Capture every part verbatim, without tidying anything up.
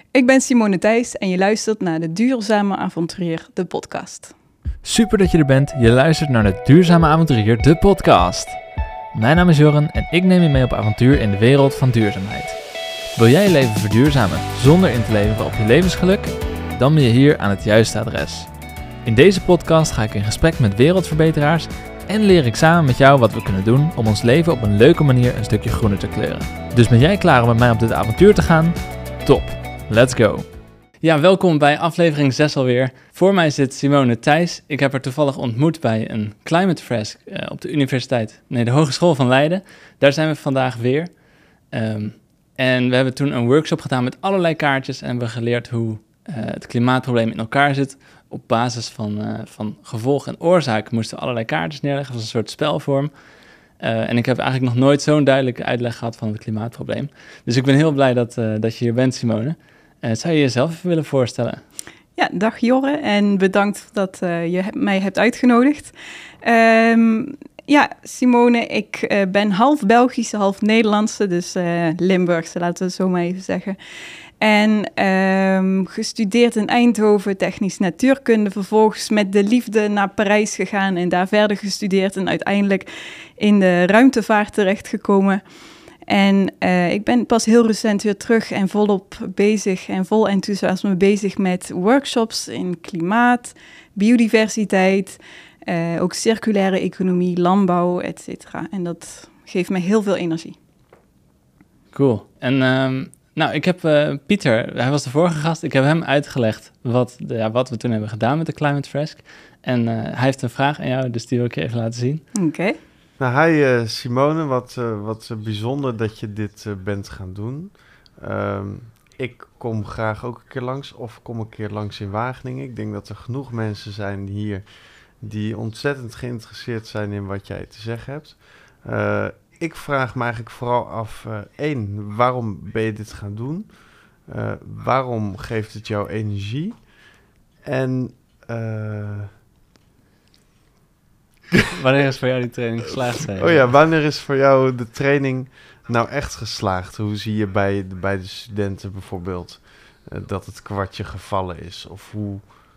Ik ben Simone Thijs en je luistert naar de Duurzame Avonturier, de podcast. Super dat je er bent. Je luistert naar de Duurzame Avonturier, de podcast. Mijn naam is Joren en ik neem je mee op avontuur in de wereld van duurzaamheid. Wil jij je leven verduurzamen zonder in te leveren op je levensgeluk? Dan ben je hier aan het juiste adres. In deze podcast ga ik in gesprek met wereldverbeteraars en leer ik samen met jou wat we kunnen doen om ons leven op een leuke manier een stukje groener te kleuren. Dus ben jij klaar om met mij op dit avontuur te gaan? Top, let's go! Ja, welkom bij aflevering zes alweer. Voor mij zit Simone Thijs. Ik heb haar toevallig ontmoet bij een Climate Fresk uh, op de universiteit, nee, de Hogeschool van Leiden. Daar zijn we vandaag weer. Um, en we hebben toen een workshop gedaan met allerlei kaartjes en hebben geleerd hoe uh, het klimaatprobleem in elkaar zit. Op basis van, uh, van gevolg en oorzaak moesten we allerlei kaartjes neerleggen als een soort spelvorm. Uh, en ik heb eigenlijk nog nooit zo'n duidelijke uitleg gehad van het klimaatprobleem. Dus ik ben heel blij dat, uh, dat je hier bent, Simone. Uh, zou je jezelf even willen voorstellen? Ja, dag Jorre en bedankt dat uh, je mij hebt uitgenodigd. Um, ja, Simone, ik uh, ben half Belgische, half Nederlandse, dus uh, Limburgse, laten we het zo maar even zeggen. En um, gestudeerd in Eindhoven, technisch natuurkunde, vervolgens met de liefde naar Parijs gegaan en daar verder gestudeerd en uiteindelijk in de ruimtevaart terechtgekomen. En uh, ik ben pas heel recent weer terug en volop bezig en vol enthousiasme bezig met workshops in klimaat, biodiversiteit, uh, ook circulaire economie, landbouw, et cetera. En dat geeft me heel veel energie. Cool. En um, nou, ik heb uh, Pieter, hij was de vorige gast, ik heb hem uitgelegd wat, de, ja, wat we toen hebben gedaan met de Climate Fresk. En uh, hij heeft een vraag aan jou, dus die wil ik je even laten zien. Oké. Okay. Nou, hi uh, Simone, wat, uh, wat uh, bijzonder dat je dit uh, bent gaan doen. Um, ik kom graag ook een keer langs of kom een keer langs in Wageningen. Ik denk dat er genoeg mensen zijn hier die ontzettend geïnteresseerd zijn in wat jij te zeggen hebt. Uh, ik vraag me eigenlijk vooral af, uh, één, waarom ben je dit gaan doen? Uh, waarom geeft het jou energie? En... Uh, Wanneer is voor jou die training geslaagd zijn? Oh ja, wanneer is voor jou de training nou echt geslaagd? Hoe zie je bij de, bij de studenten bijvoorbeeld uh, dat het kwartje gevallen is? Of hoe...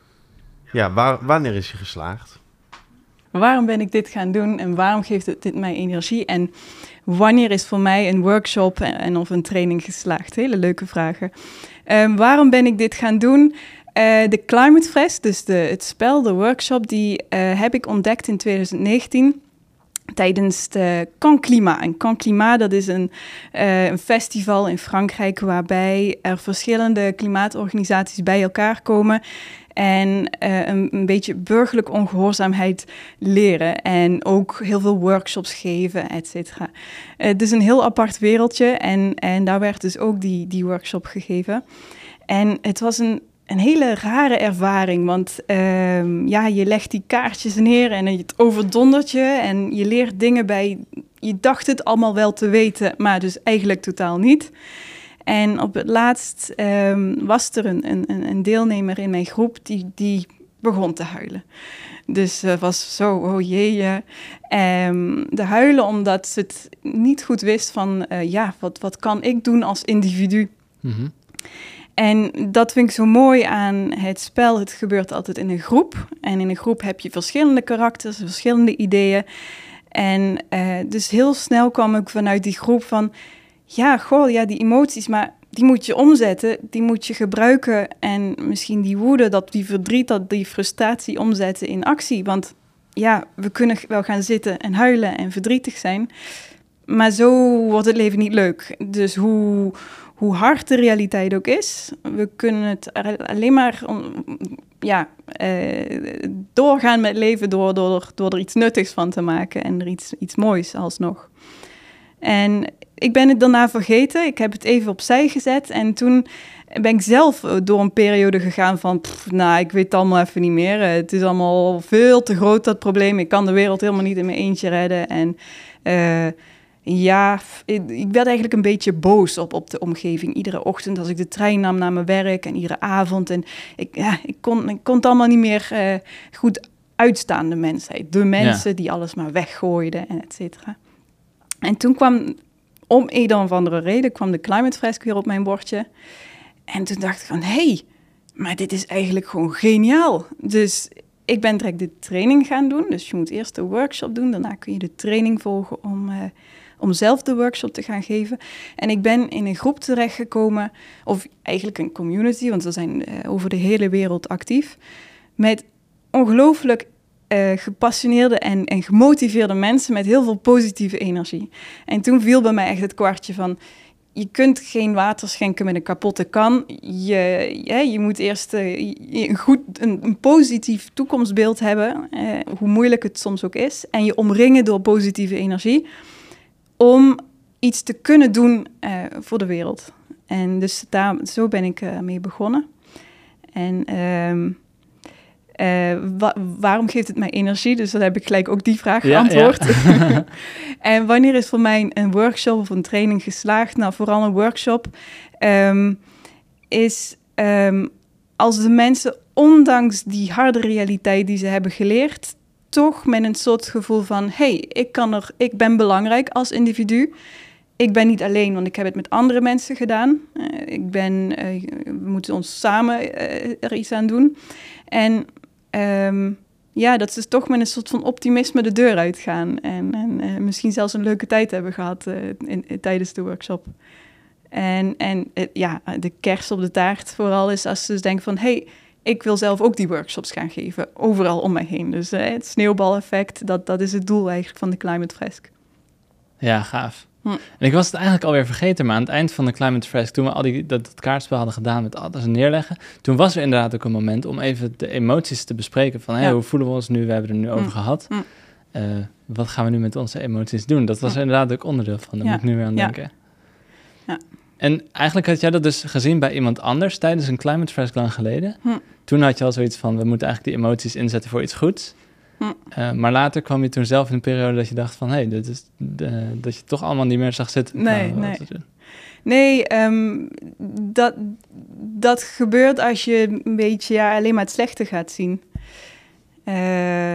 Ja, waar, wanneer is je geslaagd? Waarom ben ik dit gaan doen en waarom geeft het dit mij energie? En wanneer is voor mij een workshop en, en of een training geslaagd? Hele leuke vragen. Um, waarom ben ik dit gaan doen? Uh, de Climate Fresk, dus de, het spel, de workshop, die uh, heb ik ontdekt in twintig negentien tijdens de Camp Climat. En Camp Climat, dat is een, uh, een festival in Frankrijk waarbij er verschillende klimaatorganisaties bij elkaar komen en uh, een, een beetje burgerlijk ongehoorzaamheid leren en ook heel veel workshops geven, et cetera. Uh, het is een heel apart wereldje en, en daar werd dus ook die, die workshop gegeven. En het was een Een hele rare ervaring, want uh, ja, je legt die kaartjes neer en het overdondert je en je leert dingen bij, je dacht het allemaal wel te weten, maar dus eigenlijk totaal niet. En op het laatst um, was er een, een, een deelnemer in mijn groep die, die begon te huilen. Dus het uh, was zo, oh jee, um, de huilen omdat ze het niet goed wist van, uh, ja, wat, wat kan ik doen als individu? Mm-hmm. En dat vind ik zo mooi aan het spel. Het gebeurt altijd in een groep. En in een groep heb je verschillende karakters, verschillende ideeën. En uh, dus heel snel kwam ik vanuit die groep van... Ja, goh, ja, die emoties, maar die moet je omzetten. Die moet je gebruiken. En misschien die woede, dat die verdriet, dat die frustratie omzetten in actie. Want ja, we kunnen wel gaan zitten en huilen en verdrietig zijn. Maar zo wordt het leven niet leuk. Dus hoe... Hoe hard de realiteit ook is, we kunnen het alleen maar om, ja, uh, doorgaan met leven door, door, door er iets nuttigs van te maken en er iets, iets moois alsnog. En ik ben het daarna vergeten, ik heb het even opzij gezet en toen ben ik zelf door een periode gegaan van, pff, nou, ik weet het allemaal even niet meer. Het is allemaal veel te groot, dat probleem. Ik kan de wereld helemaal niet in mijn eentje redden en... Uh, Ja, ik werd eigenlijk een beetje boos op, op de omgeving. Iedere ochtend als ik de trein nam naar mijn werk en iedere avond. En ik, ja, ik, kon, ik kon het allemaal niet meer uh, goed uitstaan, de mensheid. De mensen ja. die alles maar weggooiden en et cetera. En toen kwam, om een of andere reden, kwam de Climate Fresk weer op mijn bordje. En toen dacht ik van, hé, hey, maar dit is eigenlijk gewoon geniaal. Dus ik ben direct de training gaan doen. Dus je moet eerst de workshop doen. Daarna kun je de training volgen om, uh, om zelf de workshop te gaan geven. En ik ben in een groep terechtgekomen, of eigenlijk een community, want we zijn uh, over de hele wereld actief, met ongelooflijk uh, gepassioneerde en, en gemotiveerde mensen met heel veel positieve energie. En toen viel bij mij echt het kwartje van, je kunt geen water schenken met een kapotte kan. Je, ja, je moet eerst uh, een, goed, een, een positief toekomstbeeld hebben, uh, hoe moeilijk het soms ook is. En je omringen door positieve energie om iets te kunnen doen uh, voor de wereld. En dus daar, zo ben ik uh, mee begonnen. En um, uh, wa- waarom geeft het mij energie? Dus dan heb ik gelijk ook die vraag ja, geantwoord. Ja. En wanneer is voor mij een workshop of een training geslaagd? Nou, vooral een workshop um, is um, als de mensen, ondanks die harde realiteit die ze hebben geleerd, toch met een soort gevoel van, hey, ik kan er, ik ben belangrijk als individu. Ik ben niet alleen, want ik heb het met andere mensen gedaan. Uh, ik ben, uh, we moeten ons samen uh, er iets aan doen. En um, ja, dat ze toch met een soort van optimisme de deur uitgaan. En, en uh, misschien zelfs een leuke tijd hebben gehad uh, in, in, tijdens de workshop. En, en uh, ja, de kers op de taart vooral is als ze dus denken van, hey, ik wil zelf ook die workshops gaan geven, overal om mij heen. Dus uh, het sneeuwbaleffect, dat, dat is het doel eigenlijk van de Climate Fresk. Ja, gaaf. Hm. En ik was het eigenlijk alweer vergeten, maar aan het eind van de Climate Fresk, toen we al die, dat, dat kaartspel hadden gedaan met alles neerleggen, toen was er inderdaad ook een moment om even de emoties te bespreken van, hey, ja. hoe voelen we ons nu? We hebben er nu over hm. gehad. Hm. Uh, wat gaan we nu met onze emoties doen? Dat was hm. inderdaad ook onderdeel van, daar ja. moet ik nu weer aan ja. denken. Ja. En eigenlijk had jij dat dus gezien bij iemand anders tijdens een Climate Fresk lang geleden. Hm. Toen had je al zoiets van, we moeten eigenlijk die emoties inzetten voor iets goeds. Hm. Uh, maar later kwam je toen zelf in een periode dat je dacht van, hé, hey, dit is de, dat je toch allemaal niet meer zag zitten. Nee, nou, nee. Nee, um, dat, dat gebeurt als je een beetje ja, alleen maar het slechte gaat zien. Uh,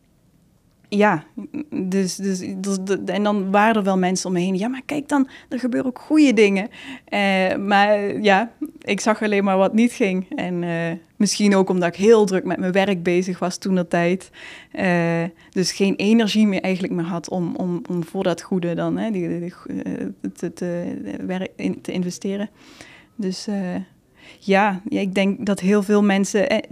ja, dus, dus, dus, en dan waren er wel mensen om me heen. Ja, maar kijk dan, er gebeuren ook goede dingen. Uh, maar ja, ik zag alleen maar wat niet ging. En uh, misschien ook omdat ik heel druk met mijn werk bezig was toentertijd. Uh, dus geen energie meer eigenlijk meer had om, om, om voor dat goede dan hè, die, die, die, te, te, werk, in, te investeren. Dus uh, ja, ja, ik denk dat heel veel mensen... Eh,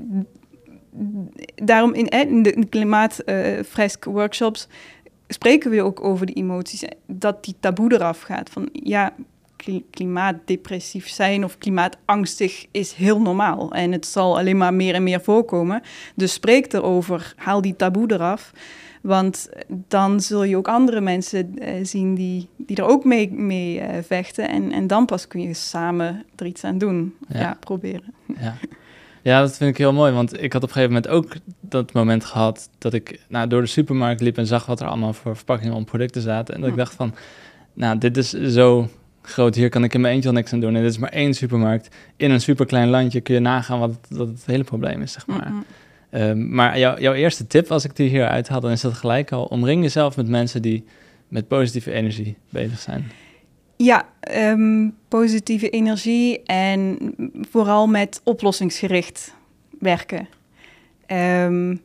Daarom in, in de, de klimaatfresk uh, workshops spreken we ook over de emoties. Dat die taboe eraf gaat. Van ja, klimaatdepressief zijn of klimaatangstig is heel normaal. En het zal alleen maar meer en meer voorkomen. Dus spreek erover, haal die taboe eraf. Want dan zul je ook andere mensen uh, zien die, die er ook mee, mee uh, vechten. En, en dan pas kun je samen er iets aan doen. Ja, ja proberen. Ja. Ja, dat vind ik heel mooi, want ik had op een gegeven moment ook dat moment gehad dat ik nou, door de supermarkt liep en zag wat er allemaal voor verpakkingen om producten zaten. En dat ik dacht van, nou, dit is zo groot, hier kan ik in mijn eentje al niks aan doen. En dit is maar één supermarkt. In een superklein landje kun je nagaan wat het, wat het hele probleem is, zeg maar. Mm-hmm. Um, maar jou, jouw eerste tip, als ik die hier uithaal, dan is dat gelijk al, omring jezelf met mensen die met positieve energie bezig zijn. Ja, um, positieve energie en vooral met oplossingsgericht werken. Um,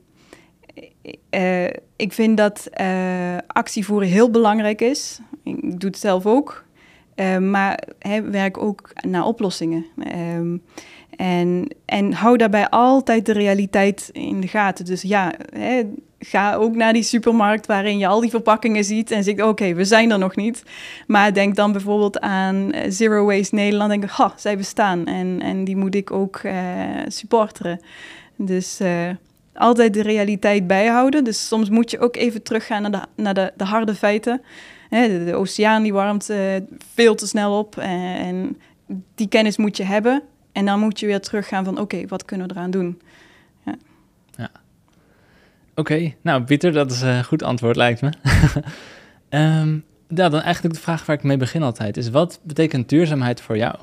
uh, ik vind dat uh, actie voeren heel belangrijk is. Ik doe het zelf ook. Uh, maar he, werk ook naar oplossingen. Um, en, en hou daarbij altijd de realiteit in de gaten. Dus ja, he, ga ook naar die supermarkt waarin je al die verpakkingen ziet en zegt, oké, okay, we zijn er nog niet. Maar denk dan bijvoorbeeld aan uh, Zero Waste Nederland. Denk ik, ha, zij bestaan en, en die moet ik ook uh, supporteren. Dus uh, altijd de realiteit bijhouden. Dus soms moet je ook even teruggaan naar de, naar de, de harde feiten. Hè, de, de oceaan die warmt uh, veel te snel op uh, en die kennis moet je hebben. En dan moet je weer teruggaan van, oké, okay, wat kunnen we eraan doen? Ja. Ja. Oké, okay, nou Pieter, dat is een goed antwoord lijkt me. um, ja, dan eigenlijk de vraag waar ik mee begin altijd is, wat betekent duurzaamheid voor jou?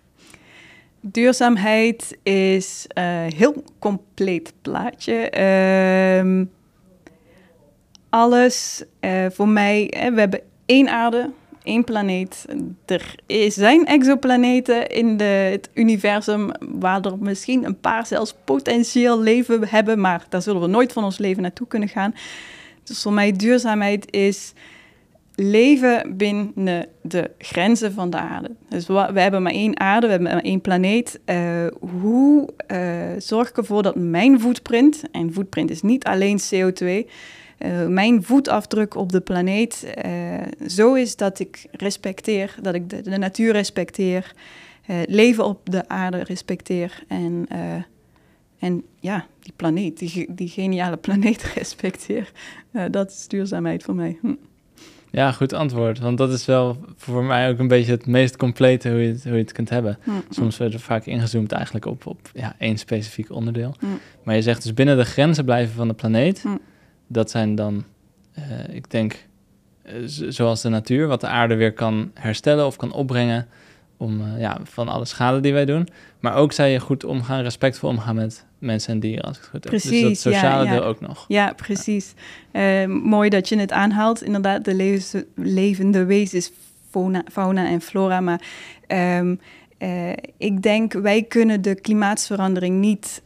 Duurzaamheid is een uh, heel compleet plaatje. Uh, alles uh, voor mij, hè, we hebben één aarde, één planeet. Er is, zijn exoplaneten in de, het universum waar er misschien een paar zelfs potentieel leven hebben, maar daar zullen we nooit van ons leven naartoe kunnen gaan. Dus voor mij duurzaamheid is leven binnen de grenzen van de aarde. Dus we, we hebben maar één aarde, we hebben maar één planeet. Uh, hoe uh, zorg ik ervoor dat mijn footprint, en footprint is niet alleen C O twee, uh, mijn voetafdruk op de planeet uh, zo is dat ik respecteer, dat ik de, de natuur respecteer, uh, leven op de aarde respecteer en, uh, en ja, die planeet, die, die geniale planeet respecteer. Uh, dat is duurzaamheid voor mij. Hm. Ja, goed antwoord. Want dat is wel voor mij ook een beetje het meest complete hoe je het, hoe je het kunt hebben. Mm-hmm. Soms wordt er vaak ingezoomd eigenlijk op, op ja, één specifiek onderdeel. Mm. Maar je zegt dus binnen de grenzen blijven van de planeet. Mm. Dat zijn dan, uh, ik denk, uh, z- zoals de natuur, wat de aarde weer kan herstellen of kan opbrengen om uh, ja, van alle schade die wij doen. Maar ook zei je goed omgaan, respectvol omgaan met mensen en dieren, als ik het goed heb. Precies, dus dat sociale ja, ja. deel ook nog. Ja, precies. Ja. Uh, mooi dat je het aanhaalt. Inderdaad, de levens, levende wezens, fauna, fauna en flora. Maar um, uh, ik denk, wij kunnen de klimaatsverandering niet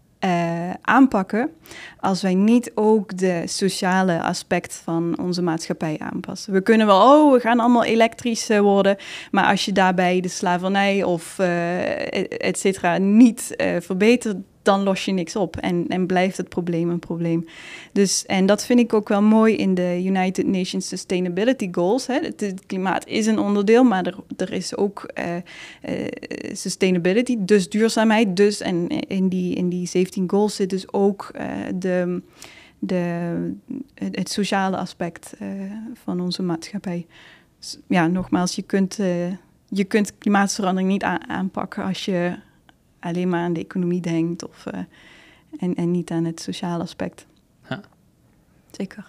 uh, aanpakken als wij niet ook de sociale aspect van onze maatschappij aanpassen. We kunnen wel, oh, we gaan allemaal elektrisch uh, worden, maar als je daarbij de slavernij of uh, et cetera niet uh, verbetert, dan los je niks op en, en blijft het probleem een probleem. Dus, en dat vind ik ook wel mooi in de United Nations Sustainability Goals. Hè. Het, het klimaat is een onderdeel, maar er, er is ook uh, uh, sustainability, dus duurzaamheid. Dus, en in die, in die zeventien goals zit dus ook uh, de, de, het sociale aspect uh, van onze maatschappij. Dus, ja, nogmaals, je kunt, uh, je kunt klimaatverandering niet a- aanpakken als je alleen maar aan de economie denkt of, uh, en, en niet aan het sociale aspect. Ja. Zeker.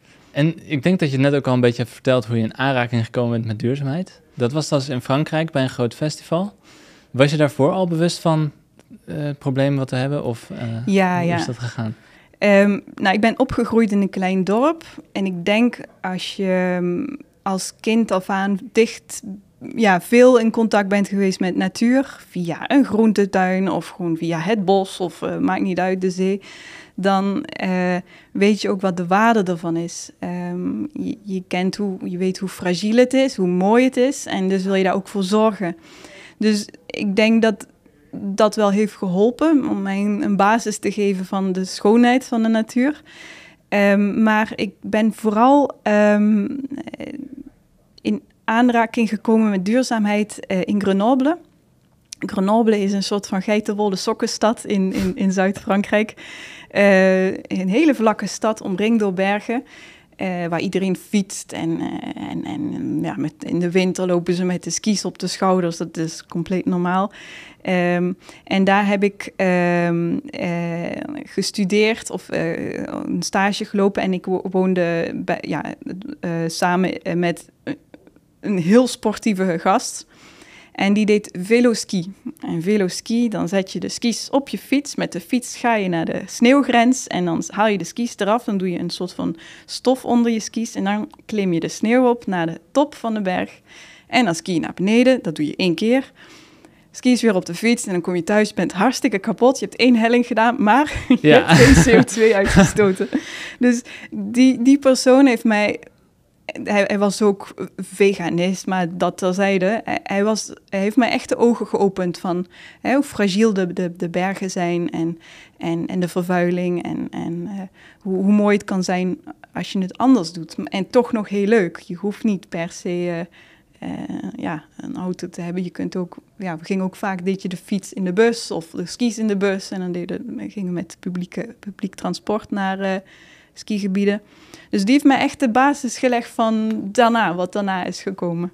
En ik denk dat je net ook al een beetje hebt verteld hoe je in aanraking gekomen bent met duurzaamheid. Dat was dus in Frankrijk bij een groot festival. Was je daarvoor al bewust van uh, het probleem wat we hebben? Of uh, ja, hoe ja. is dat gegaan? Um, nou, ik ben opgegroeid in een klein dorp. En ik denk als je um, als kind af aan dicht ja, veel in contact bent geweest met natuur, via een groentetuin of gewoon via het bos of uh, maakt niet uit, de zee, dan uh, weet je ook wat de waarde ervan is. Um, je, je, kent hoe, je weet hoe fragiel het is, hoe mooi het is en dus wil je daar ook voor zorgen. Dus ik denk dat dat wel heeft geholpen om mij een, een basis te geven van de schoonheid van de natuur. Um, maar ik ben vooral um, in aanraking gekomen met duurzaamheid uh, in Grenoble. Grenoble is een soort van geitenwolle sokkenstad in, in, in Zuid-Frankrijk. Uh, een hele vlakke stad, omringd door bergen, uh, waar iedereen fietst. En, uh, en, en ja, met, in de winter lopen ze met de skis op de schouders. Dat is compleet normaal. Um, en daar heb ik um, uh, gestudeerd of uh, een stage gelopen. En ik woonde bij, ja, uh, samen met een heel sportieve gast. En die deed veloski. En veloski, dan zet je de skis op je fiets. Met de fiets ga je naar de sneeuwgrens en dan haal je de skis eraf. Dan doe je een soort van stof onder je skis en dan klim je de sneeuw op naar de top van de berg. En dan ski je naar beneden, dat doe je één keer. Skis weer op de fiets en dan kom je thuis, je bent hartstikke kapot. Je hebt één helling gedaan, maar je ja. hebt geen C O twee uitgestoten. Dus die, die persoon heeft mij... Hij, hij was ook veganist, maar dat terzijde. Hij, hij, was, hij heeft mij echt de ogen geopend van hè, hoe fragiel de, de, de bergen zijn en, en, en de vervuiling. En, en uh, hoe, hoe mooi het kan zijn als je het anders doet. En toch nog heel leuk. Je hoeft niet per se uh, uh, ja, een auto te hebben. Je kunt ook, ja, we gingen ook vaak, deed je de fiets in de bus of de skis in de bus. En dan deden, we gingen met publieke, publiek transport naar uh, skigebieden. Dus die heeft mij echt de basis gelegd van daarna, wat daarna is gekomen.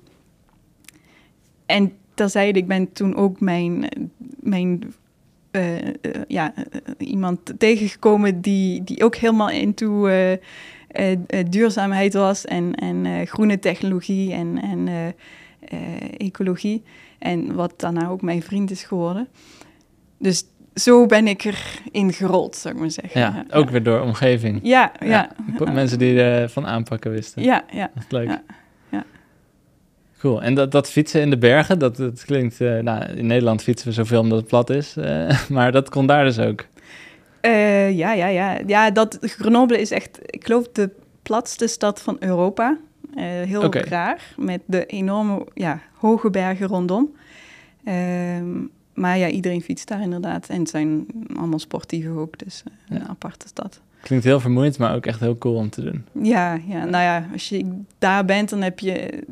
En terzijde, ik ben toen ook mijn, mijn uh, uh, ja, uh, iemand tegengekomen die, die ook helemaal into uh, uh, uh, duurzaamheid was en, en uh, groene technologie en, en uh, uh, ecologie. En wat daarna ook mijn vriend is geworden. Dus zo ben ik erin gerold, zou ik maar zeggen. Ja, ja ook ja. weer door omgeving. Ja, ja. ja. Mensen die ervan aanpakken wisten. Ja, ja. Dat is leuk. Ja, ja. Cool. En dat, dat fietsen in de bergen, dat, dat klinkt... Uh, nou, in Nederland fietsen we zoveel omdat het plat is. Uh, maar dat kon daar dus ook. Uh, ja, ja, ja. Ja, dat Grenoble is echt, ik geloof, de platste stad van Europa. Uh, heel okay. raar, met de enorme, ja, hoge bergen rondom. Uh, maar ja, iedereen fietst daar inderdaad. En het zijn allemaal sportieven ook, dus uh, ja. een aparte stad. Klinkt heel vermoeiend, maar ook echt heel cool om te doen. Ja, ja, nou ja, als je daar bent, dan heb je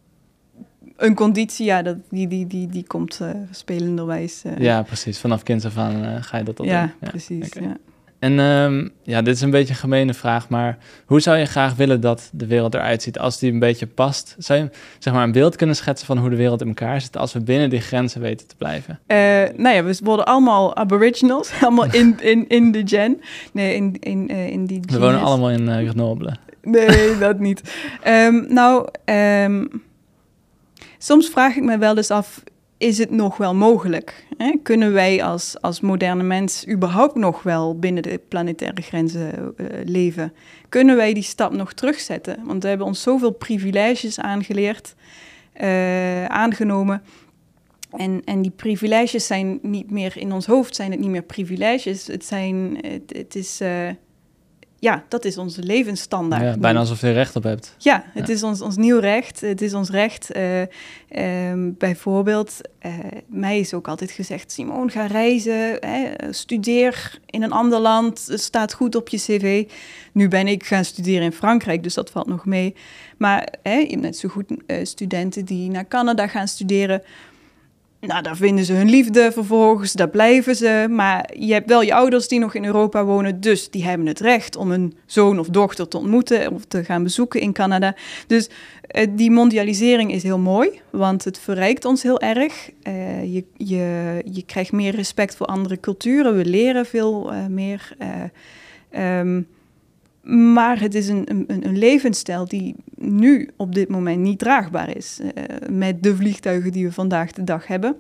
een conditie, ja, dat, die, die, die, die komt uh, spelenderwijs. Uh, ja, precies. Vanaf kinds af aan uh, ga je dat al ja, doen. Ja, precies, okay. ja. En um, ja, dit is een beetje een gemene vraag, maar hoe zou je graag willen dat de wereld eruit ziet als die een beetje past? Zou je zeg maar een beeld kunnen schetsen van hoe de wereld in elkaar zit als we binnen die grenzen weten te blijven? Uh, nou ja, we worden allemaal aboriginals, allemaal in, in, in de gen. Nee, in, in, uh, in die We wonen allemaal in uh, Grenoble. Nee, dat niet. Um, nou, um, soms vraag ik me wel eens af, is het nog wel mogelijk? Hè? Kunnen wij als, als moderne mens überhaupt nog wel binnen de planetaire grenzen uh, leven? Kunnen wij die stap nog terugzetten? Want we hebben ons zoveel privileges aangeleerd, uh, aangenomen. En, en die privileges zijn niet meer in ons hoofd, zijn het niet meer privileges. Het, zijn, het, het is... Uh, Ja, dat is onze levensstandaard. Ja, bijna alsof je er recht op hebt. Ja, het ja. is ons, ons nieuw recht. Het is ons recht. Uh, um, bijvoorbeeld, uh, mij is ook altijd gezegd... Simone, ga reizen, hè, studeer in een ander land. Het staat goed op je cv. Nu ben ik gaan studeren in Frankrijk, dus dat valt nog mee. Maar hè, je hebt net zo goed uh, studenten die naar Canada gaan studeren... Nou, daar vinden ze hun liefde vervolgens, daar blijven ze. Maar je hebt wel je ouders die nog in Europa wonen... dus die hebben het recht om een zoon of dochter te ontmoeten... of te gaan bezoeken in Canada. Dus uh, die mondialisering is heel mooi, want het verrijkt ons heel erg. Uh, je, je, je krijgt meer respect voor andere culturen, we leren veel uh, meer... Uh, um, Maar het is een, een, een levensstijl die nu op dit moment niet draagbaar is. Uh, met de vliegtuigen die we vandaag de dag hebben.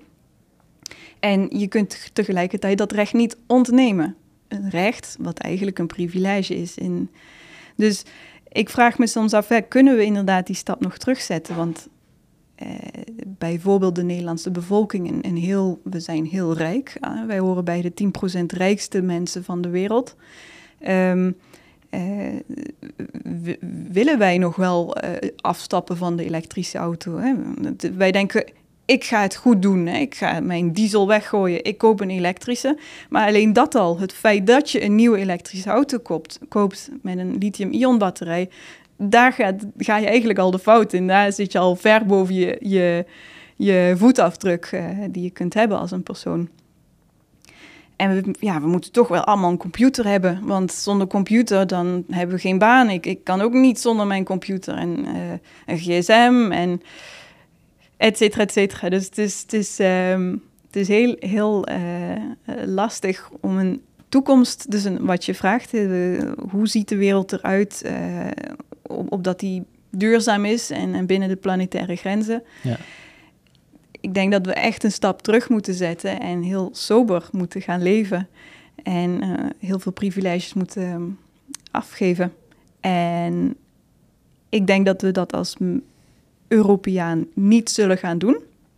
En je kunt tegelijkertijd dat recht niet ontnemen. Een recht wat eigenlijk een privilege is. In... Dus ik vraag me soms af, hè, kunnen we inderdaad die stap nog terugzetten? Want uh, bijvoorbeeld de Nederlandse bevolking, en, en heel, we zijn heel rijk. Uh, wij horen bij de tien procent rijkste mensen van de wereld. Um, Uh, w- willen wij nog wel uh, afstappen van de elektrische auto? Hè? Wij denken, ik ga het goed doen. Hè? Ik ga mijn diesel weggooien. Ik koop een elektrische. Maar alleen dat al, het feit dat je een nieuwe elektrische auto koopt, koopt met een lithium-ion batterij, daar ga, ga je eigenlijk al de fout in. Daar zit je al ver boven je, je, je voetafdruk uh, die je kunt hebben als een persoon. En we, ja, we moeten toch wel allemaal een computer hebben. Want zonder computer, dan hebben we geen baan. Ik, ik kan ook niet zonder mijn computer. En uh, een gsm en et cetera, et cetera. Dus het is, het is, um, het is heel, heel uh, lastig om een toekomst... Dus een, wat je vraagt, uh, hoe ziet de wereld eruit... Uh, op, opdat die duurzaam is en, en binnen de planetaire grenzen... Ja. Ik denk dat we echt een stap terug moeten zetten en heel sober moeten gaan leven. En uh, heel veel privileges moeten um, afgeven. En ik denk dat we dat als Europeaan niet zullen gaan doen.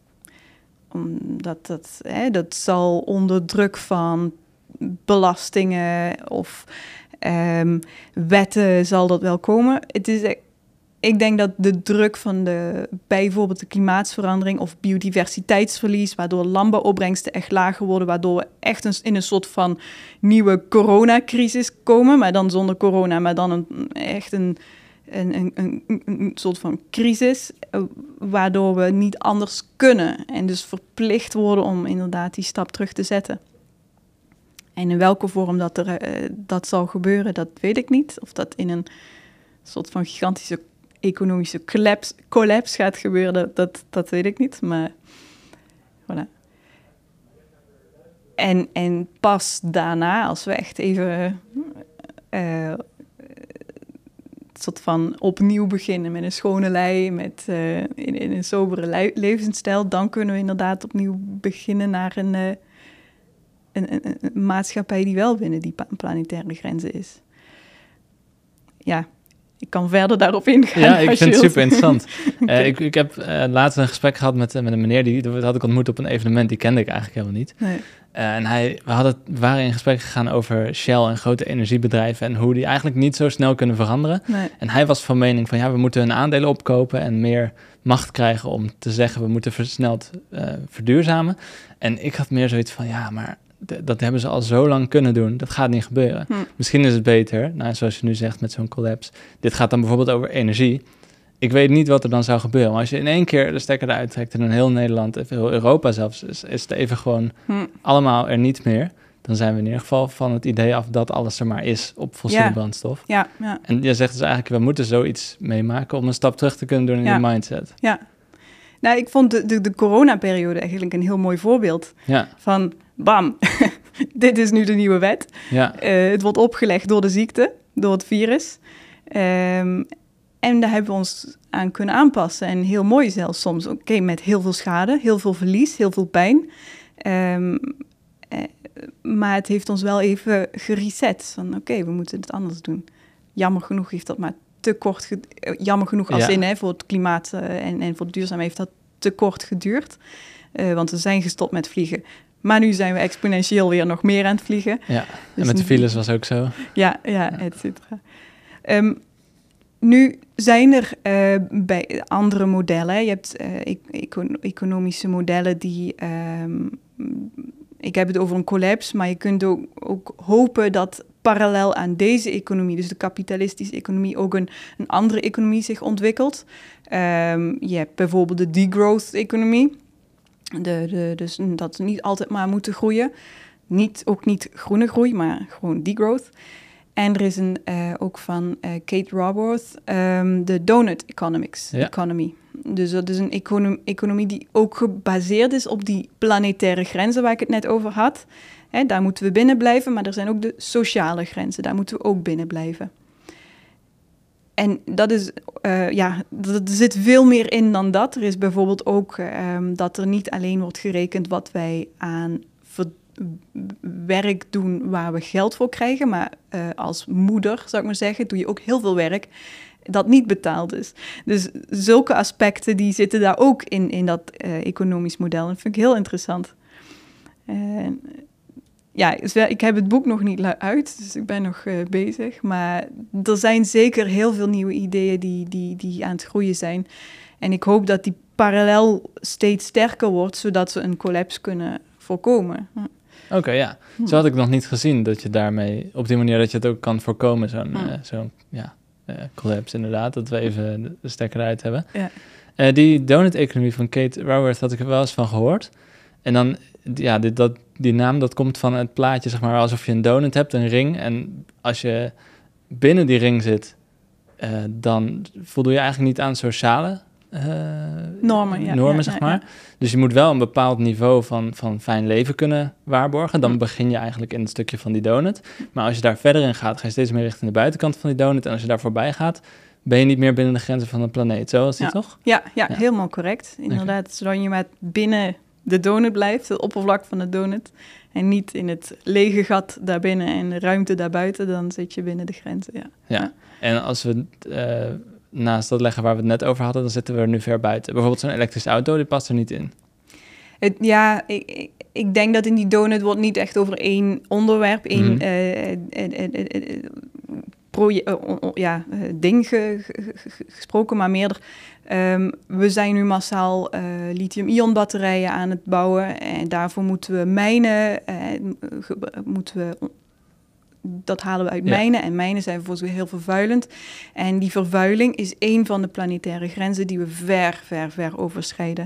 Omdat dat, hè, dat zal onder druk van belastingen of um, wetten zal dat wel komen. Het is Ik denk dat de druk van de, bijvoorbeeld de klimaatsverandering of biodiversiteitsverlies, waardoor landbouwopbrengsten echt lager worden, waardoor we echt een, in een soort van nieuwe coronacrisis komen, maar dan zonder corona, maar dan een, echt een, een, een, een, een soort van crisis, waardoor we niet anders kunnen en dus verplicht worden om inderdaad die stap terug te zetten. En in welke vorm dat, er, uh, dat zal gebeuren, dat weet ik niet. Of dat in een soort van gigantische economische collapse, collapse gaat gebeuren, dat, dat, dat weet ik niet, maar voilà. En, en pas daarna, als we echt even uh, uh, soort van opnieuw beginnen met een schone lei, met, uh, in, in een sobere le- levensstijl, dan kunnen we inderdaad opnieuw beginnen naar een, uh, een, een, een maatschappij die wel binnen die pa- planetaire grenzen is. Ja. ik kan verder daarop ingaan. Ja, ik als vind je het super wilt. interessant. Okay. uh, ik, ik heb uh, laatst een gesprek gehad met, uh, met een meneer, die, die had ik ontmoet op een evenement, die kende ik eigenlijk helemaal niet. Nee. Uh, en hij, we, hadden, we waren in gesprek gegaan over Shell en grote energiebedrijven en hoe die eigenlijk niet zo snel kunnen veranderen. Nee. En hij was van mening van ja, we moeten hun aandelen opkopen en meer macht krijgen om te zeggen we moeten versneld uh, verduurzamen. En ik had meer zoiets van ja, maar d- dat hebben ze al zo lang kunnen doen. Dat gaat niet gebeuren. Hm. Misschien is het beter, nou, zoals je nu zegt met zo'n collapse. Dit gaat dan bijvoorbeeld over energie. Ik weet niet wat er dan zou gebeuren. Maar als je in één keer de stekker eruit trekt en in heel Nederland, en heel Europa zelfs, is, is het even gewoon Hm. allemaal er niet meer. Dan zijn we in ieder geval van het idee af dat alles er maar is op fossiele Ja. brandstof. Ja, ja. En je zegt dus eigenlijk, we moeten zoiets meemaken om een stap terug te kunnen doen in Ja. die mindset. Ja. Nou, ik vond de, de, de coronaperiode eigenlijk een heel mooi voorbeeld Ja, van bam, dit is nu de nieuwe wet. ja, Uh, het wordt opgelegd door de ziekte, door het virus. Um, en daar hebben we ons aan kunnen aanpassen. En heel mooi zelfs soms. Oké, okay, met heel veel schade, heel veel verlies, heel veel pijn. Um, uh, maar het heeft ons wel even gereset. Van oké, okay, we moeten het anders doen. Jammer genoeg heeft dat maar te kort... Ge- uh, jammer genoeg als Ja. in, hè, voor het klimaat uh, en, en voor de duurzaamheid heeft dat te kort geduurd. Uh, want we zijn gestopt met vliegen. Maar nu zijn we exponentieel weer nog meer aan het vliegen. ja. En Dus met de een- files was ook zo. Ja, ja, et cetera. Um, nu zijn er uh, bij andere modellen, je hebt uh, econ- economische modellen die... Um, ik heb het over een collapse, maar je kunt ook, ook hopen dat parallel aan deze economie, dus de kapitalistische economie, ook een, een andere economie zich ontwikkelt. Um, je hebt bijvoorbeeld de degrowth-economie, de, de, dus dat we niet altijd maar moeten groeien. Niet, ook niet groene groei, maar gewoon degrowth. En er is een, uh, ook van uh, Kate Raworth, um, de donut economics, Ja. economy. Dus dat is een econom- economie die ook gebaseerd is op die planetaire grenzen waar ik het net over had. Hè, daar moeten we binnen blijven, maar er zijn ook de sociale grenzen. Daar moeten we ook binnen blijven. En dat is, uh, ja, er zit veel meer in dan dat. Er is bijvoorbeeld ook um, dat er niet alleen wordt gerekend wat wij aan ver- werk doen waar we geld voor krijgen, maar uh, als moeder, zou ik maar zeggen, doe je ook heel veel werk dat niet betaald is. Dus zulke aspecten die zitten daar ook in, in dat uh, economisch model. Dat vind ik heel interessant. Uh, ja, ik heb het boek nog niet uit, dus ik ben nog uh, bezig. Maar er zijn zeker heel veel nieuwe ideeën die, die, die aan het groeien zijn. En ik hoop dat die parallel steeds sterker wordt, zodat we een collapse kunnen voorkomen. Oké, okay, ja. Zo had ik nog niet gezien, dat je daarmee, op die manier dat je het ook kan voorkomen, zo'n, Hmm. uh, zo'n ja, uh, collapse inderdaad, dat we even de stekker eruit hebben. Ja. Uh, die donut-economie van Kate Raworth had ik er wel eens van gehoord. En dan, ja, dit, dat, die naam, dat komt van het plaatje, zeg maar, alsof je een donut hebt, een ring. En als je binnen die ring zit, uh, dan voldoe je eigenlijk niet aan sociale uh, normen, ja, normen ja, zeg ja, maar. Ja. Dus je moet wel een bepaald niveau van, van fijn leven kunnen waarborgen. Dan Hm. begin je eigenlijk in het stukje van die donut. Maar als je daar verder in gaat, ga je steeds meer richting de buitenkant van die donut. En als je daar voorbij gaat, ben je niet meer binnen de grenzen van de planeet. Zo is die Ja. toch? Ja, ja, Ja. helemaal correct. Inderdaad, okay. Zodat je maar binnen de donut blijft, het oppervlak van de donut. En niet in het lege gat daarbinnen en de ruimte daarbuiten, dan zit je binnen de grenzen, ja. Ja, ja. En als we uh, naast dat leggen waar we het net over hadden, dan zitten we er nu ver buiten. Bijvoorbeeld zo'n elektrische auto, die past er niet in. Het, ja, ik, ik, ik denk dat in die donut wordt niet echt over één onderwerp, één mm-hmm. uh, uh, uh, uh, uh, proje- uh, uh, uh, ja, uh, ding ge, ge, ge, gesproken, maar meer. Um, we zijn nu massaal uh, lithium-ion batterijen aan het bouwen en daarvoor moeten we mijnen, uh, ge, moeten we, dat halen we uit ja. mijnen en mijnen zijn volgens mij heel vervuilend. En die vervuiling is één van de planetaire grenzen die we ver, ver, ver overschrijden.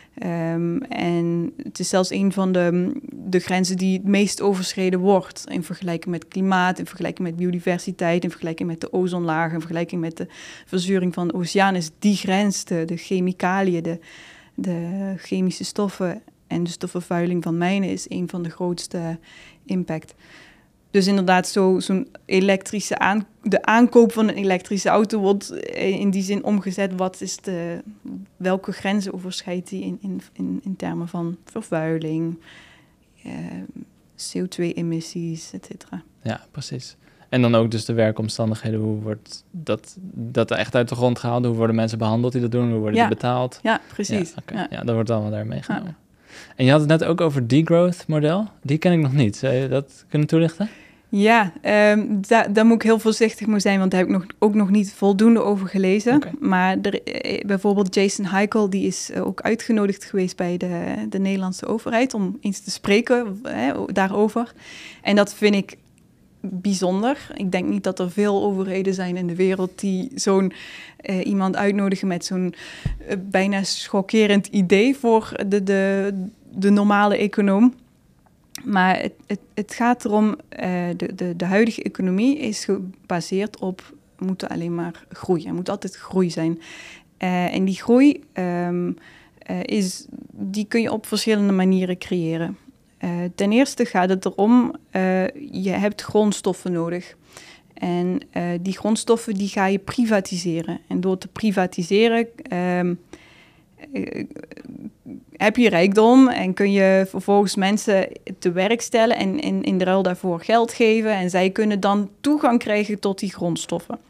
Um, en het is zelfs een van de, de grenzen die het meest overschreden wordt in vergelijking met klimaat, in vergelijking met biodiversiteit, in vergelijking met de ozonlaag, in vergelijking met de verzuring van de oceaan. Is die grens, de, de chemicaliën, de, de chemische stoffen en dus de vervuiling van mijnen is een van de grootste impact. Dus inderdaad, zo, zo'n elektrische aan, de aankoop van een elektrische auto wordt in die zin omgezet. Wat is de, welke grenzen overschrijdt die in, in, in, in termen van vervuiling, eh, C O twee emissies, et cetera. Ja, precies. En dan ook dus de werkomstandigheden. Hoe wordt dat, dat echt uit de grond gehaald? Hoe worden mensen behandeld die dat doen? Hoe worden Ja. die betaald? Ja, precies. Ja, okay. Ja. ja, dat wordt allemaal daar meegenomen. Ja. En je had het net ook over het degrowth model. Die ken ik nog niet. Zou je dat kunnen toelichten? Ja, um, da- daar moet ik heel voorzichtig mee zijn, want daar heb ik nog, ook nog niet voldoende over gelezen. Okay. Maar er, eh, bijvoorbeeld Jason Heikel, die is uh, ook uitgenodigd geweest bij de, de Nederlandse overheid om eens te spreken eh, daarover. En dat vind ik bijzonder. Ik denk niet dat er veel overheden zijn in de wereld die zo'n uh, iemand uitnodigen met zo'n uh, bijna schokkerend idee voor de, de, de normale econoom. Maar het, het, het gaat erom, uh, de, de, de huidige economie is gebaseerd op, we moeten alleen maar groeien. Er moet altijd groei zijn. Uh, en die groei, um, uh, is, die kun je op verschillende manieren creëren. Uh, ten eerste gaat het erom, uh, je hebt grondstoffen nodig. En uh, die grondstoffen die ga je privatiseren. En door te privatiseren um, uh, heb je rijkdom en kun je vervolgens mensen te werk stellen en in, in de ruil daarvoor geld geven. En zij kunnen dan toegang krijgen tot die grondstoffen.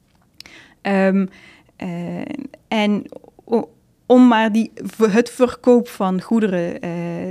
Um, uh, en om maar die, het verkoop van goederen uh,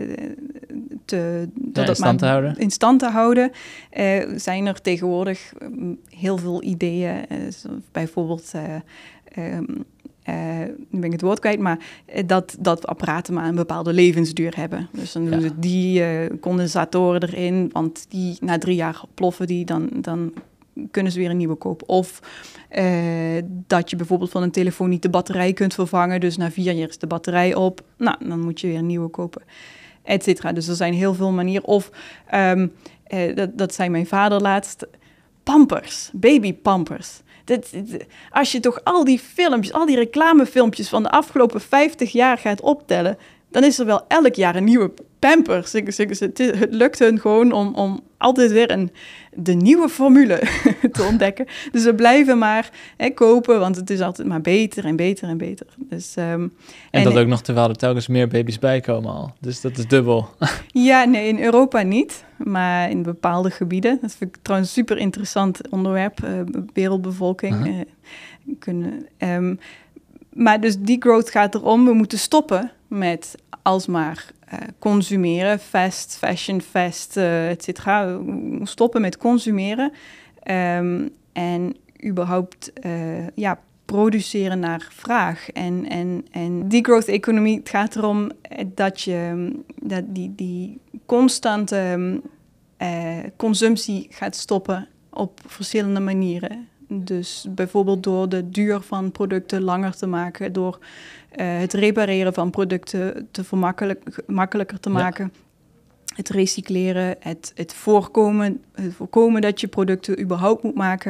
te, ja, in, stand te houden. in stand te houden, uh, zijn er tegenwoordig um, heel veel ideeën. Uh, bijvoorbeeld, uh, um, uh, nu ben ik het woord kwijt, maar uh, dat, dat apparaten maar een bepaalde levensduur hebben. Dus dan doen ja. ze die uh, condensatoren erin, want die na drie jaar ploffen die, dan, dan kunnen ze weer een nieuwe kopen. Of uh, dat je bijvoorbeeld van een telefoon niet de batterij kunt vervangen, dus na vier jaar is de batterij op. Nou, dan moet je weer een nieuwe kopen, et cetera. Dus er zijn heel veel manieren. Of, um, uh, dat, dat zei mijn vader laatst, pampers, babypampers. Dat, dat, als je toch al die filmpjes, al die reclamefilmpjes van de afgelopen vijftig jaar gaat optellen, dan is er wel elk jaar een nieuwe Pampers. Het, het lukt hun gewoon om, om altijd weer een, de nieuwe formule te ontdekken. Dus ze blijven maar hè, kopen, want het is altijd maar beter en beter en beter. Dus, um, en, en dat ook nog terwijl er telkens meer baby's bij komen al. Dus dat is dubbel. Ja, nee, in Europa niet, maar in bepaalde gebieden. Dat vind ik trouwens een super interessant onderwerp, uh, wereldbevolking. Uh-huh. Uh, kunnen, um, maar dus die growth gaat erom, we moeten stoppen met alsmaar uh, consumeren, fast fashion, fast, uh, et cetera. Stoppen met consumeren um, en überhaupt uh, ja, produceren naar vraag. En, en, en die growth-economie, het gaat erom dat je dat die, die constante uh, consumptie gaat stoppen op verschillende manieren. Dus bijvoorbeeld door de duur van producten langer te maken, door uh, het repareren van producten te vermakkelijk, makkelijker te maken, ja. Het recycleren, het, het, voorkomen, het voorkomen dat je producten überhaupt moet maken.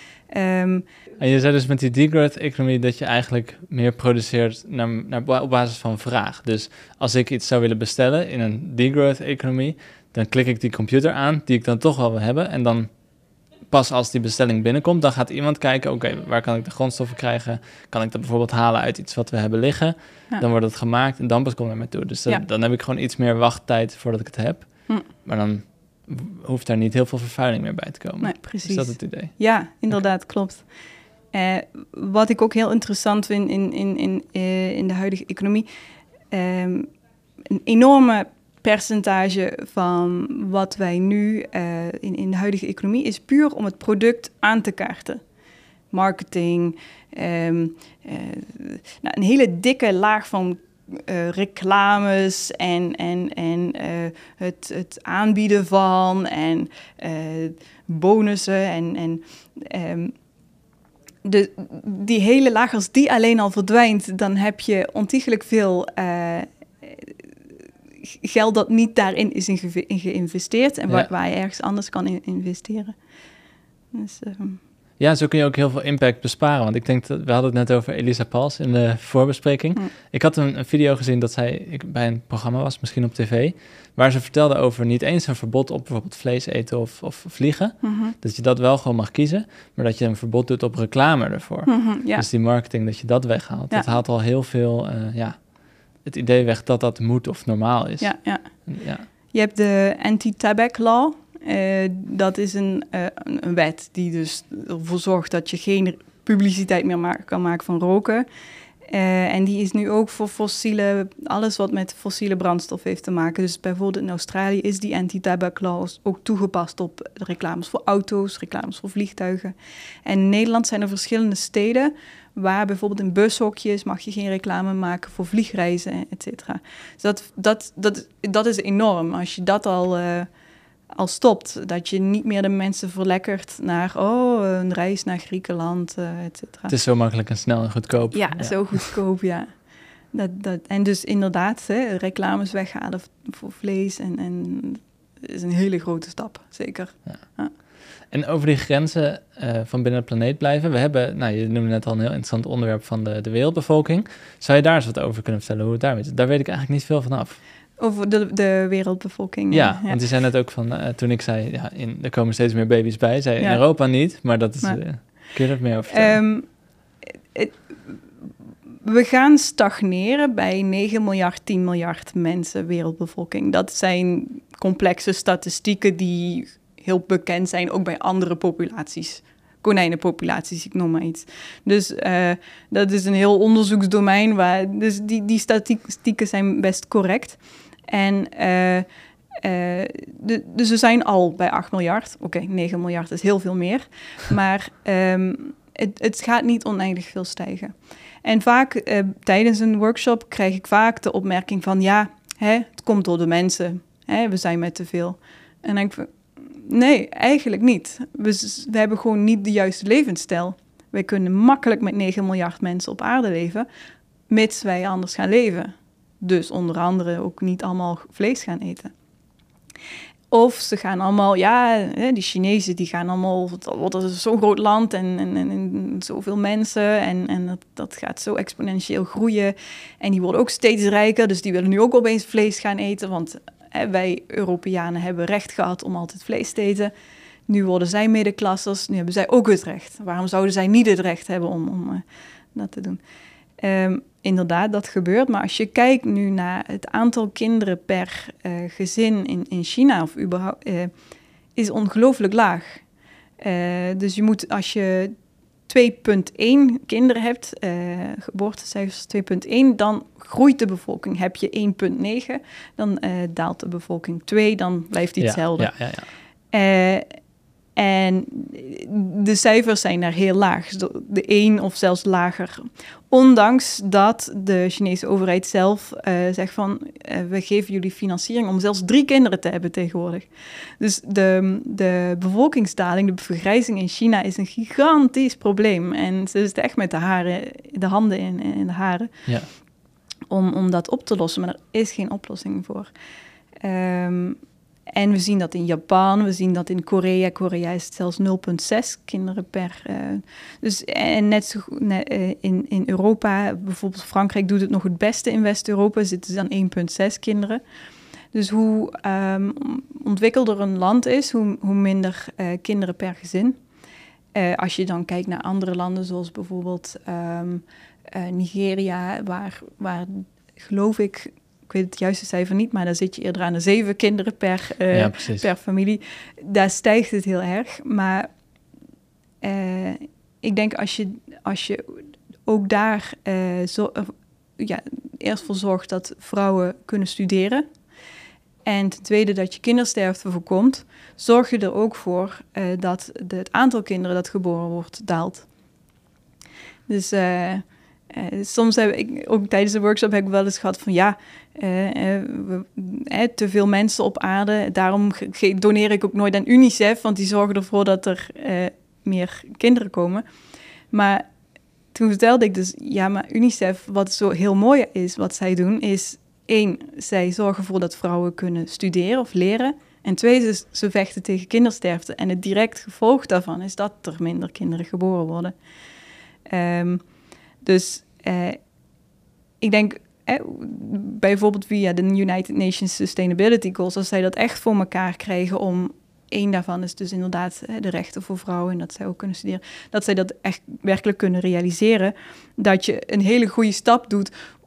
Um, en je zei dus met die degrowth-economie dat je eigenlijk meer produceert naar, naar, op basis van vraag. Dus als ik iets zou willen bestellen in een degrowth-economie, dan klik ik die computer aan, die ik dan toch wel wil hebben, en dan pas als die bestelling binnenkomt, dan gaat iemand kijken, oké, okay, waar kan ik de grondstoffen krijgen? Kan ik dat bijvoorbeeld halen uit iets wat we hebben liggen? Ja. Dan wordt het gemaakt en dan pas komt het naar mij toe. Dus dat, ja. dan heb ik gewoon iets meer wachttijd voordat ik het heb. Hm. Maar dan hoeft daar niet heel veel vervuiling meer bij te komen. Nee, precies. Is dat het idee? Ja, inderdaad, okay. Klopt. Uh, wat ik ook heel interessant vind in, in, in, uh, in de huidige economie, um, een enorme percentage van wat wij nu uh, in, in de huidige economie is puur om het product aan te kaarten. Marketing, um, uh, nou, een hele dikke laag van uh, reclames en, en, en uh, het, het aanbieden van en uh, bonussen en, en um, de, die hele laag, als die alleen al verdwijnt, dan heb je ontiegelijk veel uh, geld dat niet daarin is in, ge- in geïnvesteerd en ja. waar, waar je ergens anders kan in investeren. Dus, um... Ja, zo kun je ook heel veel impact besparen. Want ik denk, dat we hadden het net over Elisa Pals in de voorbespreking. Mm. Ik had een, een video gezien dat zij ik, bij een programma was, misschien op tv, waar ze vertelde over niet eens een verbod op bijvoorbeeld vlees eten of, of vliegen. Mm-hmm. Dat je dat wel gewoon mag kiezen, maar dat je een verbod doet op reclame ervoor. Mm-hmm, ja. Dus die marketing, dat je dat weghaalt. Ja. Dat haalt al heel veel, uh, ja, het idee weg dat dat moet of normaal is. Ja, ja. ja. Je hebt de anti-tobacco law Uh, dat is een, uh, een wet die dus ervoor zorgt dat je geen publiciteit meer ma- kan maken van roken. Uh, en die is nu ook voor fossiele, alles wat met fossiele brandstof heeft te maken. Dus bijvoorbeeld in Australië is die anti-tobacco law ook toegepast op reclames voor auto's, reclames voor vliegtuigen. En in Nederland zijn er verschillende steden waar bijvoorbeeld in bushokjes mag je geen reclame maken voor vliegreizen, et cetera. Dus dat, dat, dat, dat is enorm. Als je dat al, uh, al stopt, dat je niet meer de mensen verlekkert naar oh, een reis naar Griekenland, uh, et cetera. Het is zo makkelijk en snel en goedkoop. Ja, ja. zo goedkoop, ja. Dat, dat, en dus inderdaad, hè, reclames weghalen voor vlees en, en is een hele grote stap, zeker. Ja. Ja. En over die grenzen uh, van binnen de planeet blijven. We hebben, nou, je noemde net al een heel interessant onderwerp van de, de wereldbevolking. Zou je daar eens wat over kunnen vertellen, hoe het daarmee is? Daar weet ik eigenlijk niet veel van af. Over de, de wereldbevolking? Ja, ja, want je zei net ook van, uh, toen ik zei, ja, in, er komen steeds meer baby's bij. Zei ja. in Europa niet, maar dat is, maar, uh, kun je er meer over vertellen? Um, het, we gaan stagneren bij negen miljard, tien miljard mensen wereldbevolking. Dat zijn complexe statistieken die heel bekend zijn, ook bij andere populaties. Konijnenpopulaties, ik noem maar iets. Dus uh, dat is een heel onderzoeksdomein, waar, dus die, die statistieken zijn best correct. En uh, uh, de, dus we zijn al bij acht miljard. Oké, okay, negen miljard is heel veel meer. Maar um, het, het gaat niet oneindig veel stijgen. En vaak uh, tijdens een workshop krijg ik vaak de opmerking van ja, hè, het komt door de mensen. Hè, we zijn met te veel. En dan denk ik van, nee, eigenlijk niet. We, we hebben gewoon niet de juiste levensstijl. Wij kunnen makkelijk met negen miljard mensen op aarde leven, mits wij anders gaan leven. Dus onder andere ook niet allemaal vlees gaan eten. Of ze gaan allemaal, ja, die Chinezen die gaan allemaal, wat is zo'n groot land en, en, en zoveel mensen en, en dat, dat gaat zo exponentieel groeien. En die worden ook steeds rijker, dus die willen nu ook opeens vlees gaan eten, want hè, wij Europeanen hebben recht gehad om altijd vlees te eten. Nu worden zij middenklassers, nu hebben zij ook het recht. Waarom zouden zij niet het recht hebben om, om uh, dat te doen? Um, inderdaad, dat gebeurt. Maar als je kijkt nu naar het aantal kinderen per uh, gezin in, in China, of überhaupt, uh, is ongelooflijk laag. Uh, dus je moet, als je twee komma één kinderen hebt, uh, geboortecijfers twee komma één, dan groeit de bevolking. Heb je één komma negen, dan uh, daalt de bevolking twee, dan blijft die hetzelfde. Ja, ja, ja, ja. Uh, En de cijfers zijn daar heel laag, de één of zelfs lager. Ondanks dat de Chinese overheid zelf uh, zegt van, uh, we geven jullie financiering om zelfs drie kinderen te hebben tegenwoordig. Dus de, de bevolkingsdaling, de vergrijzing in China is een gigantisch probleem. En ze zitten echt met de haren, de handen in, in de haren, ja. om, om dat op te lossen. Maar er is geen oplossing voor. Um, En we zien dat in Japan, we zien dat in Korea. Korea is het zelfs nul komma zes kinderen per. Uh, dus, en net zo net, uh, in, in Europa, bijvoorbeeld Frankrijk doet het nog het beste in West-Europa, zitten dan één komma zes kinderen. Dus hoe um, ontwikkelder een land is, hoe, hoe minder uh, kinderen per gezin. Uh, als je dan kijkt naar andere landen, zoals bijvoorbeeld um, uh, Nigeria, waar, waar geloof ik... Ik weet het juiste cijfer niet, maar daar zit je eerder aan de zeven kinderen per, uh, ja, per familie. Daar stijgt het heel erg. Maar uh, ik denk als je, als je ook daar uh, zo, uh, ja, eerst voor zorgt dat vrouwen kunnen studeren. En ten tweede dat je kindersterfte voorkomt, zorg je er ook voor uh, dat de, het aantal kinderen dat geboren wordt daalt. Dus... Uh, Uh, soms heb ik, ook tijdens de workshop heb ik wel eens gehad van ja, uh, uh, we, uh, te veel mensen op aarde. Daarom ge- doneer ik ook nooit aan UNICEF, want die zorgen ervoor dat er uh, meer kinderen komen. Maar toen vertelde ik dus, ja, maar UNICEF, wat zo heel mooi is, wat zij doen, is één, zij zorgen ervoor dat vrouwen kunnen studeren of leren. En twee, ze, ze vechten tegen kindersterfte. En het direct gevolg daarvan is dat er minder kinderen geboren worden. Um, Dus uh, ik denk, eh, bijvoorbeeld via de United Nations Sustainability Goals, als zij dat echt voor elkaar krijgen om, één daarvan is dus inderdaad eh, de rechten voor vrouwen en dat zij ook kunnen studeren, dat zij dat echt werkelijk kunnen realiseren, dat je een hele goede stap doet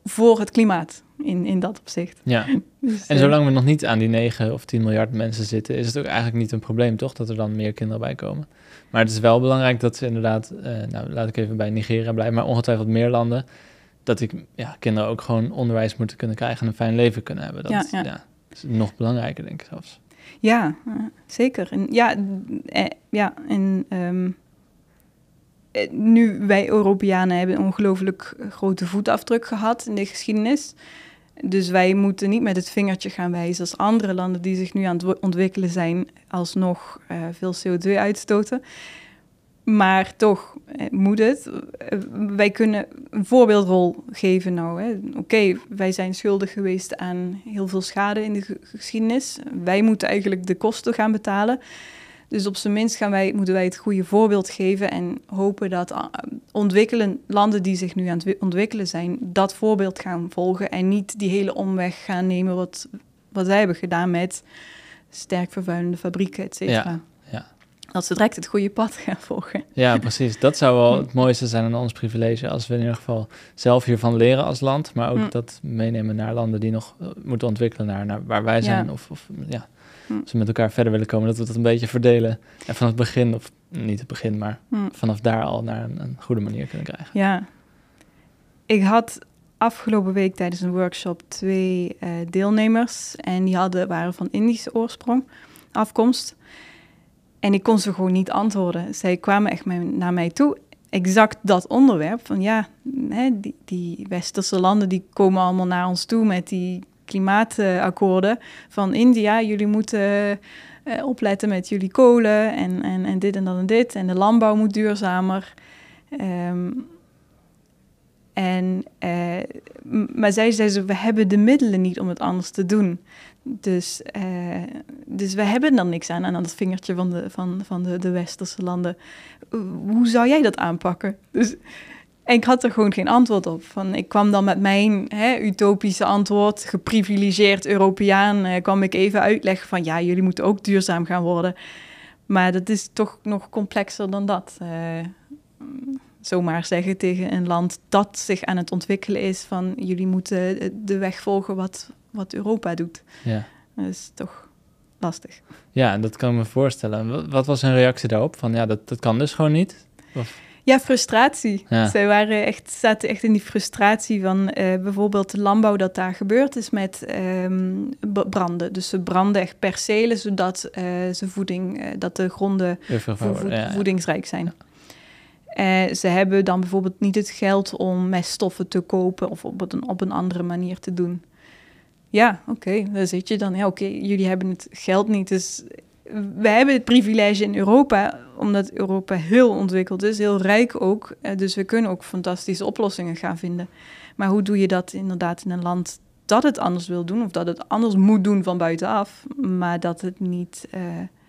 voor het klimaat in, in dat opzicht. Ja, Dus, en eh, zolang we nog niet aan die negen of tien miljard mensen zitten, is het ook eigenlijk niet een probleem, toch? Dat er dan meer kinderen bij komen. Maar het is wel belangrijk dat ze inderdaad, uh, nou laat ik even bij Nigeria blijven, maar ongetwijfeld meer landen, dat ik, ja, kinderen ook gewoon onderwijs moeten kunnen krijgen en een fijn leven kunnen hebben. Dat Ja, ja. Ja, is nog belangrijker, denk ik zelfs. Ja, uh, zeker. En ja, eh, ja en um, eh, nu wij Europeanen hebben een ongelooflijk grote voetafdruk gehad in de geschiedenis. Dus wij moeten niet met het vingertje gaan wijzen als andere landen die zich nu aan het ontwikkelen zijn, alsnog uh, veel C O twee uitstoten. Maar toch eh, moet het. Uh, wij kunnen een voorbeeldrol geven nou. Oké, okay, wij zijn schuldig geweest aan heel veel schade in de ge- geschiedenis. Wij moeten eigenlijk de kosten gaan betalen. Dus op zijn minst gaan wij, moeten wij het goede voorbeeld geven en hopen dat uh, ontwikkelen, landen die zich nu aan het ontwikkelen zijn, dat voorbeeld gaan volgen en niet die hele omweg gaan nemen wat, wat zij hebben gedaan met sterk vervuilende fabrieken, et cetera. Ja, ja. Dat ze direct het goede pad gaan volgen. Ja, precies. Dat zou wel het mooiste zijn aan ons privilege, als we in ieder geval zelf hiervan leren als land, maar ook mm. dat meenemen naar landen die nog uh, moeten ontwikkelen naar, naar waar wij zijn. Ja. Of, of ja, mm. als we met elkaar verder willen komen, dat we dat een beetje verdelen. En vanaf het begin, of niet het begin, maar mm. vanaf daar al naar een, een goede manier kunnen krijgen. Ja. Ik had afgelopen week tijdens een workshop twee uh, deelnemers en die hadden, waren van Indische oorsprong, afkomst. En ik kon ze gewoon niet antwoorden. Zij kwamen echt naar mij toe, exact dat onderwerp. Van ja, hè, die, die westerse landen die komen allemaal naar ons toe met die klimaatakkoorden van India. Jullie moeten uh, opletten met jullie kolen en, en, en dit en dat en dit. En de landbouw moet duurzamer. Um, en, uh, maar zij zeiden, we hebben de middelen niet om het anders te doen. Dus, uh, dus we hebben er niks aan, aan dat vingertje van de, van, van de, de westerse landen. Uh, hoe zou jij dat aanpakken? Dus, en ik had er gewoon geen antwoord op. Van, ik kwam dan met mijn hè, utopische antwoord, geprivilegeerd Europeaan, uh, kwam ik even uitleggen van ja, jullie moeten ook duurzaam gaan worden. Maar dat is toch nog complexer dan dat. Uh, zomaar zeggen tegen een land dat zich aan het ontwikkelen is van jullie moeten de weg volgen wat, wat Europa doet. Ja. Dat is toch lastig. Ja, dat kan ik me voorstellen. Wat, wat was hun reactie daarop? Van ja, dat, dat kan dus gewoon niet? Of? Ja, frustratie. Ja. Zij waren echt, zaten echt in die frustratie van uh, bijvoorbeeld de landbouw dat daar gebeurd is met um, branden. Dus ze branden echt percelen zodat uh, ze voeding, uh, dat de gronden vo- vo- ja, voedingsrijk zijn. Ja. Uh, ze hebben dan bijvoorbeeld niet het geld om meststoffen te kopen of op een, op een andere manier te doen. Ja, oké, okay, daar zit je dan. Ja, oké, okay, jullie hebben het geld niet. Dus wij hebben het privilege in Europa, omdat Europa heel ontwikkeld is, heel rijk ook. Uh, dus we kunnen ook fantastische oplossingen gaan vinden. Maar hoe doe je dat inderdaad in een land dat het anders wil doen, of dat het anders moet doen van buitenaf, maar dat het niet... Uh,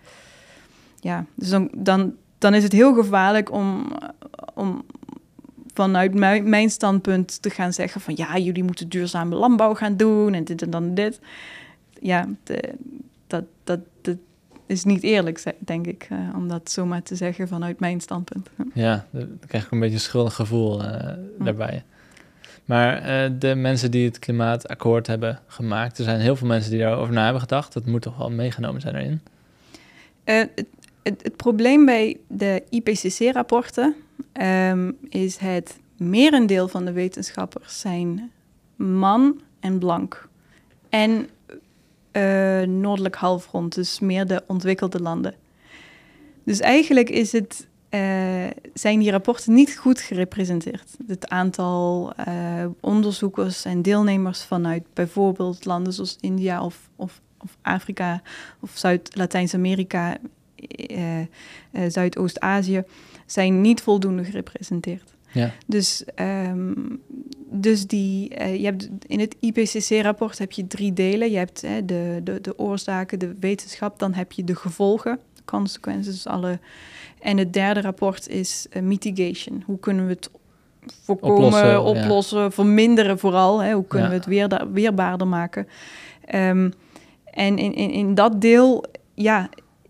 ja, dus dan... dan dan is het heel gevaarlijk om, om vanuit mijn, mijn standpunt te gaan zeggen van ja, jullie moeten duurzame landbouw gaan doen en dit en dan dit. Ja, de, dat, dat, dat is niet eerlijk, denk ik, uh, om dat zomaar te zeggen vanuit mijn standpunt. Ja, dan krijg ik een beetje een schuldig gevoel uh, hm. daarbij. Maar uh, de mensen die het klimaatakkoord hebben gemaakt, er zijn heel veel mensen die daarover na hebben gedacht. Dat moet toch wel meegenomen zijn erin? Uh, het, het, het probleem bij de I P C C-rapporten um, is het merendeel van de wetenschappers zijn man en blank. En uh, noordelijk halfrond, dus meer de ontwikkelde landen. Dus eigenlijk is het, uh, zijn die rapporten niet goed gerepresenteerd. Het aantal uh, onderzoekers en deelnemers vanuit bijvoorbeeld landen zoals India of, of, of Afrika of Zuid-Latijns-Amerika, uh, uh, Zuidoost-Azië, zijn niet voldoende gerepresenteerd. Ja. Dus, um, dus die, uh, je hebt in het I P C C-rapport heb je drie delen. Je hebt uh, de, de, de oorzaken, de wetenschap, dan heb je de gevolgen, de consequences, dus alle. En het derde rapport is uh, mitigation. Hoe kunnen we het voorkomen, oplossen, oplossen ja. verminderen vooral. Hè? Hoe kunnen ja. we het weer, weerbaarder maken? Um, en in, in, in dat deel, ja,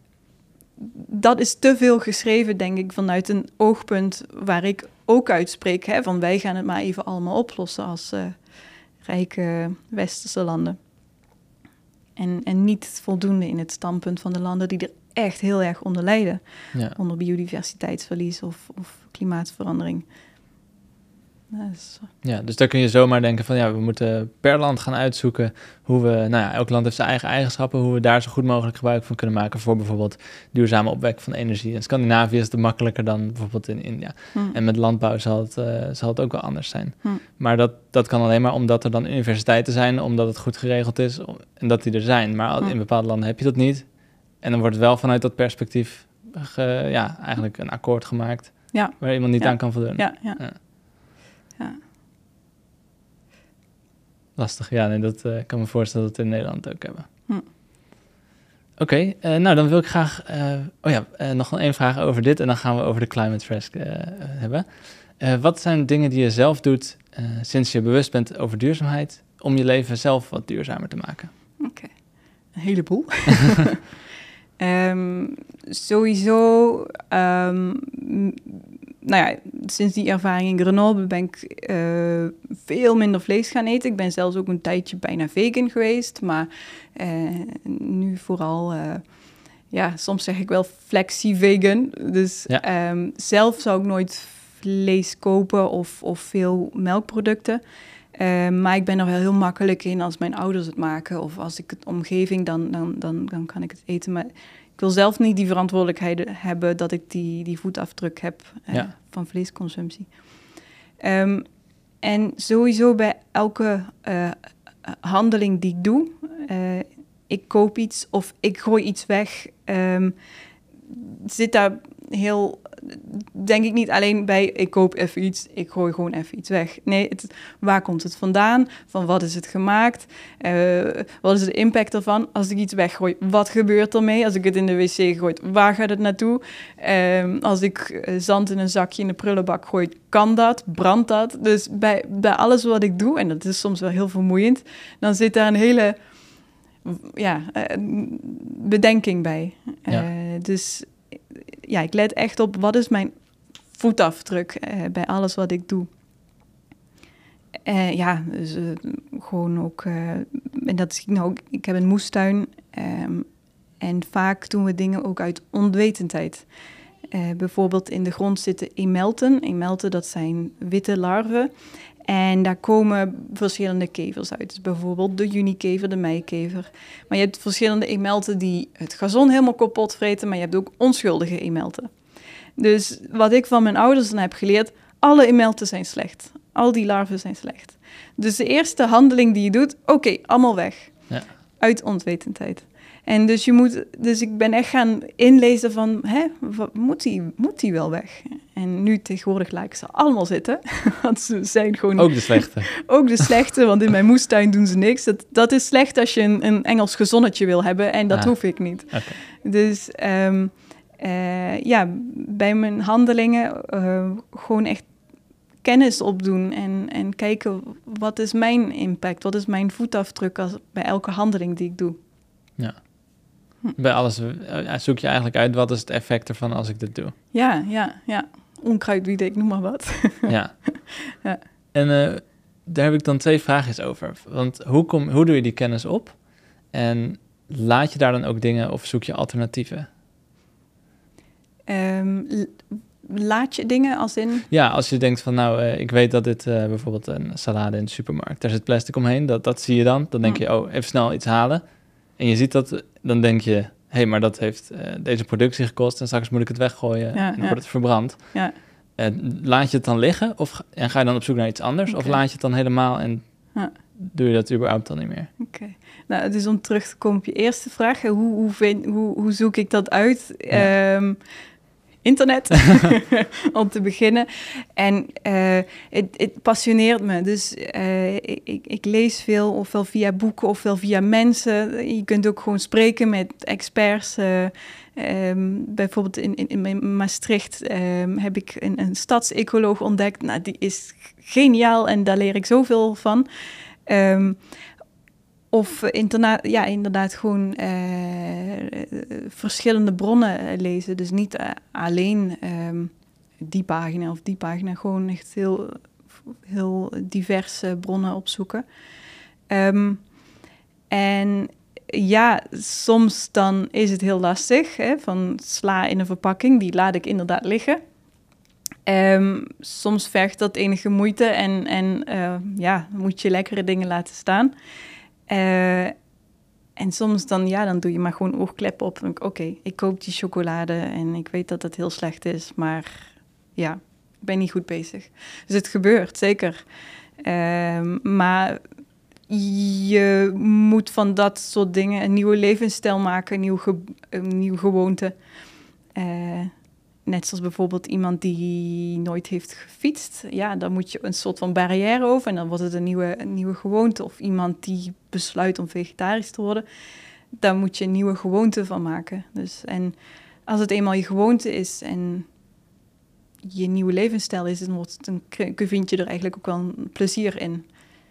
dat is te veel geschreven, denk ik, vanuit een oogpunt waar ik ook uitspreek, hè, van wij gaan het maar even allemaal oplossen als, uh, rijke westerse landen. En, en niet voldoende in het standpunt van de landen die er echt heel erg onder lijden. Ja. Onder biodiversiteitsverlies of, of klimaatverandering. Dus, Ja, dus daar kun je zomaar denken van ja, we moeten per land gaan uitzoeken hoe we, nou ja, elk land heeft zijn eigen eigenschappen, hoe we daar zo goed mogelijk gebruik van kunnen maken voor bijvoorbeeld duurzame opwek van energie. In Scandinavië is het makkelijker dan bijvoorbeeld in India. Hmm. En met landbouw zal het, uh, zal het ook wel anders zijn. Hmm. Maar dat, dat kan alleen maar omdat er dan universiteiten zijn, omdat het goed geregeld is en dat die er zijn. Maar in bepaalde landen heb je dat niet. En dan wordt het wel vanuit dat perspectief ge, ja, eigenlijk een akkoord gemaakt ja. waar iemand niet ja. aan kan voldoen. Ja, ja. ja. Ja. Lastig, ja, nee, dat uh, kan me voorstellen dat we in Nederland ook hebben. Hm. Oké, okay, uh, nou dan wil ik graag, uh, oh ja, uh, nog één vraag over dit en dan gaan we over de climate risk uh, hebben. Uh, wat zijn dingen die je zelf doet uh, sinds je bewust bent over duurzaamheid om je leven zelf wat duurzamer te maken? Oké, okay. Een heleboel. um, sowieso, um, nou ja, sinds die ervaring in Grenoble ben ik uh, veel minder vlees gaan eten. Ik ben zelfs ook een tijdje bijna vegan geweest, maar uh, nu vooral, uh, ja, soms zeg ik wel flexi-vegan. Dus ja. um, zelf zou ik nooit vlees kopen of, of veel melkproducten. Uh, maar ik ben er wel heel makkelijk in als mijn ouders het maken of als ik het omgeving, dan, dan, dan, dan kan ik het eten. Maar ik wil zelf niet die verantwoordelijkheid hebben dat ik die, die voetafdruk heb uh, ja. van vleesconsumptie. Um, en sowieso bij elke uh, handeling die ik doe, uh, ik koop iets of ik gooi iets weg, um, zit daar heel, denk ik niet alleen bij ik koop even iets, ik gooi gewoon even iets weg. Nee, het, waar komt het vandaan? Van wat is het gemaakt? Uh, wat is de impact ervan? Als ik iets weggooi, wat gebeurt ermee? Als ik het in de wc gooi, waar gaat het naartoe? Uh, als ik uh, zand in een zakje in de prullenbak gooi, kan dat? Brandt dat? Dus bij, bij alles wat ik doe, en dat is soms wel heel vermoeiend, dan zit daar een hele ja, uh, bedenking bij. Ja. Uh, dus ja, ik let echt op wat is mijn voetafdruk uh, bij alles wat ik doe. Uh, ja, dus uh, gewoon ook, uh, en dat zie ik nou ook, ik heb een moestuin um, en vaak doen we dingen ook uit onwetendheid. Uh, bijvoorbeeld in de grond zitten emelten. Emelten, dat zijn witte larven. En daar komen verschillende kevers uit. Dus bijvoorbeeld de junikever, de meikever. Maar je hebt verschillende emelten die het gazon helemaal kapot vreten, maar je hebt ook onschuldige emelten. Dus wat ik van mijn ouders dan heb geleerd, alle emelten zijn slecht. Al die larven zijn slecht. Dus de eerste handeling die je doet, oké, okay, allemaal weg. Ja. Uit onwetendheid. En dus je moet, dus ik ben echt gaan inlezen van, hè, wat, moet die, moet die wel weg? En nu tegenwoordig laat ik ze allemaal zitten, want ze zijn gewoon... Ook de slechte. Ook de slechte, want in mijn moestuin doen ze niks. Dat, dat is slecht als je een, een Engels gezonnetje wil hebben en dat ah. hoef ik niet. Okay. Dus um, uh, ja, bij mijn handelingen uh, gewoon echt kennis opdoen en, en kijken, wat is mijn impact? Wat is mijn voetafdruk als, bij elke handeling die ik doe? Ja. Bij alles zoek je eigenlijk uit, wat is het effect ervan als ik dit doe? Ja, ja, ja. Onkruidwieden, ik noem maar wat. Ja. ja. En uh, daar heb ik dan twee vragen over. Want hoe, kom, hoe doe je die kennis op? En laat je daar dan ook dingen of zoek je alternatieven? Um, laat je dingen als in... Ja, als je denkt van nou, uh, ik weet dat dit uh, bijvoorbeeld een salade in de supermarkt, daar zit plastic omheen, dat, dat zie je dan. Dan denk mm. je, oh, even snel iets halen. En je ziet dat, dan denk je, hé, hey, maar dat heeft uh, deze productie gekost en straks moet ik het weggooien ja, en dan ja. wordt het verbrand. Ja. Uh, laat je het dan liggen of, en ga je dan op zoek naar iets anders? Okay. Of laat je het dan helemaal en ja. doe je dat überhaupt dan niet meer? Oké. Okay. Nou, dus om terug te komen op je eerste vraag, hoe, hoe, vind, hoe, hoe zoek ik dat uit? Ja. Um, internet, om te beginnen. En uh, het, het passioneert me. Dus uh, ik, ik lees veel, ofwel via boeken, ofwel via mensen. Je kunt ook gewoon spreken met experts. Uh, um, bijvoorbeeld in, in, in Maastricht um, heb ik een, een stadsecoloog ontdekt. Nou, die is geniaal en daar leer ik zoveel van. Um, Of interna- ja, inderdaad gewoon uh, verschillende bronnen lezen. Dus niet uh, alleen um, die pagina of die pagina. Gewoon echt heel heel diverse bronnen opzoeken. Um, en ja, soms dan is het heel lastig. Hè, van sla in een verpakking, die laat ik inderdaad liggen. Um, soms vergt dat enige moeite en, en uh, ja, moet je lekkere dingen laten staan. Uh, en soms dan, ja, dan doe je maar gewoon oogkleppen op. Oké, okay, ik koop die chocolade en ik weet dat dat heel slecht is, maar ja, ik ben niet goed bezig. Dus het gebeurt, zeker. Uh, maar je moet van dat soort dingen een nieuwe levensstijl maken, een nieuwe, ge- een nieuwe gewoonte. Uh, net zoals bijvoorbeeld iemand die nooit heeft gefietst. Ja, dan moet je een soort van barrière over en dan wordt het een nieuwe, een nieuwe gewoonte. Of iemand die besluit om vegetarisch te worden, daar moet je een nieuwe gewoonte van maken. Dus, en als het eenmaal je gewoonte is en je nieuwe levensstijl is, dan, wordt, dan vind je er eigenlijk ook wel een plezier in.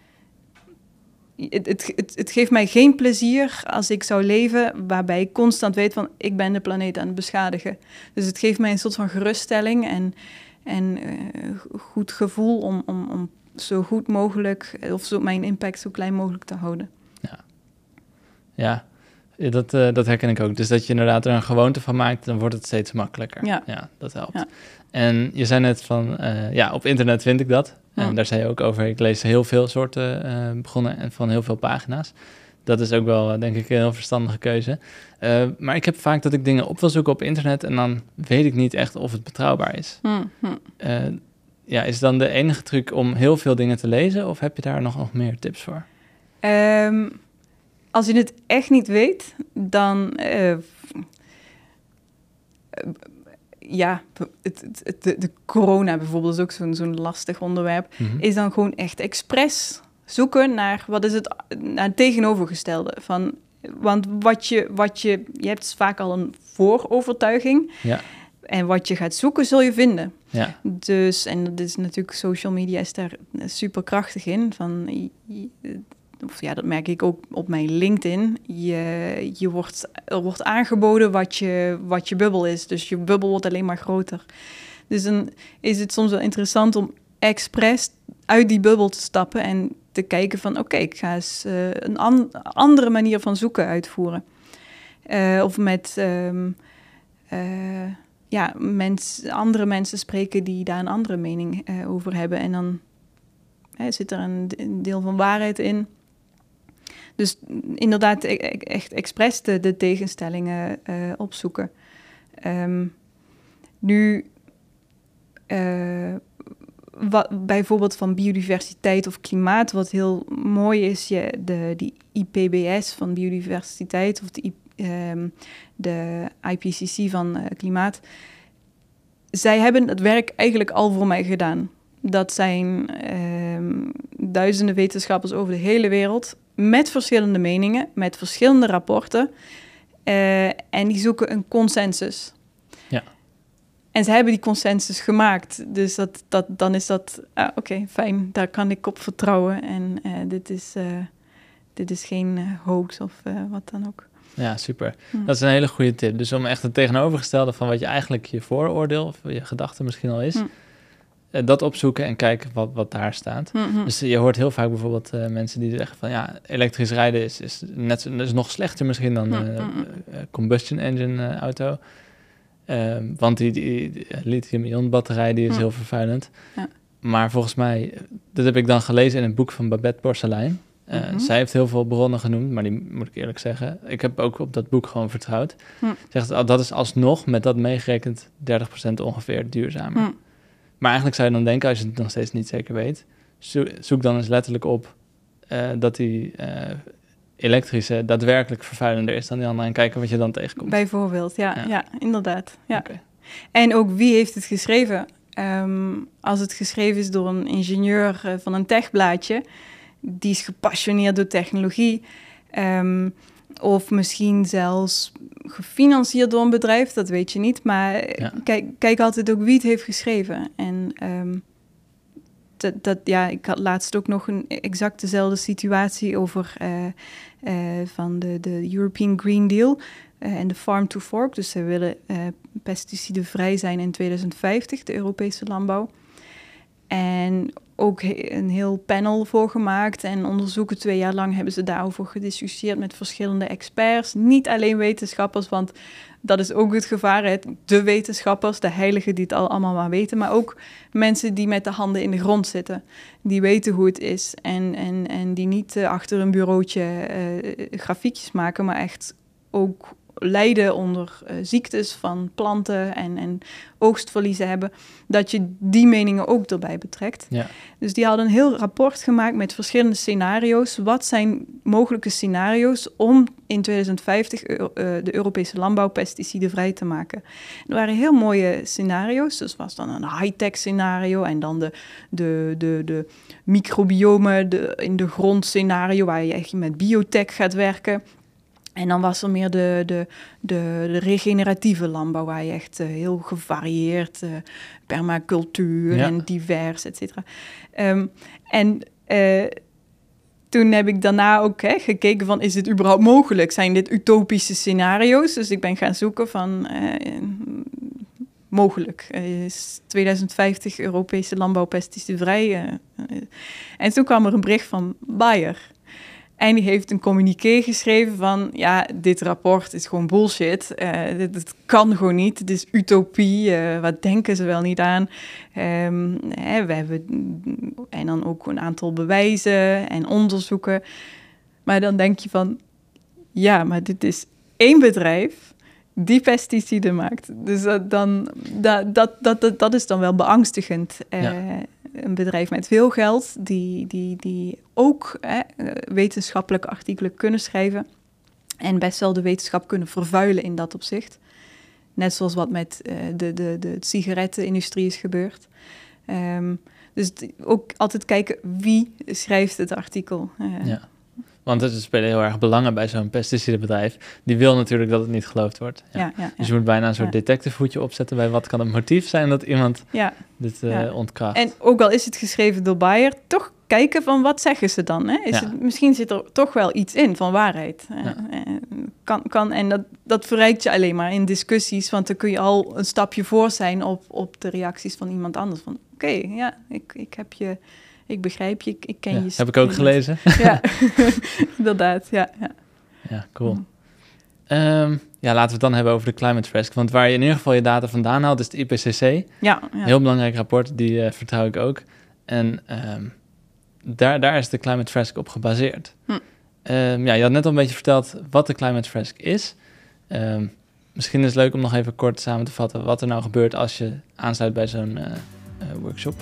Het, het, het, het geeft mij geen plezier als ik zou leven waarbij ik constant weet van ik ben de planeet aan het beschadigen. Dus het geeft mij een soort van geruststelling en, en uh, goed gevoel om, om, om zo goed mogelijk of zo mijn impact zo klein mogelijk te houden. Ja, ja dat, uh, dat herken ik ook. Dus dat je inderdaad er een gewoonte van maakt, dan wordt het steeds makkelijker. Ja, ja dat helpt. Ja. En je zei net van, uh, ja, op internet vind ik dat. En ja. daar zei je ook over, ik lees heel veel soorten uh, bronnen en van heel veel pagina's. Dat is ook wel, denk ik, een heel verstandige keuze. Uh, maar ik heb vaak dat ik dingen op wil zoeken op internet en dan weet ik niet echt of het betrouwbaar is. Hmm, hmm. Uh, ja, is dan de enige truc om heel veel dingen te lezen of heb je daar nog, nog meer tips voor? Um, als je het echt niet weet, dan... Uh, uh, ja, het, het, de, de corona bijvoorbeeld is ook zo'n, zo'n lastig onderwerp. Mm-hmm. Is dan gewoon echt expres zoeken naar wat is het, naar het tegenovergestelde. Van, want wat je, wat je, je hebt vaak al een voorovertuiging. Ja. En wat je gaat zoeken, zul je vinden. Ja. Dus, en dat is natuurlijk, social media is daar super krachtig in. Van, of ja, dat merk ik ook op mijn LinkedIn. Je, je wordt, er wordt aangeboden wat je, wat je bubbel is. Dus je bubbel wordt alleen maar groter. Dus dan is het soms wel interessant om expres uit die bubbel te stappen en te kijken van oké, okay, ik ga eens uh, een an- andere manier van zoeken uitvoeren. Uh, of met um, uh, ja, mens, andere mensen spreken die daar een andere mening uh, over hebben. En dan uh, zit er een, een deel van waarheid in. Dus inderdaad e- echt expres de, de tegenstellingen uh, opzoeken. Um, nu, uh, wat, bijvoorbeeld van biodiversiteit of klimaat, wat heel mooi is, je, de, die I P B S van biodiversiteit of de, um, de I P C C van uh, klimaat. Zij hebben het werk eigenlijk al voor mij gedaan. Dat zijn um, duizenden wetenschappers over de hele wereld met verschillende meningen, met verschillende rapporten. Uh, en die zoeken een consensus. Ja. En ze hebben die consensus gemaakt. Dus dat, dat, dan is dat, ah, oké, okay, fijn, daar kan ik op vertrouwen. En uh, dit, is, uh, dit is geen uh, hoax of uh, wat dan ook. Ja, super. Hm. Dat is een hele goede tip. Dus om echt het tegenovergestelde van wat je eigenlijk je vooroordeel of je gedachte misschien al is, hm. uh, dat opzoeken en kijken wat, wat daar staat. Hm-hm. Dus je hoort heel vaak bijvoorbeeld uh, mensen die zeggen van ja, elektrisch rijden is, is, net, is nog slechter misschien dan uh, uh, combustion engine uh, auto. Um, want die, die, die lithium-ion batterij die is hm. heel vervuilend. Ja. Maar volgens mij, dat heb ik dan gelezen in een boek van Babette Porcelein. Uh, mm-hmm. Zij heeft heel veel bronnen genoemd, maar die moet ik eerlijk zeggen. Ik heb ook op dat boek gewoon vertrouwd. Hm. Zegt, oh, dat is alsnog met dat meegerekend dertig procent ongeveer duurzamer. Hm. Maar eigenlijk zou je dan denken, als je het nog steeds niet zeker weet, zo, zoek dan eens letterlijk op uh, dat die uh, elektrische daadwerkelijk vervuilender is dan die andere en kijken wat je dan tegenkomt. Bijvoorbeeld, ja, ja. ja inderdaad. Ja. Okay. En ook wie heeft het geschreven? Um, als het geschreven is door een ingenieur uh, van een techblaadje, die is gepassioneerd door technologie, um, of misschien zelfs gefinancierd door een bedrijf, dat weet je niet. Maar ja. kijk, kijk altijd ook wie het heeft geschreven. En um, dat, dat, ja, ik had laatst ook nog een exact dezelfde situatie over uh, uh, van de, de European Green Deal uh, en de Farm to Fork. Dus ze willen uh, pesticidenvrij zijn in tweeduizend vijftig, de Europese landbouw. En ook he- een heel panel voor gemaakt en onderzoeken. Twee jaar lang hebben ze daarover gediscussieerd met verschillende experts. Niet alleen wetenschappers, want dat is ook het gevaar. Hè? De wetenschappers, de heiligen die het al allemaal maar weten. Maar ook mensen die met de handen in de grond zitten. Die weten hoe het is. En, en, en die niet uh, achter een bureautje uh, grafiekjes maken, maar echt ook lijden onder uh, ziektes van planten en, en oogstverliezen hebben, dat je die meningen ook erbij betrekt. Ja. Dus die hadden een heel rapport gemaakt met verschillende scenario's. Wat zijn mogelijke scenario's om in tweeduizend vijftig uh, de Europese landbouw pesticidenvrij te maken? Er waren heel mooie scenario's. Dus was dan een high-tech scenario en dan de, de, de, de microbiomen de, in de grond scenario, waar je echt met biotech gaat werken. En dan was er meer de, de, de, de regeneratieve landbouw, waar je echt uh, heel gevarieerd, uh, permacultuur ja. en divers, et cetera. Um, en uh, toen heb ik daarna ook hè, gekeken van, is dit überhaupt mogelijk? Zijn dit utopische scenario's? Dus ik ben gaan zoeken van, uh, mogelijk. Uh, is tweeduizend vijftig Europese landbouw pesticidenvrij? Uh, uh, en toen kwam er een bericht van Bayer. En die heeft een communiqué geschreven van, ja, dit rapport is gewoon bullshit. Uh, dit, dit kan gewoon niet. Het is utopie. Uh, wat denken ze wel niet aan? Um, hè, we hebben en dan ook een aantal bewijzen en onderzoeken. Maar dan denk je van, ja, maar dit is één bedrijf die pesticiden maakt. Dus dat, dan, dat, dat, dat, dat is dan wel beangstigend. Uh, ja. Een bedrijf met veel geld, die, die, die ook hè, wetenschappelijke artikelen kunnen schrijven en best wel de wetenschap kunnen vervuilen in dat opzicht. Net zoals wat met uh, de, de, de sigarettenindustrie is gebeurd. Um, dus t- ook altijd kijken wie schrijft het artikel. Uh, ja. Want er spelen heel erg belangen bij zo'n pesticidenbedrijf. Die wil natuurlijk dat het niet geloofd wordt. Ja. Ja, ja, ja. Dus je moet bijna een soort ja. detectivevoetje opzetten bij wat kan het motief zijn dat iemand ja. dit uh, ja. ontkracht. En ook al is het geschreven door Bayer, toch kijken van wat zeggen ze dan. Hè? Is ja. het, misschien zit er toch wel iets in van waarheid. Ja. Uh, kan, kan, en dat, dat verrijkt je alleen maar in discussies, want dan kun je al een stapje voor zijn op, op de reacties van iemand anders. Van oké, okay, ja, ik, ik heb je... Ik begrijp je, ik, ik ken ja, je... Heb ik ook gelezen. Ja, inderdaad, ja, ja. Ja, cool. Mm. Um, ja, laten we het dan hebben over de Climate Fresk. Want waar je in ieder geval je data vandaan haalt, is de I P C C. Ja, ja. Heel belangrijk rapport, die uh, vertrouw ik ook. En um, daar, daar is de Climate Fresk op gebaseerd. Hm. Um, ja, je had net al een beetje verteld wat de Climate Fresk is. Um, misschien is het leuk om nog even kort samen te vatten wat er nou gebeurt als je aansluit bij zo'n uh, uh, workshop.